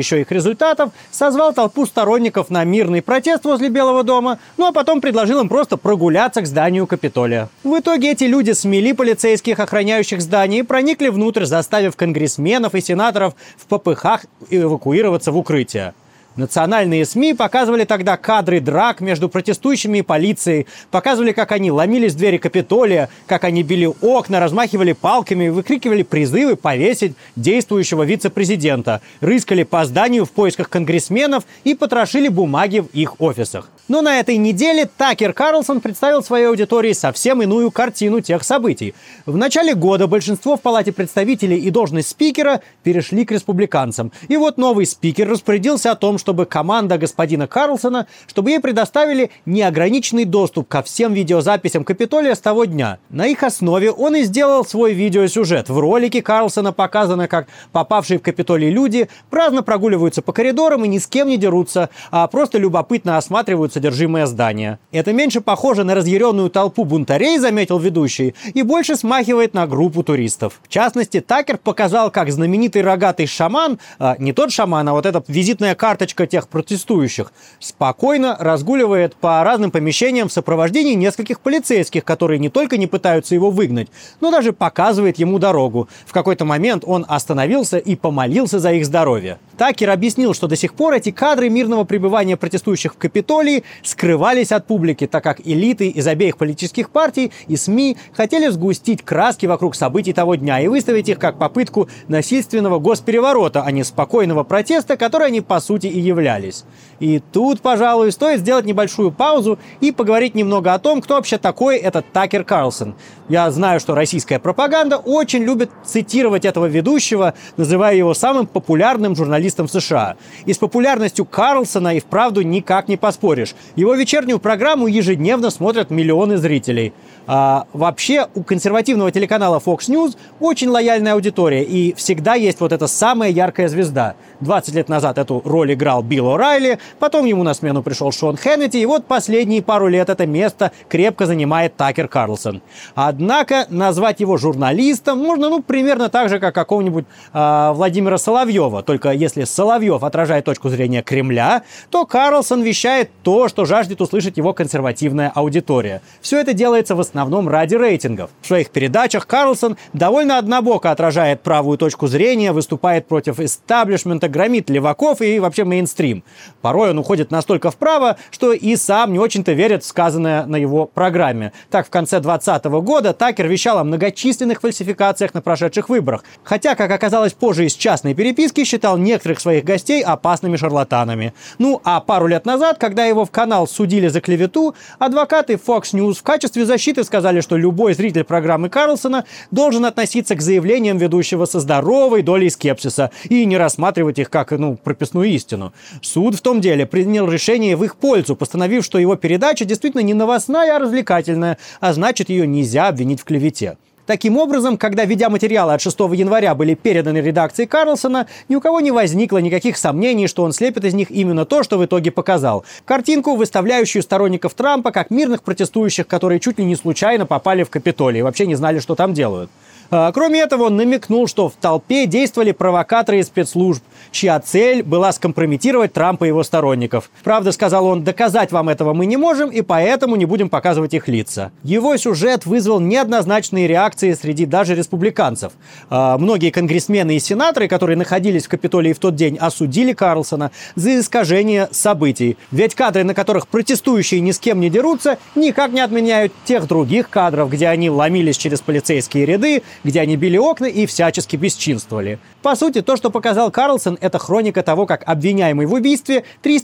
еще их результатов, созвал толпу сторонников на мирный протест возле Белого дома, ну а потом предложил им просто прогуляться к зданию Капитолия. В итоге эти люди смели полицейских, охраняющих здание, и проникли внутрь, заставив конгрессменов и сенаторов в попыхах эвакуироваться в укрытие. Национальные СМИ показывали тогда кадры драк между протестующими и полицией, показывали, как они ломились в двери Капитолия, как они били окна, размахивали палками, выкрикивали призывы повесить действующего вице-президента, рыскали по зданию в поисках конгрессменов и потрошили бумаги в их офисах. Но на этой неделе Такер Карлсон представил своей аудитории совсем иную картину тех событий. В начале года большинство в Палате представителей и должность спикера перешли к республиканцам. И вот новый спикер распорядился о том, чтобы команда господина Карлсона, чтобы ей предоставили неограниченный доступ ко всем видеозаписям Капитолия с того дня. На их основе он и сделал свой видеосюжет. В ролике Карлсона показано, как попавшие в Капитолий люди праздно прогуливаются по коридорам и ни с кем не дерутся, а просто любопытно осматривают содержимое здания. Это меньше похоже на разъяренную толпу бунтарей, заметил ведущий, и больше смахивает на группу туристов. В частности, Такер показал, как знаменитый рогатый шаман, не тот шаман, а вот эта визитная карточка тех протестующих, спокойно разгуливает по разным помещениям в сопровождении нескольких полицейских, которые не только не пытаются его выгнать, но даже показывают ему дорогу. В какой-то момент он остановился и помолился за их здоровье. Такер объяснил, что до сих пор эти кадры мирного пребывания протестующих в Капитолии скрывались от публики, так как элиты из обеих политических партий и СМИ хотели сгустить краски вокруг событий того дня и выставить их как попытку насильственного госпереворота, а не спокойного протеста, который они по сути и являлись. И тут, пожалуй, стоит сделать небольшую паузу и поговорить немного о том, кто вообще такой этот Такер Карлсон. Я знаю, что российская пропаганда очень любит цитировать этого ведущего, называя его самым популярным журналистом в США. И с популярностью Карлсона и вправду никак не поспоришь. Его вечернюю программу ежедневно смотрят миллионы зрителей. Вообще, у консервативного телеканала Fox News очень лояльная аудитория, и всегда есть вот эта самая яркая звезда. 20 лет назад эту роль играл Билл О'Райли, потом ему на смену пришел Шон Хеннети, и вот последние пару лет это место крепко занимает Такер Карлсон. Однако назвать его журналистом можно, примерно так же, как какого-нибудь Владимира Соловьева. Только если Соловьев отражает точку зрения Кремля, то Карлсон вещает то, что жаждет услышать его консервативная аудитория. Все это делается в основном ради рейтингов. В своих передачах Карлсон довольно однобоко отражает правую точку зрения, выступает против истеблишмента, громит леваков и вообще мейнстрим. Порой он уходит настолько вправо, что и сам не очень-то верит в сказанное на его программе. Так, в конце 2020 года Такер вещал о многочисленных фальсификациях на прошедших выборах. Хотя, как оказалось позже из частной переписки, считал некоторых своих гостей опасными шарлатанами. А пару лет назад, когда его в канал судили за клевету, адвокаты Fox News в качестве защиты сказали, что любой зритель программы Карлсона должен относиться к заявлениям ведущего со здоровой долей скепсиса и не рассматривать их как, прописную истину. Суд в том деле принял решение в их пользу, постановив, что его передача действительно не новостная, а развлекательная, а значит, ее нельзя обвинить в клевете. Таким образом, когда видеоматериалы от 6 января были переданы редакции Карлсона, ни у кого не возникло никаких сомнений, что он слепит из них именно то, что в итоге показал. Картинку, выставляющую сторонников Трампа как мирных протестующих, которые чуть ли не случайно попали в Капитолий и вообще не знали, что там делают. Кроме этого, он намекнул, что в толпе действовали провокаторы из спецслужб, чья цель была скомпрометировать Трампа и его сторонников. Правда, сказал он, доказать вам этого мы не можем, и поэтому не будем показывать их лица. Его сюжет вызвал неоднозначные реакции среди даже республиканцев. Многие конгрессмены и сенаторы, которые находились в Капитолии в тот день, осудили Карлсона за искажение событий. Ведь кадры, на которых протестующие ни с кем не дерутся, никак не отменяют тех других кадров, где они ломились через полицейские ряды, где они били окна и всячески бесчинствовали. По сути, то, что показал Карлсон, это хроника того, как обвиняемый в убийстве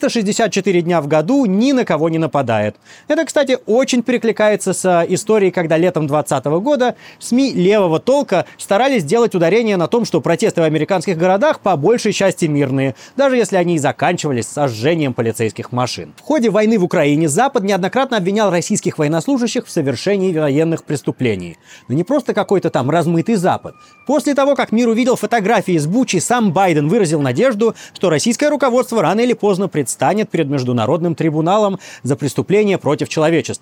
364 дня в году ни на кого не нападает. Это, кстати, очень перекликается с историей, когда летом 2020 года СМИ левого толка старались сделать ударение на том, что протесты в американских городах по большей части мирные, даже если они и заканчивались сожжением полицейских машин. В ходе войны в Украине Запад неоднократно обвинял российских военнослужащих в совершении военных преступлений. Но не просто какой-то там размытый Запад. После того, как мир увидел фотографии из Бучи, сам Байден выразил надежду, что российское руководство рано или поздно предстанет перед Международным трибуналом за преступления против человечества.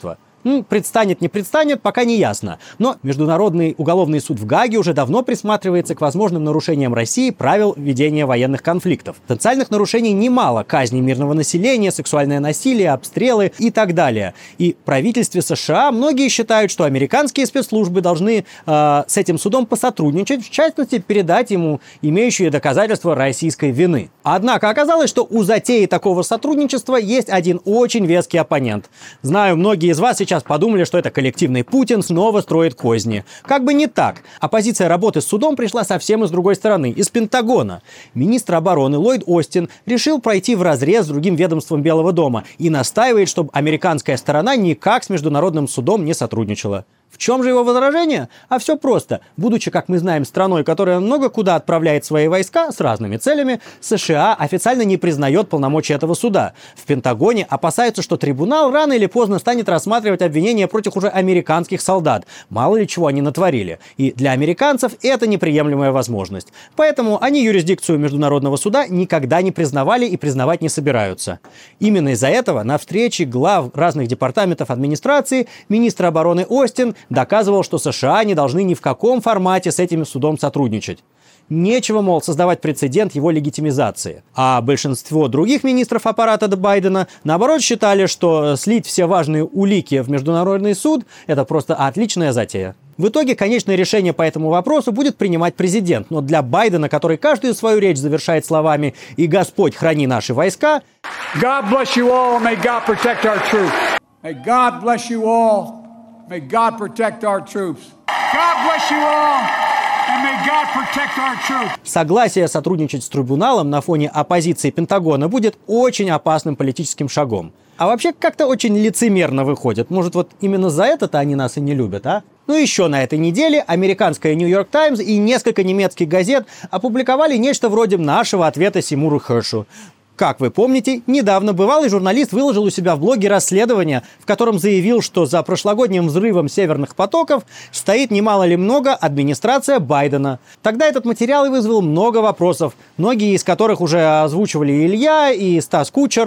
Предстанет, не предстанет, пока не ясно. Но Международный уголовный суд в Гааге уже давно присматривается к возможным нарушениям России правил ведения военных конфликтов. Потенциальных нарушений немало: казни мирного населения, сексуальное насилие, обстрелы и так далее. И в правительстве США многие считают, что американские спецслужбы должны с этим судом посотрудничать, в частности, передать ему имеющие доказательства российской вины. Однако оказалось, что у затеи такого сотрудничества есть один очень веский оппонент. Знаю, многие из вас сейчас подумали, что это коллективный Путин снова строит козни. Как бы не так. Оппозиция работы с судом пришла совсем из другой стороны, из Пентагона. Министр обороны Ллойд Остин решил пройти вразрез с другим ведомством Белого дома и настаивает, чтобы американская сторона никак с Международным судом не сотрудничала. В чем же его возражение? А все просто. Будучи, как мы знаем, страной, которая много куда отправляет свои войска с разными целями, США официально не признает полномочий этого суда. В Пентагоне опасаются, что трибунал рано или поздно станет рассматривать обвинения против уже американских солдат. Мало ли чего они натворили. И для американцев это неприемлемая возможность. Поэтому они юрисдикцию Международного суда никогда не признавали и признавать не собираются. Именно из-за этого на встрече глав разных департаментов администрации министр обороны Остин доказывал, что США не должны ни в каком формате с этим судом сотрудничать. Нечего, мол, создавать прецедент его легитимизации. А большинство других министров аппарата Байдена, наоборот, считали, что слить все важные улики в Международный суд – это просто отличная затея. В итоге конечное решение по этому вопросу будет принимать президент. Но для Байдена, который каждую свою речь завершает словами «И Господь, храни наши войска», God bless you all, may God protect our troops. May God bless you all. May God protect our troops. God bless you all, and may God protect our troops. Согласие сотрудничать с трибуналом на фоне оппозиции Пентагона будет очень опасным политическим шагом. А вообще как-то очень лицемерно выходит. Может, вот именно за это-то они нас и не любят, а? Ну еще на этой неделе американская New York Times и несколько немецких газет опубликовали нечто вроде нашего ответа Сеймуру Хершу. Как вы помните, недавно бывалый журналист выложил у себя в блоге расследование, в котором заявил, что за прошлогодним взрывом северных потоков стоит немало ли много администрация Байдена. Тогда этот материал и вызвал много вопросов, многие из которых уже озвучивали и Илья, и Стас Кучер.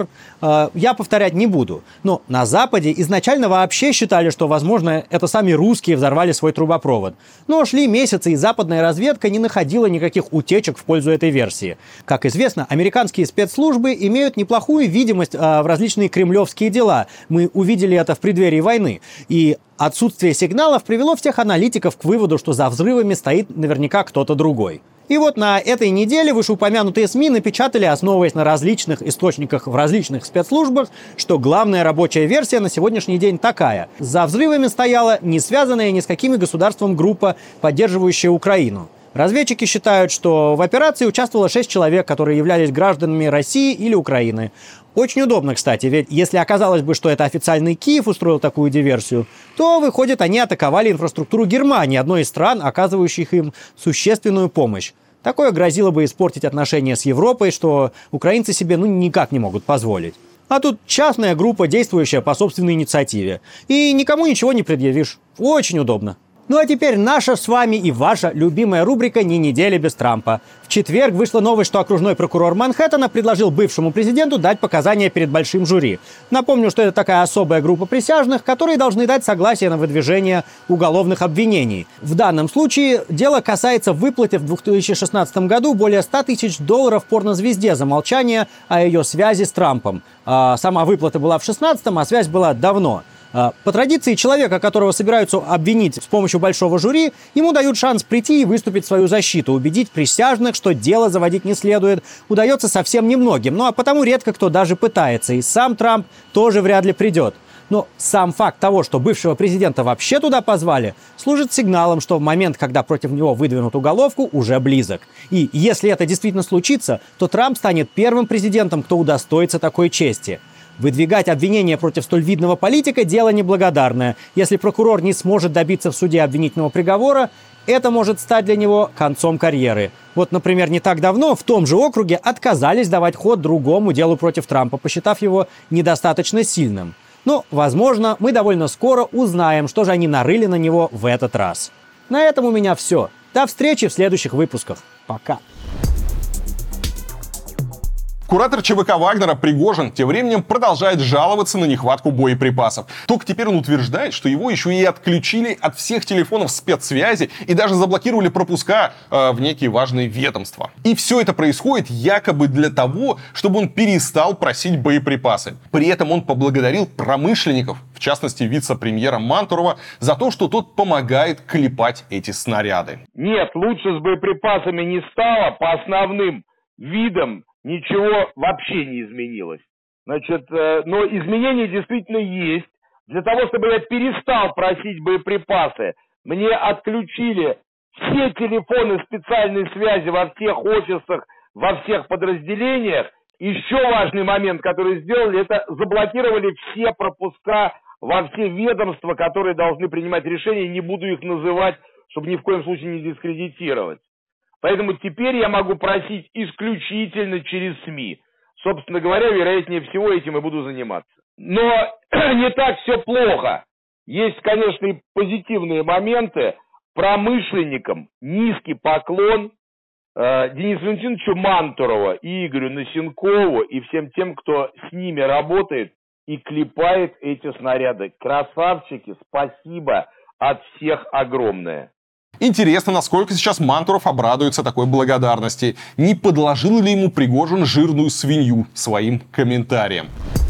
Я повторять не буду. Но на Западе изначально вообще считали, что, возможно, это сами русские взорвали свой трубопровод. Но шли месяцы, и западная разведка не находила никаких утечек в пользу этой версии. Как известно, американские спецслужбы имеют неплохую видимость в различные кремлевские дела. Мы увидели это в преддверии войны. И отсутствие сигналов привело всех аналитиков к выводу, что за взрывами стоит наверняка кто-то другой. И вот на этой неделе вышеупомянутые СМИ напечатали, основываясь на различных источниках в различных спецслужбах, что главная рабочая версия на сегодняшний день такая. За взрывами стояла не связанная ни с каким государством группа, поддерживающая Украину. Разведчики считают, что в операции участвовало 6 человек, которые являлись гражданами России или Украины. Очень удобно, кстати, ведь если оказалось бы, что это официальный Киев устроил такую диверсию, то, выходит, они атаковали инфраструктуру Германии, одной из стран, оказывающих им существенную помощь. Такое грозило бы испортить отношения с Европой, что украинцы себе никак не могут позволить. А тут частная группа, действующая по собственной инициативе. И никому ничего не предъявишь. Очень удобно. Ну а теперь наша с вами и ваша любимая рубрика «Ни недели без Трампа». В четверг вышла новость, что окружной прокурор Манхэттена предложил бывшему президенту дать показания перед большим жюри. Напомню, что это такая особая группа присяжных, которые должны дать согласие на выдвижение уголовных обвинений. В данном случае дело касается выплаты в 2016 году более $100 тысяч порнозвезде за молчание о ее связи с Трампом. Сама выплата была в 2016, а связь была давно. По традиции человека, которого собираются обвинить с помощью большого жюри, ему дают шанс прийти и выступить в свою защиту, убедить присяжных, что дело заводить не следует, удается совсем немногим, ну а потому редко кто даже пытается, и сам Трамп тоже вряд ли придет. Но сам факт того, что бывшего президента вообще туда позвали, служит сигналом, что в момент, когда против него выдвинут уголовку, уже близок. И если это действительно случится, то Трамп станет первым президентом, кто удостоится такой чести. Выдвигать обвинения против столь видного политика – дело неблагодарное. Если прокурор не сможет добиться в суде обвинительного приговора, это может стать для него концом карьеры. Вот, например, не так давно в том же округе отказались давать ход другому делу против Трампа, посчитав его недостаточно сильным. Но, возможно, мы довольно скоро узнаем, что же они нарыли на него в этот раз. На этом у меня все. До встречи в следующих выпусках. Пока. Куратор ЧВК Вагнера Пригожин тем временем продолжает жаловаться на нехватку боеприпасов. Только теперь он утверждает, что его еще и отключили от всех телефонов спецсвязи и даже заблокировали пропуска в некие важные ведомства. И все это происходит якобы для того, чтобы он перестал просить боеприпасы. При этом он поблагодарил промышленников, в частности вице-премьера Мантурова, за то, что тот помогает клепать эти снаряды. Нет, лучше с боеприпасами не стало, по основным видам ничего вообще не изменилось. Значит, но изменения действительно есть. Для того, чтобы я перестал просить боеприпасы, мне отключили все телефоны специальной связи во всех офисах, во всех подразделениях. Еще важный момент, который сделали, это заблокировали все пропуска во все ведомства, которые должны принимать решения. Не буду их называть, чтобы ни в коем случае не дискредитировать. Поэтому теперь я могу просить исключительно через СМИ. Собственно говоря, вероятнее всего, этим и буду заниматься. Но не так все плохо. Есть, конечно, и позитивные моменты. Промышленникам низкий поклон Денису Валентиновичу Мантурову и Игорю Насенкову и всем тем, кто с ними работает и клепает эти снаряды. Красавчики, спасибо от всех огромное. Интересно, насколько сейчас Мантуров обрадуется такой благодарности. Не подложил ли ему Пригожин жирную свинью своим комментарием?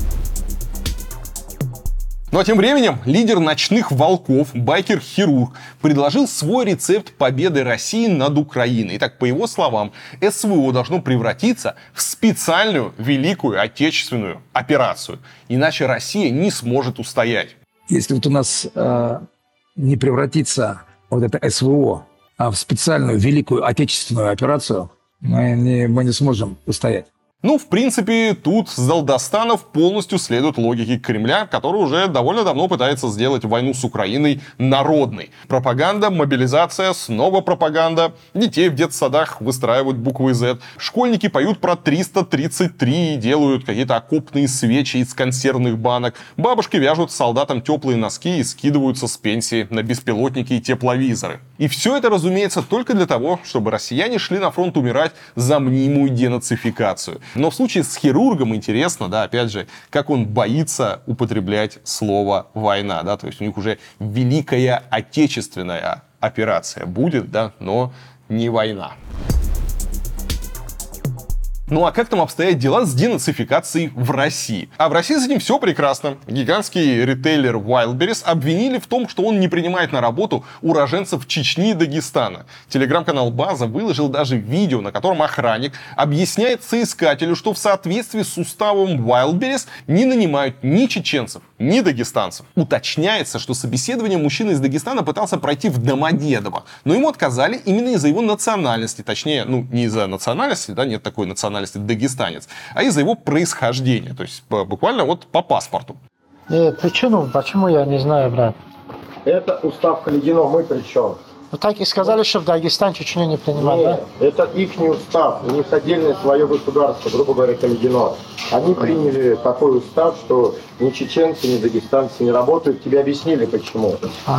Ну а тем временем лидер ночных волков, байкер-хирург, предложил свой рецепт победы России над Украиной. Итак, по его словам, СВО должно превратиться в специальную Великую Отечественную операцию. Иначе Россия не сможет устоять. Если вот у нас не превратится вот это СВО в специальную Великую Отечественную операцию, мы не сможем устоять. Ну, в принципе, тут Залдастанов полностью следует логике Кремля, который уже довольно давно пытается сделать войну с Украиной народной. Пропаганда, мобилизация, снова пропаганда. Детей в детсадах выстраивают буквы Z. Школьники поют про 333 и делают какие-то окопные свечи из консервных банок. Бабушки вяжут солдатам теплые носки и скидываются с пенсии на беспилотники и тепловизоры. И все это, разумеется, только для того, чтобы россияне шли на фронт умирать за мнимую денацификацию. Но в случае с хирургом интересно, да, опять же, как он боится употреблять слово «война», да, то есть у них уже Великая Отечественная операция будет, да, но не война. Ну а как там обстоят дела с денацификацией в России? А в России с этим все прекрасно. Гигантский ритейлер Wildberries обвинили в том, что он не принимает на работу уроженцев Чечни и Дагестана. Телеграм-канал База выложил даже видео, на котором охранник объясняет соискателю, что в соответствии с уставом Wildberries не нанимают ни чеченцев, ни дагестанцев. Уточняется, что собеседование мужчины из Дагестана пытался пройти в Домодедово, но ему отказали именно из-за его национальности. Точнее, ну не из-за национальности, да, нет такой национальности дагестанец, а из-за его происхождения, то есть буквально вот по паспорту. Нет, причину, почему я не знаю, брат. Это устав Каледино, мы при чем? Ну так и сказали, что в Дагестан Чечню не принимать, да? Это ихний устав, у них отдельное свое государство, грубо говоря, Каледино. Они приняли такой устав, что ни чеченцы, ни дагестанцы не работают. Тебе объяснили, почему.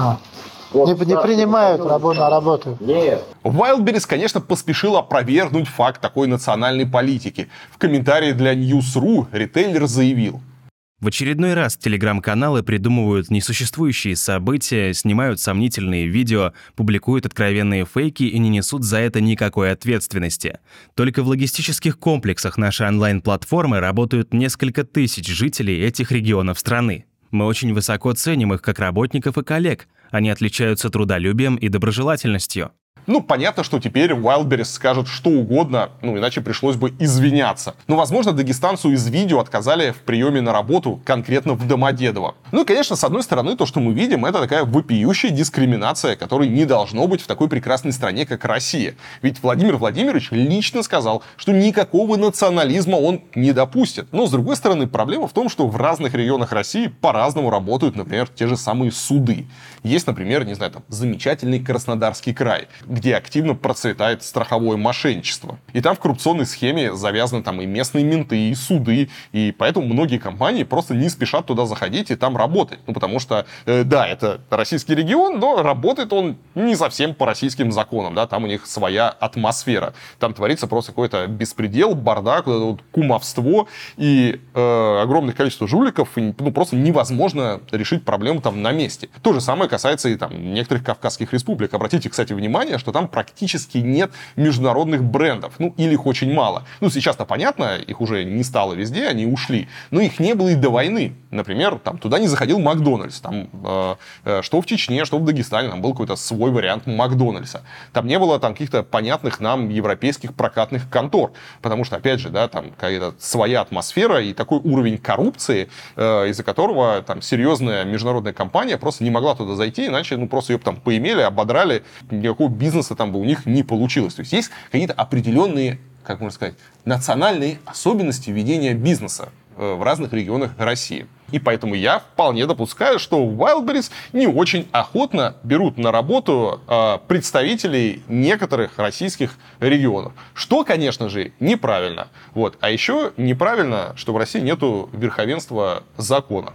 Вот, не принимают на работу. Нет. Wildberries, конечно, поспешил опровергнуть факт такой национальной политики. В комментарии для News.ru ритейлер заявил: в очередной раз телеграм-каналы придумывают несуществующие события, снимают сомнительные видео, публикуют откровенные фейки и не несут за это никакой ответственности. Только в логистических комплексах нашей онлайн-платформы работают несколько тысяч жителей этих регионов страны. Мы очень высоко ценим их как работников и коллег. Они отличаются трудолюбием и доброжелательностью. Ну, понятно, что теперь Wildberries скажет что угодно, ну, иначе пришлось бы извиняться. Но, возможно, дагестанцу из видео отказали в приеме на работу конкретно в Домодедово. Ну и, конечно, с одной стороны, то, что мы видим, это такая вопиющая дискриминация, которой не должно быть в такой прекрасной стране, как Россия. Ведь Владимир Владимирович лично сказал, что никакого национализма он не допустит. Но, с другой стороны, проблема в том, что в разных регионах России по-разному работают, например, те же самые суды. Есть, например, не знаю, там, замечательный Краснодарский край, где активно процветает страховое мошенничество. И там в коррупционной схеме завязаны там и местные менты, и суды, и поэтому многие компании просто не спешат туда заходить и там работать. Ну, потому что, да, это российский регион, но работает он не совсем по российским законам, да, там у них своя атмосфера. Там творится просто какой-то беспредел, бардак, вот кумовство и огромное количество жуликов, и, ну, просто невозможно решить проблему там на месте. То же самое касается и там некоторых кавказских республик. Обратите, кстати, внимание, что там практически нет международных брендов, ну, или их очень мало. Ну, сейчас-то понятно, их уже не стало везде, они ушли, но их не было и до войны. Например, там туда не заходил Макдональдс, там, что в Чечне, что в Дагестане, там был какой-то свой вариант Макдональдса. Там не было там каких-то понятных нам европейских прокатных контор, потому что, опять же, да, там какая-то своя атмосфера и такой уровень коррупции, из-за которого там серьезная международная компания просто не могла туда зайти, иначе, ну, просто ее там поимели, ободрали, никакого бизнеса там бы у них не получилось. То есть какие-то определенные, как можно сказать, национальные особенности ведения бизнеса в разных регионах России. И поэтому я вполне допускаю, что Wildberries не очень охотно берут на работу представителей некоторых российских регионов. Что, конечно же, неправильно. Вот. А еще неправильно, что в России нету верховенства закона.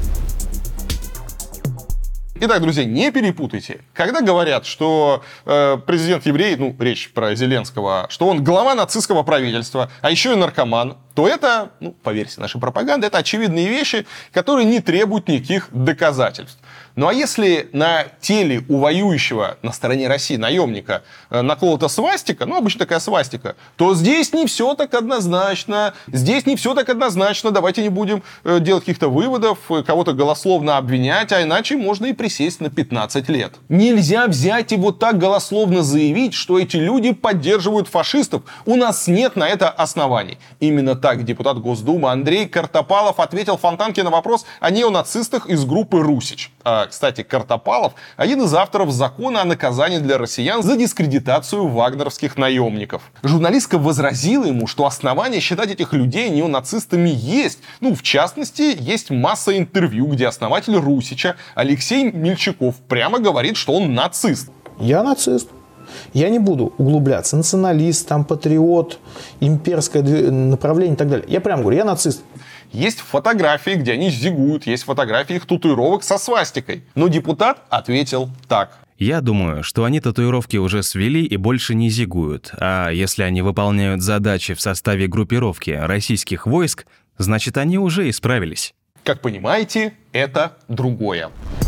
Итак, друзья, не перепутайте. Когда говорят, что президент еврей, ну, речь про Зеленского, что он глава нацистского правительства, а еще и наркоман, то это, ну, по версии нашей пропаганды, это очевидные вещи, которые не требуют никаких доказательств. Ну а если на теле у воюющего на стороне России наемника наколота свастика, ну обычно такая свастика, то здесь не все так однозначно. Здесь не все так однозначно. Давайте не будем делать каких-то выводов, кого-то голословно обвинять, а иначе можно и присесть на 15 лет. Нельзя взять и вот так голословно заявить, что эти люди поддерживают фашистов. У нас нет на это оснований. Именно так депутат Госдумы Андрей Картопалов ответил Фонтанке на вопрос о неонацистах из группы «Русич». Кстати, Картопалов – один из авторов закона о наказании для россиян за дискредитацию вагнеровских наемников. Журналистка возразила ему, что основания считать этих людей неонацистами есть. Ну, в частности, есть масса интервью, где основатель «Русича» Алексей Мельчаков прямо говорит, что он нацист. Я нацист. Я не буду углубляться. Националист, там, патриот, имперское направление и так далее. Я прямо говорю, я нацист. Есть фотографии, где они зигуют, есть фотографии их татуировок со свастикой. Но депутат ответил так. Я думаю, что они татуировки уже свели и больше не зигуют. А если они выполняют задачи в составе группировки российских войск, значит, они уже исправились. Как понимаете, это другое.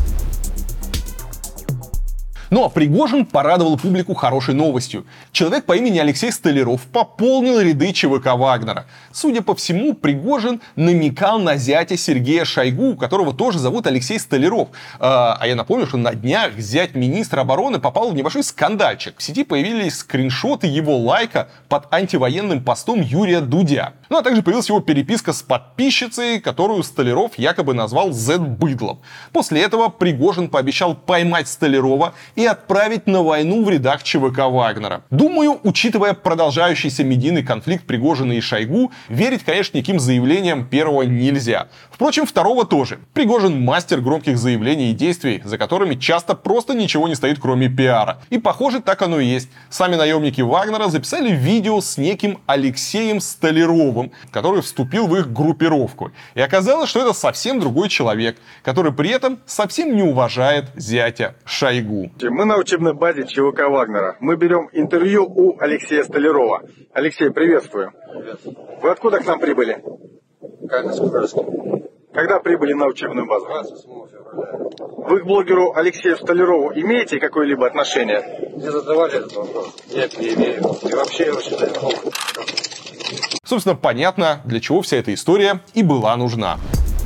Ну а Пригожин порадовал публику хорошей новостью. Человек по имени Алексей Столяров пополнил ряды ЧВК Вагнера. Судя по всему, Пригожин намекал на зятя Сергея Шойгу, которого тоже зовут Алексей Столяров. А я напомню, что на днях зять министра обороны попал в небольшой скандальчик. В сети появились скриншоты его лайка под антивоенным постом Юрия Дудя. Ну а также появилась его переписка с подписчицей, которую Столяров якобы назвал Z-быдлом. После этого Пригожин пообещал поймать Столярова и отправить на войну в рядах ЧВК Вагнера. Думаю, учитывая продолжающийся медийный конфликт Пригожина и Шойгу, верить, конечно, никаким заявлениям первого нельзя. Впрочем, второго тоже. Пригожин мастер громких заявлений и действий, за которыми часто просто ничего не стоит, кроме пиара. И похоже, так оно и есть. Сами наемники Вагнера записали видео с неким Алексеем Столяровым, который вступил в их группировку. И оказалось, что это совсем другой человек, который при этом совсем не уважает зятя Шойгу. Мы на учебной базе ЧВК Вагнера. Мы берем интервью у Алексея Столярова. Алексей, приветствую. Привет. Вы откуда к нам прибыли? Когда прибыли на учебную базу? 27 февраля. Вы к блогеру Алексею Столярову имеете какое-либо отношение? Не задавали этот вопрос. Нет, не имею. И вообще его считаю плохо. Собственно, понятно, для чего вся эта история и была нужна.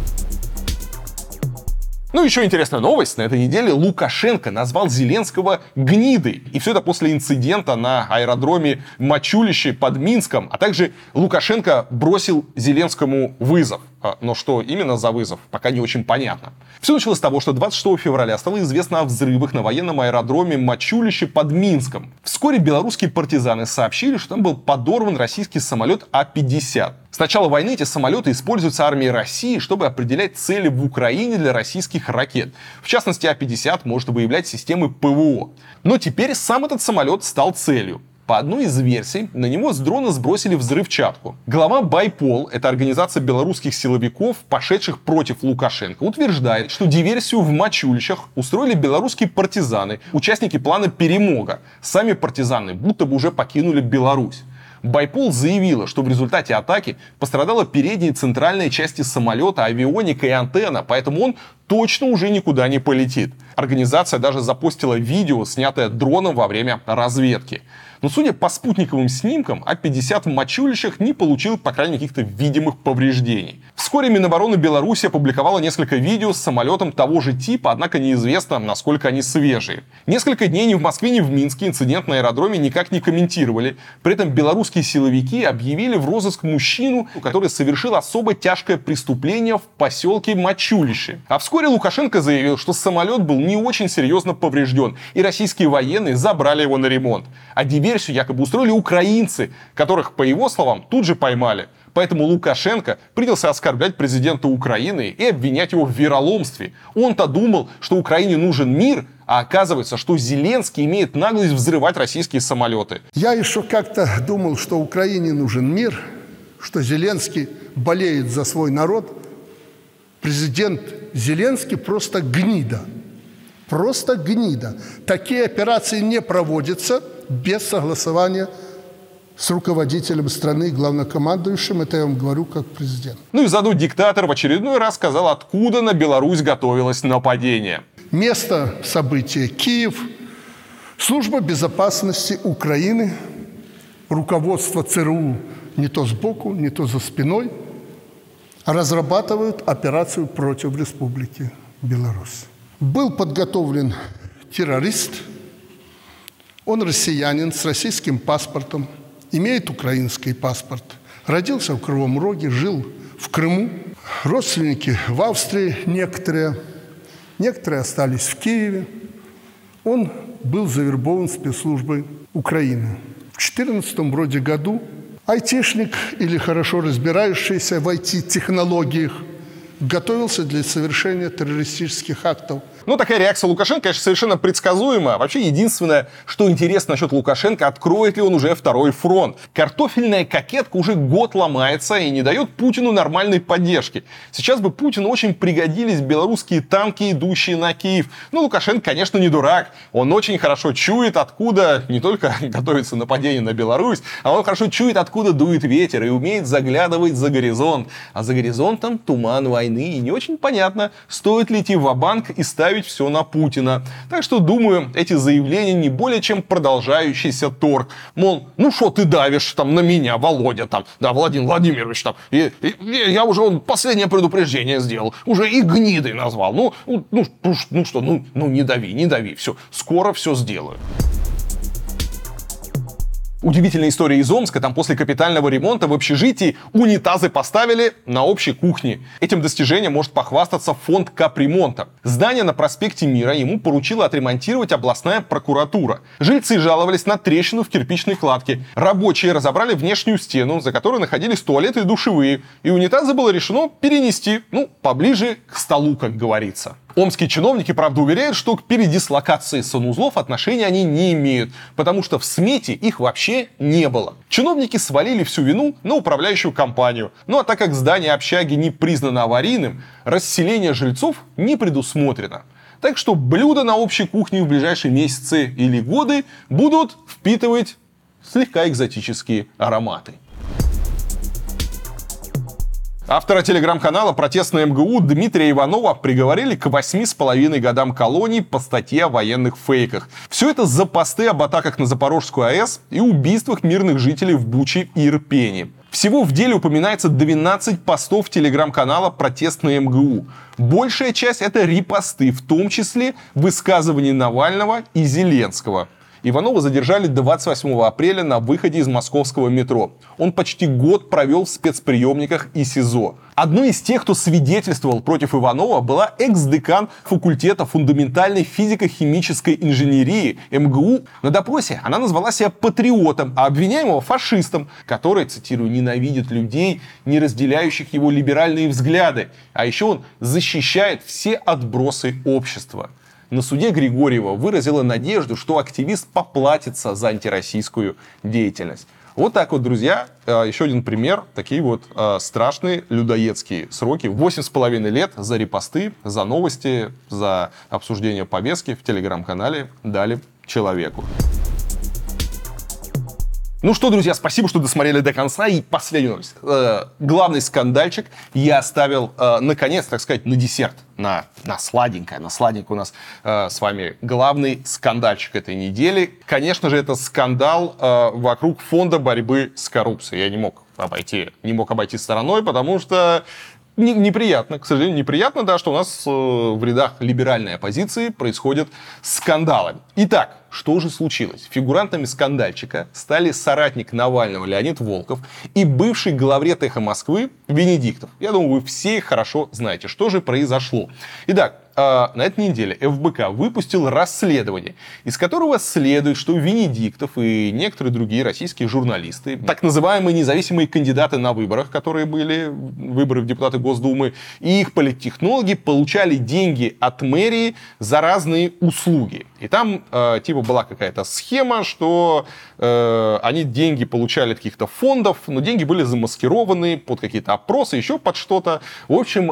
Ну, еще интересная новость. На этой неделе Лукашенко назвал Зеленского гнидой. И все это после инцидента на аэродроме Мачулище под Минском. А также Лукашенко бросил Зеленскому вызов. Но что именно за вызов, пока не очень понятно. Все началось с того, что 26 февраля стало известно о взрывах на военном аэродроме Мачулище под Минском. Вскоре белорусские партизаны сообщили, что там был подорван российский самолет А-50. С начала войны эти самолеты используются армией России, чтобы определять цели в Украине для российских ракет. В частности, А-50 может выявлять системы ПВО. Но теперь сам этот самолет стал целью. По одной из версий, на него с дрона сбросили взрывчатку. Глава Байпол, это организация белорусских силовиков, пошедших против Лукашенко, утверждает, что диверсию в Мачулищах устроили белорусские партизаны, участники плана «Перемога». Сами партизаны будто бы уже покинули Беларусь. Байпол заявила, что в результате атаки пострадала передняя и центральная части самолета, авионика и антенна, поэтому он точно уже никуда не полетит. Организация даже запостила видео, снятое дроном во время разведки. Но судя по спутниковым снимкам, А-50 в Мачулищах не получил, по крайней мере, каких-то видимых повреждений. Вскоре Минобороны Беларуси опубликовала несколько видео с самолетом того же типа, однако неизвестно, насколько они свежие. Несколько дней ни в Москве, ни в Минске инцидент на аэродроме никак не комментировали. При этом белорусские силовики объявили в розыск мужчину, который совершил особо тяжкое преступление в поселке Мачулище. А вскоре Лукашенко заявил, что самолет был не очень серьезно поврежден, и российские военные забрали его на ремонт. А диверсию якобы устроили украинцы, которых, по его словам, тут же поймали. Поэтому Лукашенко принялся оскорблять президента Украины и обвинять его в вероломстве. Он-то думал, что Украине нужен мир, а оказывается, что Зеленский имеет наглость взрывать российские самолеты. Я еще как-то думал, что Украине нужен мир, что Зеленский болеет за свой народ. Президент Зеленский просто гнида. Просто гнида. Такие операции не проводятся без согласования с руководителем страны, главнокомандующим. Это я вам говорю как президент. Ну и заодно диктатор в очередной раз сказал, откуда на Беларусь готовилось нападение. Место события – Киев. Служба безопасности Украины, руководство ЦРУ не то сбоку, не то за спиной разрабатывают операцию против Республики Беларусь. Был подготовлен террорист. Он россиянин с российским паспортом, имеет украинский паспорт. Родился в Кривом Роге, жил в Крыму. Родственники в Австрии некоторые остались в Киеве. Он был завербован спецслужбой Украины. В 2014 вроде году айтишник или хорошо разбирающийся в IT-технологиях готовился для совершения террористических актов. Ну, такая реакция Лукашенко, конечно, совершенно предсказуема. Вообще, единственное, что интересно насчет Лукашенко, откроет ли он уже второй фронт. Картофельная кокетка уже год ломается и не дает Путину нормальной поддержки. Сейчас бы Путину очень пригодились белорусские танки, идущие на Киев. Ну, Лукашенко, конечно, не дурак. Он очень хорошо чует, откуда не только готовится нападение на Беларусь, а он хорошо чует, откуда дует ветер и умеет заглядывать за горизонт. А за горизонтом туман войны, и не очень понятно, стоит ли идти ва-банк и ставить все на Путина. Так что, думаю, эти заявления не более чем продолжающийся торг. Мол, ну что ты давишь там на меня, Володя, там, да, Владимир Владимирович, там, я уже последнее предупреждение сделал, уже и гнидой назвал. Ну что, не дави, все, скоро все сделаю. Удивительная история из Омска. Там после капитального ремонта в общежитии унитазы поставили на общей кухне. Этим достижением может похвастаться фонд капремонта. Здание на проспекте Мира ему поручила отремонтировать областная прокуратура. Жильцы жаловались на трещину в кирпичной кладке. Рабочие разобрали внешнюю стену, за которой находились туалеты и душевые. И унитазы было решено перенести, поближе к столу, как говорится. Омские чиновники, правда, уверяют, что к передислокации санузлов отношения они не имеют, потому что в смете их вообще не было. Чиновники свалили всю вину на управляющую компанию. Ну а так как здание общаги не признано аварийным, расселение жильцов не предусмотрено. Так что блюда на общей кухне в ближайшие месяцы или годы будут впитывать слегка экзотические ароматы. Автора телеграм-канала «Протестное МГУ» Дмитрия Иванова приговорили к 8,5 годам колонии по статье о военных фейках. Все это за посты об атаках на Запорожскую АЭС и убийствах мирных жителей в Буче и Ирпени. Всего в деле упоминается 12 постов телеграм-канала «Протестное МГУ». Большая часть — это репосты, в том числе высказывания Навального и Зеленского. Иванова задержали 28 апреля на выходе из московского метро. Он почти год провел в спецприемниках и СИЗО. Одной из тех, кто свидетельствовал против Иванова, была экс-декан факультета фундаментальной физико-химической инженерии МГУ. На допросе она назвала себя патриотом, а обвиняемого фашистом, который, цитирую, ненавидит людей, не разделяющих его либеральные взгляды. А еще он защищает все отбросы общества. на суде Григорьева выразила надежду, что активист поплатится за антироссийскую деятельность. Вот так вот, друзья, еще один пример. Такие вот страшные людоедские сроки. 8,5 лет за репосты, за новости, за обсуждение повестки в телеграм-канале дали человеку. Ну что, друзья, спасибо, что досмотрели до конца. И последняя новость. Главный скандальчик я оставил, наконец, так сказать, на десерт. На сладенькое. На сладенькое у нас с вами главный скандальчик этой недели. Конечно же, это скандал вокруг фонда борьбы с коррупцией. Я не мог обойти стороной, потому что неприятно, к сожалению, неприятно, да, что у нас в рядах либеральной оппозиции происходят скандалы. Итак, что же случилось? Фигурантами скандальчика стали соратник Навального Леонид Волков и бывший главред «Эхо Москвы» Венедиктов. Я думаю, вы все их хорошо знаете. Что же произошло? Итак, на этой неделе ФБК выпустил расследование, из которого следует, что Венедиктов и некоторые другие российские журналисты, так называемые независимые кандидаты на выборах, которые были выборы в депутаты Госдумы, и их политтехнологи получали деньги от мэрии за разные услуги. И там типа была какая-то схема, что они деньги получали от каких-то фондов, но деньги были замаскированы под какие-то опросы, еще под что-то. В общем,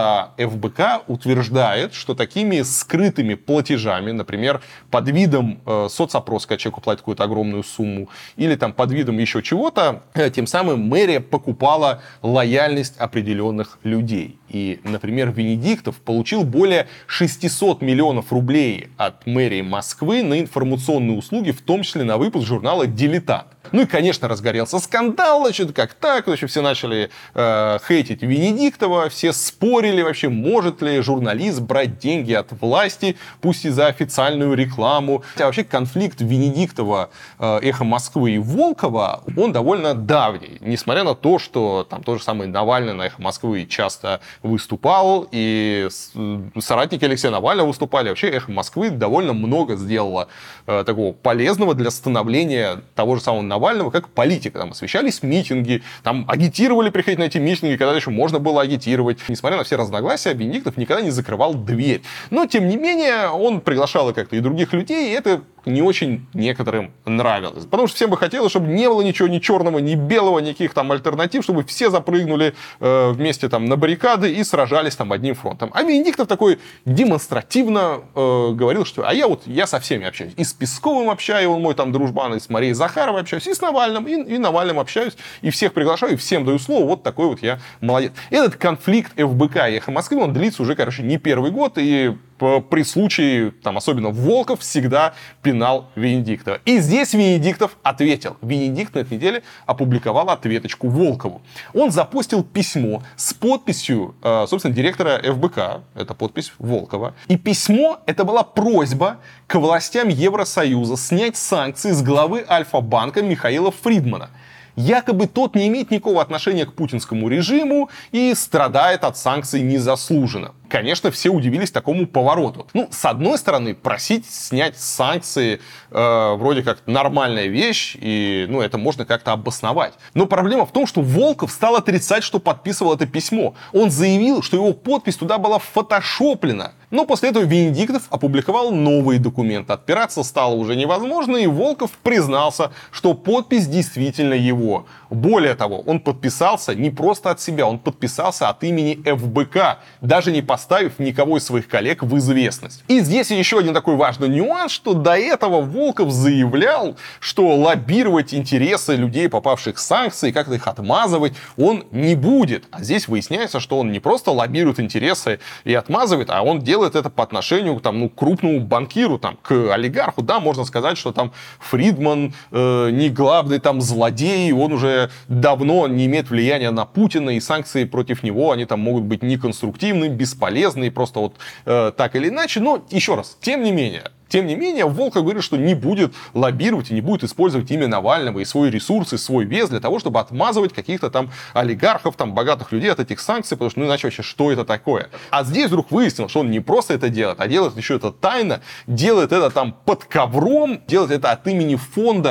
ФБК утверждает, что такими скрытыми платежами, например, под видом соцопроса, когда человеку платят какую-то огромную сумму, или там под видом еще чего-то, тем самым мэрия покупала лояльность определенных людей. И, например, Венедиктов получил более 600 миллионов рублей от мэрии Москвы на информационные услуги, в том числе на выпуск журнала «Дилетант». Ну и, конечно, разгорелся скандал, значит, как так, значит, все начали хейтить Венедиктова, все спорили вообще, может ли журналист брать деньги от власти, пусть и за официальную рекламу. Хотя вообще конфликт Венедиктова, «Эхо Москвы» и Волкова, он довольно давний, несмотря на то, что там тот же самый Навальный на «Эхо Москвы» часто выступал, и соратники Алексея Навального выступали. Вообще «Эхо Москвы» довольно много сделало такого полезного для становления того же самого Навального как политика. Там освещались митинги, там агитировали приходить на эти митинги, когда еще можно было агитировать. Несмотря на все разногласия, Венедиктов никогда не закрывал дверь. Но, тем не менее, он приглашал как-то и других людей, и это не очень некоторым нравилось. Потому что всем бы хотелось, чтобы не было ничего ни черного, ни белого, никаких там альтернатив, чтобы все запрыгнули вместе там на баррикады и сражались там одним фронтом. А Венедиктов такой демонстративно говорил, что я со всеми общаюсь. И с Песковым общаюсь, он мой там дружбан, и с Марией Захаровой общаюсь, и с Навальным, и Навальным общаюсь, и всех приглашаю, и всем даю слово, вот такой вот я молодец. Этот конфликт ФБК и «Эхо Москвы», он длится уже, не первый год, и при случае, там, особенно Волков, всегда пинал Венедиктова. И здесь Венедиктов ответил. Венедиктов на этой неделе опубликовал ответочку Волкову. Он запустил письмо с подписью, собственно, директора ФБК. Это подпись Волкова. И письмо, это была просьба к властям Евросоюза снять санкции с главы Альфа-банка Михаила Фридмана. Якобы тот не имеет никакого отношения к путинскому режиму и страдает от санкций незаслуженно. Конечно, все удивились такому повороту. Ну, с одной стороны, просить снять санкции вроде как нормальная вещь, и это можно как-то обосновать. Но проблема в том, что Волков стал отрицать, что подписывал это письмо. Он заявил, что его подпись туда была фотошоплена. Но после этого Венедиктов опубликовал новые документы. Отпираться стало уже невозможно, и Волков признался, что подпись действительно его. Более того, он подписался не просто от себя, он подписался от имени ФБК, даже не поставив никого из своих коллег в известность. И здесь еще один такой важный нюанс, что до этого Волков заявлял, что лоббировать интересы людей, попавших в санкции, как-то их отмазывать, он не будет. А здесь выясняется, что он не просто лоббирует интересы и отмазывает, а он делает это по отношению к крупному банкиру, к олигарху. Да, можно сказать, что там Фридман не главный злодей, он уже давно не имеет влияния на Путина, и санкции против него, они могут быть неконструктивны, бесполезны, просто так или иначе. Но, еще раз, тем не менее, Волков говорит, что не будет лоббировать и не будет использовать имя Навального и свой ресурс, и свой вес для того, чтобы отмазывать каких-то олигархов, богатых людей от этих санкций, потому что, иначе вообще, что это такое? А здесь вдруг выяснилось, что он не просто это делает, а делает еще это тайно, делает это под ковром, делает это от имени фонда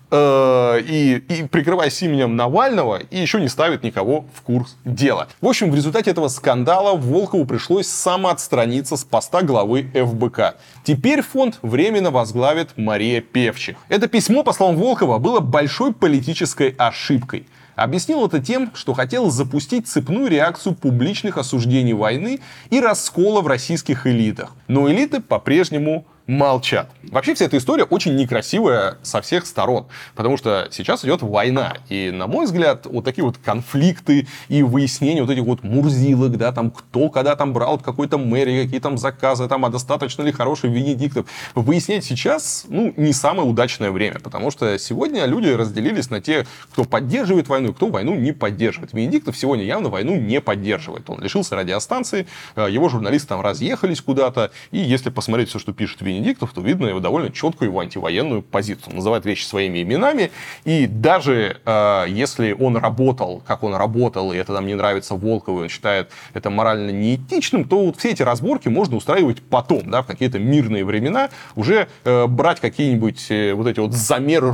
и прикрываясь именем Навального, и еще не ставит никого в курс дела. В общем, в результате этого скандала Волкову пришлось самоотстраниться с поста главы ФБК. Теперь фонд временно возглавит Мария Певчих. Это письмо, по словам Волкова, было большой политической ошибкой. Объяснил это тем, что хотел запустить цепную реакцию публичных осуждений войны и раскола в российских элитах. Но элиты по-прежнему молчат. Вообще вся эта история очень некрасивая со всех сторон, потому что сейчас идет война, и, на мой взгляд, вот такие вот конфликты и выяснения вот этих вот мурзилок, да, там, кто когда там брал какой-то мэрии, какие там заказы, там, а достаточно ли хороший Венедиктов, выяснять сейчас, ну, не самое удачное время, потому что сегодня люди разделились на те, кто поддерживает войну, и кто войну не поддерживает. Венедиктов сегодня явно войну не поддерживает. Он лишился радиостанции, его журналисты там разъехались куда-то, и если посмотреть все, что пишет Венедиктов, то видно его довольно четкую его антивоенную позицию. Он называет вещи своими именами, и даже если он работал, как он работал, и это нам не нравится Волкову, он считает это морально неэтичным, то вот все эти разборки можно устраивать потом, да, в какие-то мирные времена, уже брать какие-нибудь вот эти вот замеры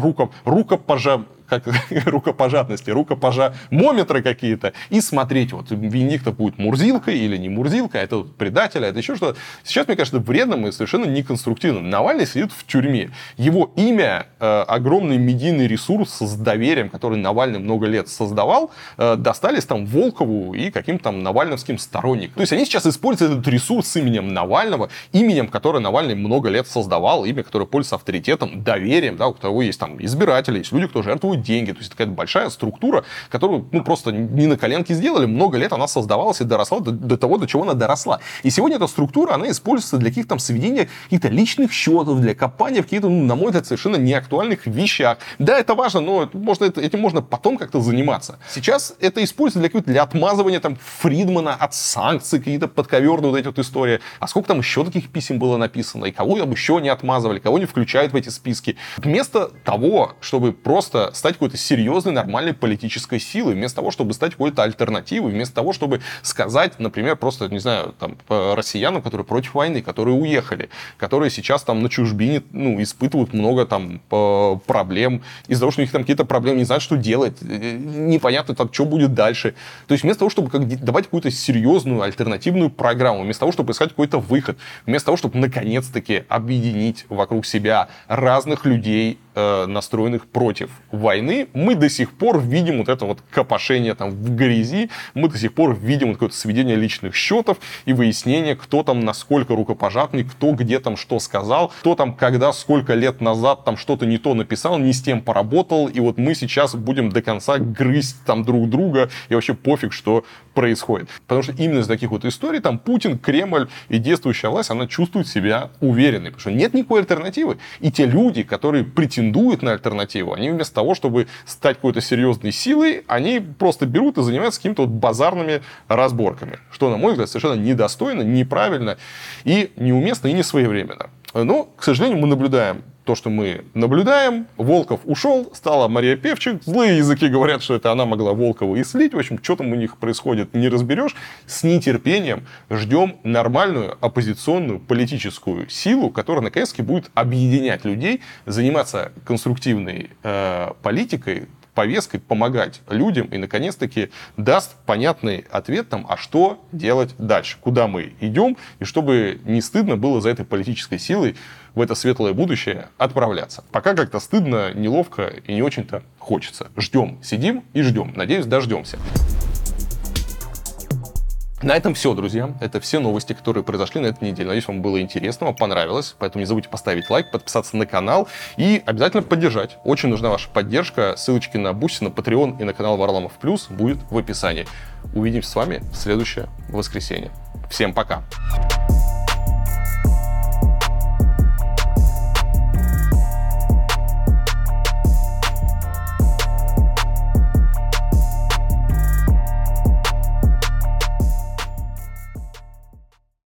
рукопожатности, рукопожамометры какие-то, и смотреть, вот Венедиктов будет мурзилкой или не мурзилкой, а это вот предатель, а это еще что-то. Сейчас, мне кажется, вредным и совершенно неконструктивным. Навальный сидит в тюрьме. Его имя, огромный медийный ресурс с доверием, который Навальный много лет создавал, достались там Волкову и каким-то там навальновским сторонникам. То есть они сейчас используют этот ресурс с именем Навального, именем, которое Навальный много лет создавал, имя, которое пользуется авторитетом, доверием, да, у кого есть там избиратели, есть люди, кто жертвуют деньги. То есть какая-то большая структура, которую просто не на коленке сделали. Много лет она создавалась и доросла до того, до чего она доросла. И сегодня эта структура, она используется для каких-то там сведения каких-то личных счетов, для копания в каких-то, на мой взгляд, совершенно неактуальных вещах. Да, это важно, но этим можно потом как-то заниматься. Сейчас это используется для отмазывания там Фридмана от санкций, какие-то подковерные вот эти вот истории. А сколько там еще таких писем было написано? И кого еще не отмазывали, кого не включают в эти списки? Вместо того, чтобы просто стать какой-то серьезной, нормальной политической силой, вместо того, чтобы стать какой-то альтернативой, вместо того, чтобы сказать, например, просто, не знаю, там, россиянам, которые против войны, которые уехали, которые сейчас там на чужбине, испытывают много там проблем, из-за того, что у них там какие-то проблемы, не знают, что делать, непонятно, там, что будет дальше. То есть вместо того, чтобы давать какую-то серьезную альтернативную программу, вместо того, чтобы искать какой-то выход, вместо того, чтобы наконец-таки объединить вокруг себя разных людей, настроенных против войны, мы до сих пор видим вот это вот копошение там в грязи, мы до сих пор видим вот какое-то сведение личных счетов и выяснение, кто там насколько рукопожатный, кто где там что сказал, кто там когда, сколько лет назад там что-то не то написал, не с тем поработал, и вот мы сейчас будем до конца грызть там друг друга, и вообще пофиг, что происходит. Потому что именно из таких вот историй там Путин, Кремль и действующая власть, она чувствует себя уверенной, потому что нет никакой альтернативы. И те люди, которые претендуют на альтернативу, они вместо того, чтобы стать какой-то серьезной силой, они просто берут и занимаются какими-то вот базарными разборками. Что, на мой взгляд, совершенно недостойно, неправильно и неуместно, и не своевременно. Но, к сожалению, мы наблюдаем то, что мы наблюдаем. Волков ушел, стала Мария Певчих. Злые языки говорят, что это она могла Волкова и слить. В общем, что там у них происходит, не разберешь. С нетерпением ждем нормальную оппозиционную политическую силу, которая наконец-таки будет объединять людей, заниматься конструктивной политикой, повесткой, помогать людям и, наконец-таки, даст понятный ответ там, а что делать дальше, куда мы идем, и чтобы не стыдно было за этой политической силой в это светлое будущее отправляться. Пока как-то стыдно, неловко и не очень-то хочется. Ждем, сидим и ждем. Надеюсь, дождемся. На этом все, друзья. Это все новости, которые произошли на этой неделе. Надеюсь, вам было интересно, вам понравилось. Поэтому не забудьте поставить лайк, подписаться на канал и обязательно поддержать. Очень нужна ваша поддержка. Ссылочки на Boosty, на Patreon и на канал Варламов Плюс будет в описании. Увидимся с вами в следующее воскресенье. Всем пока!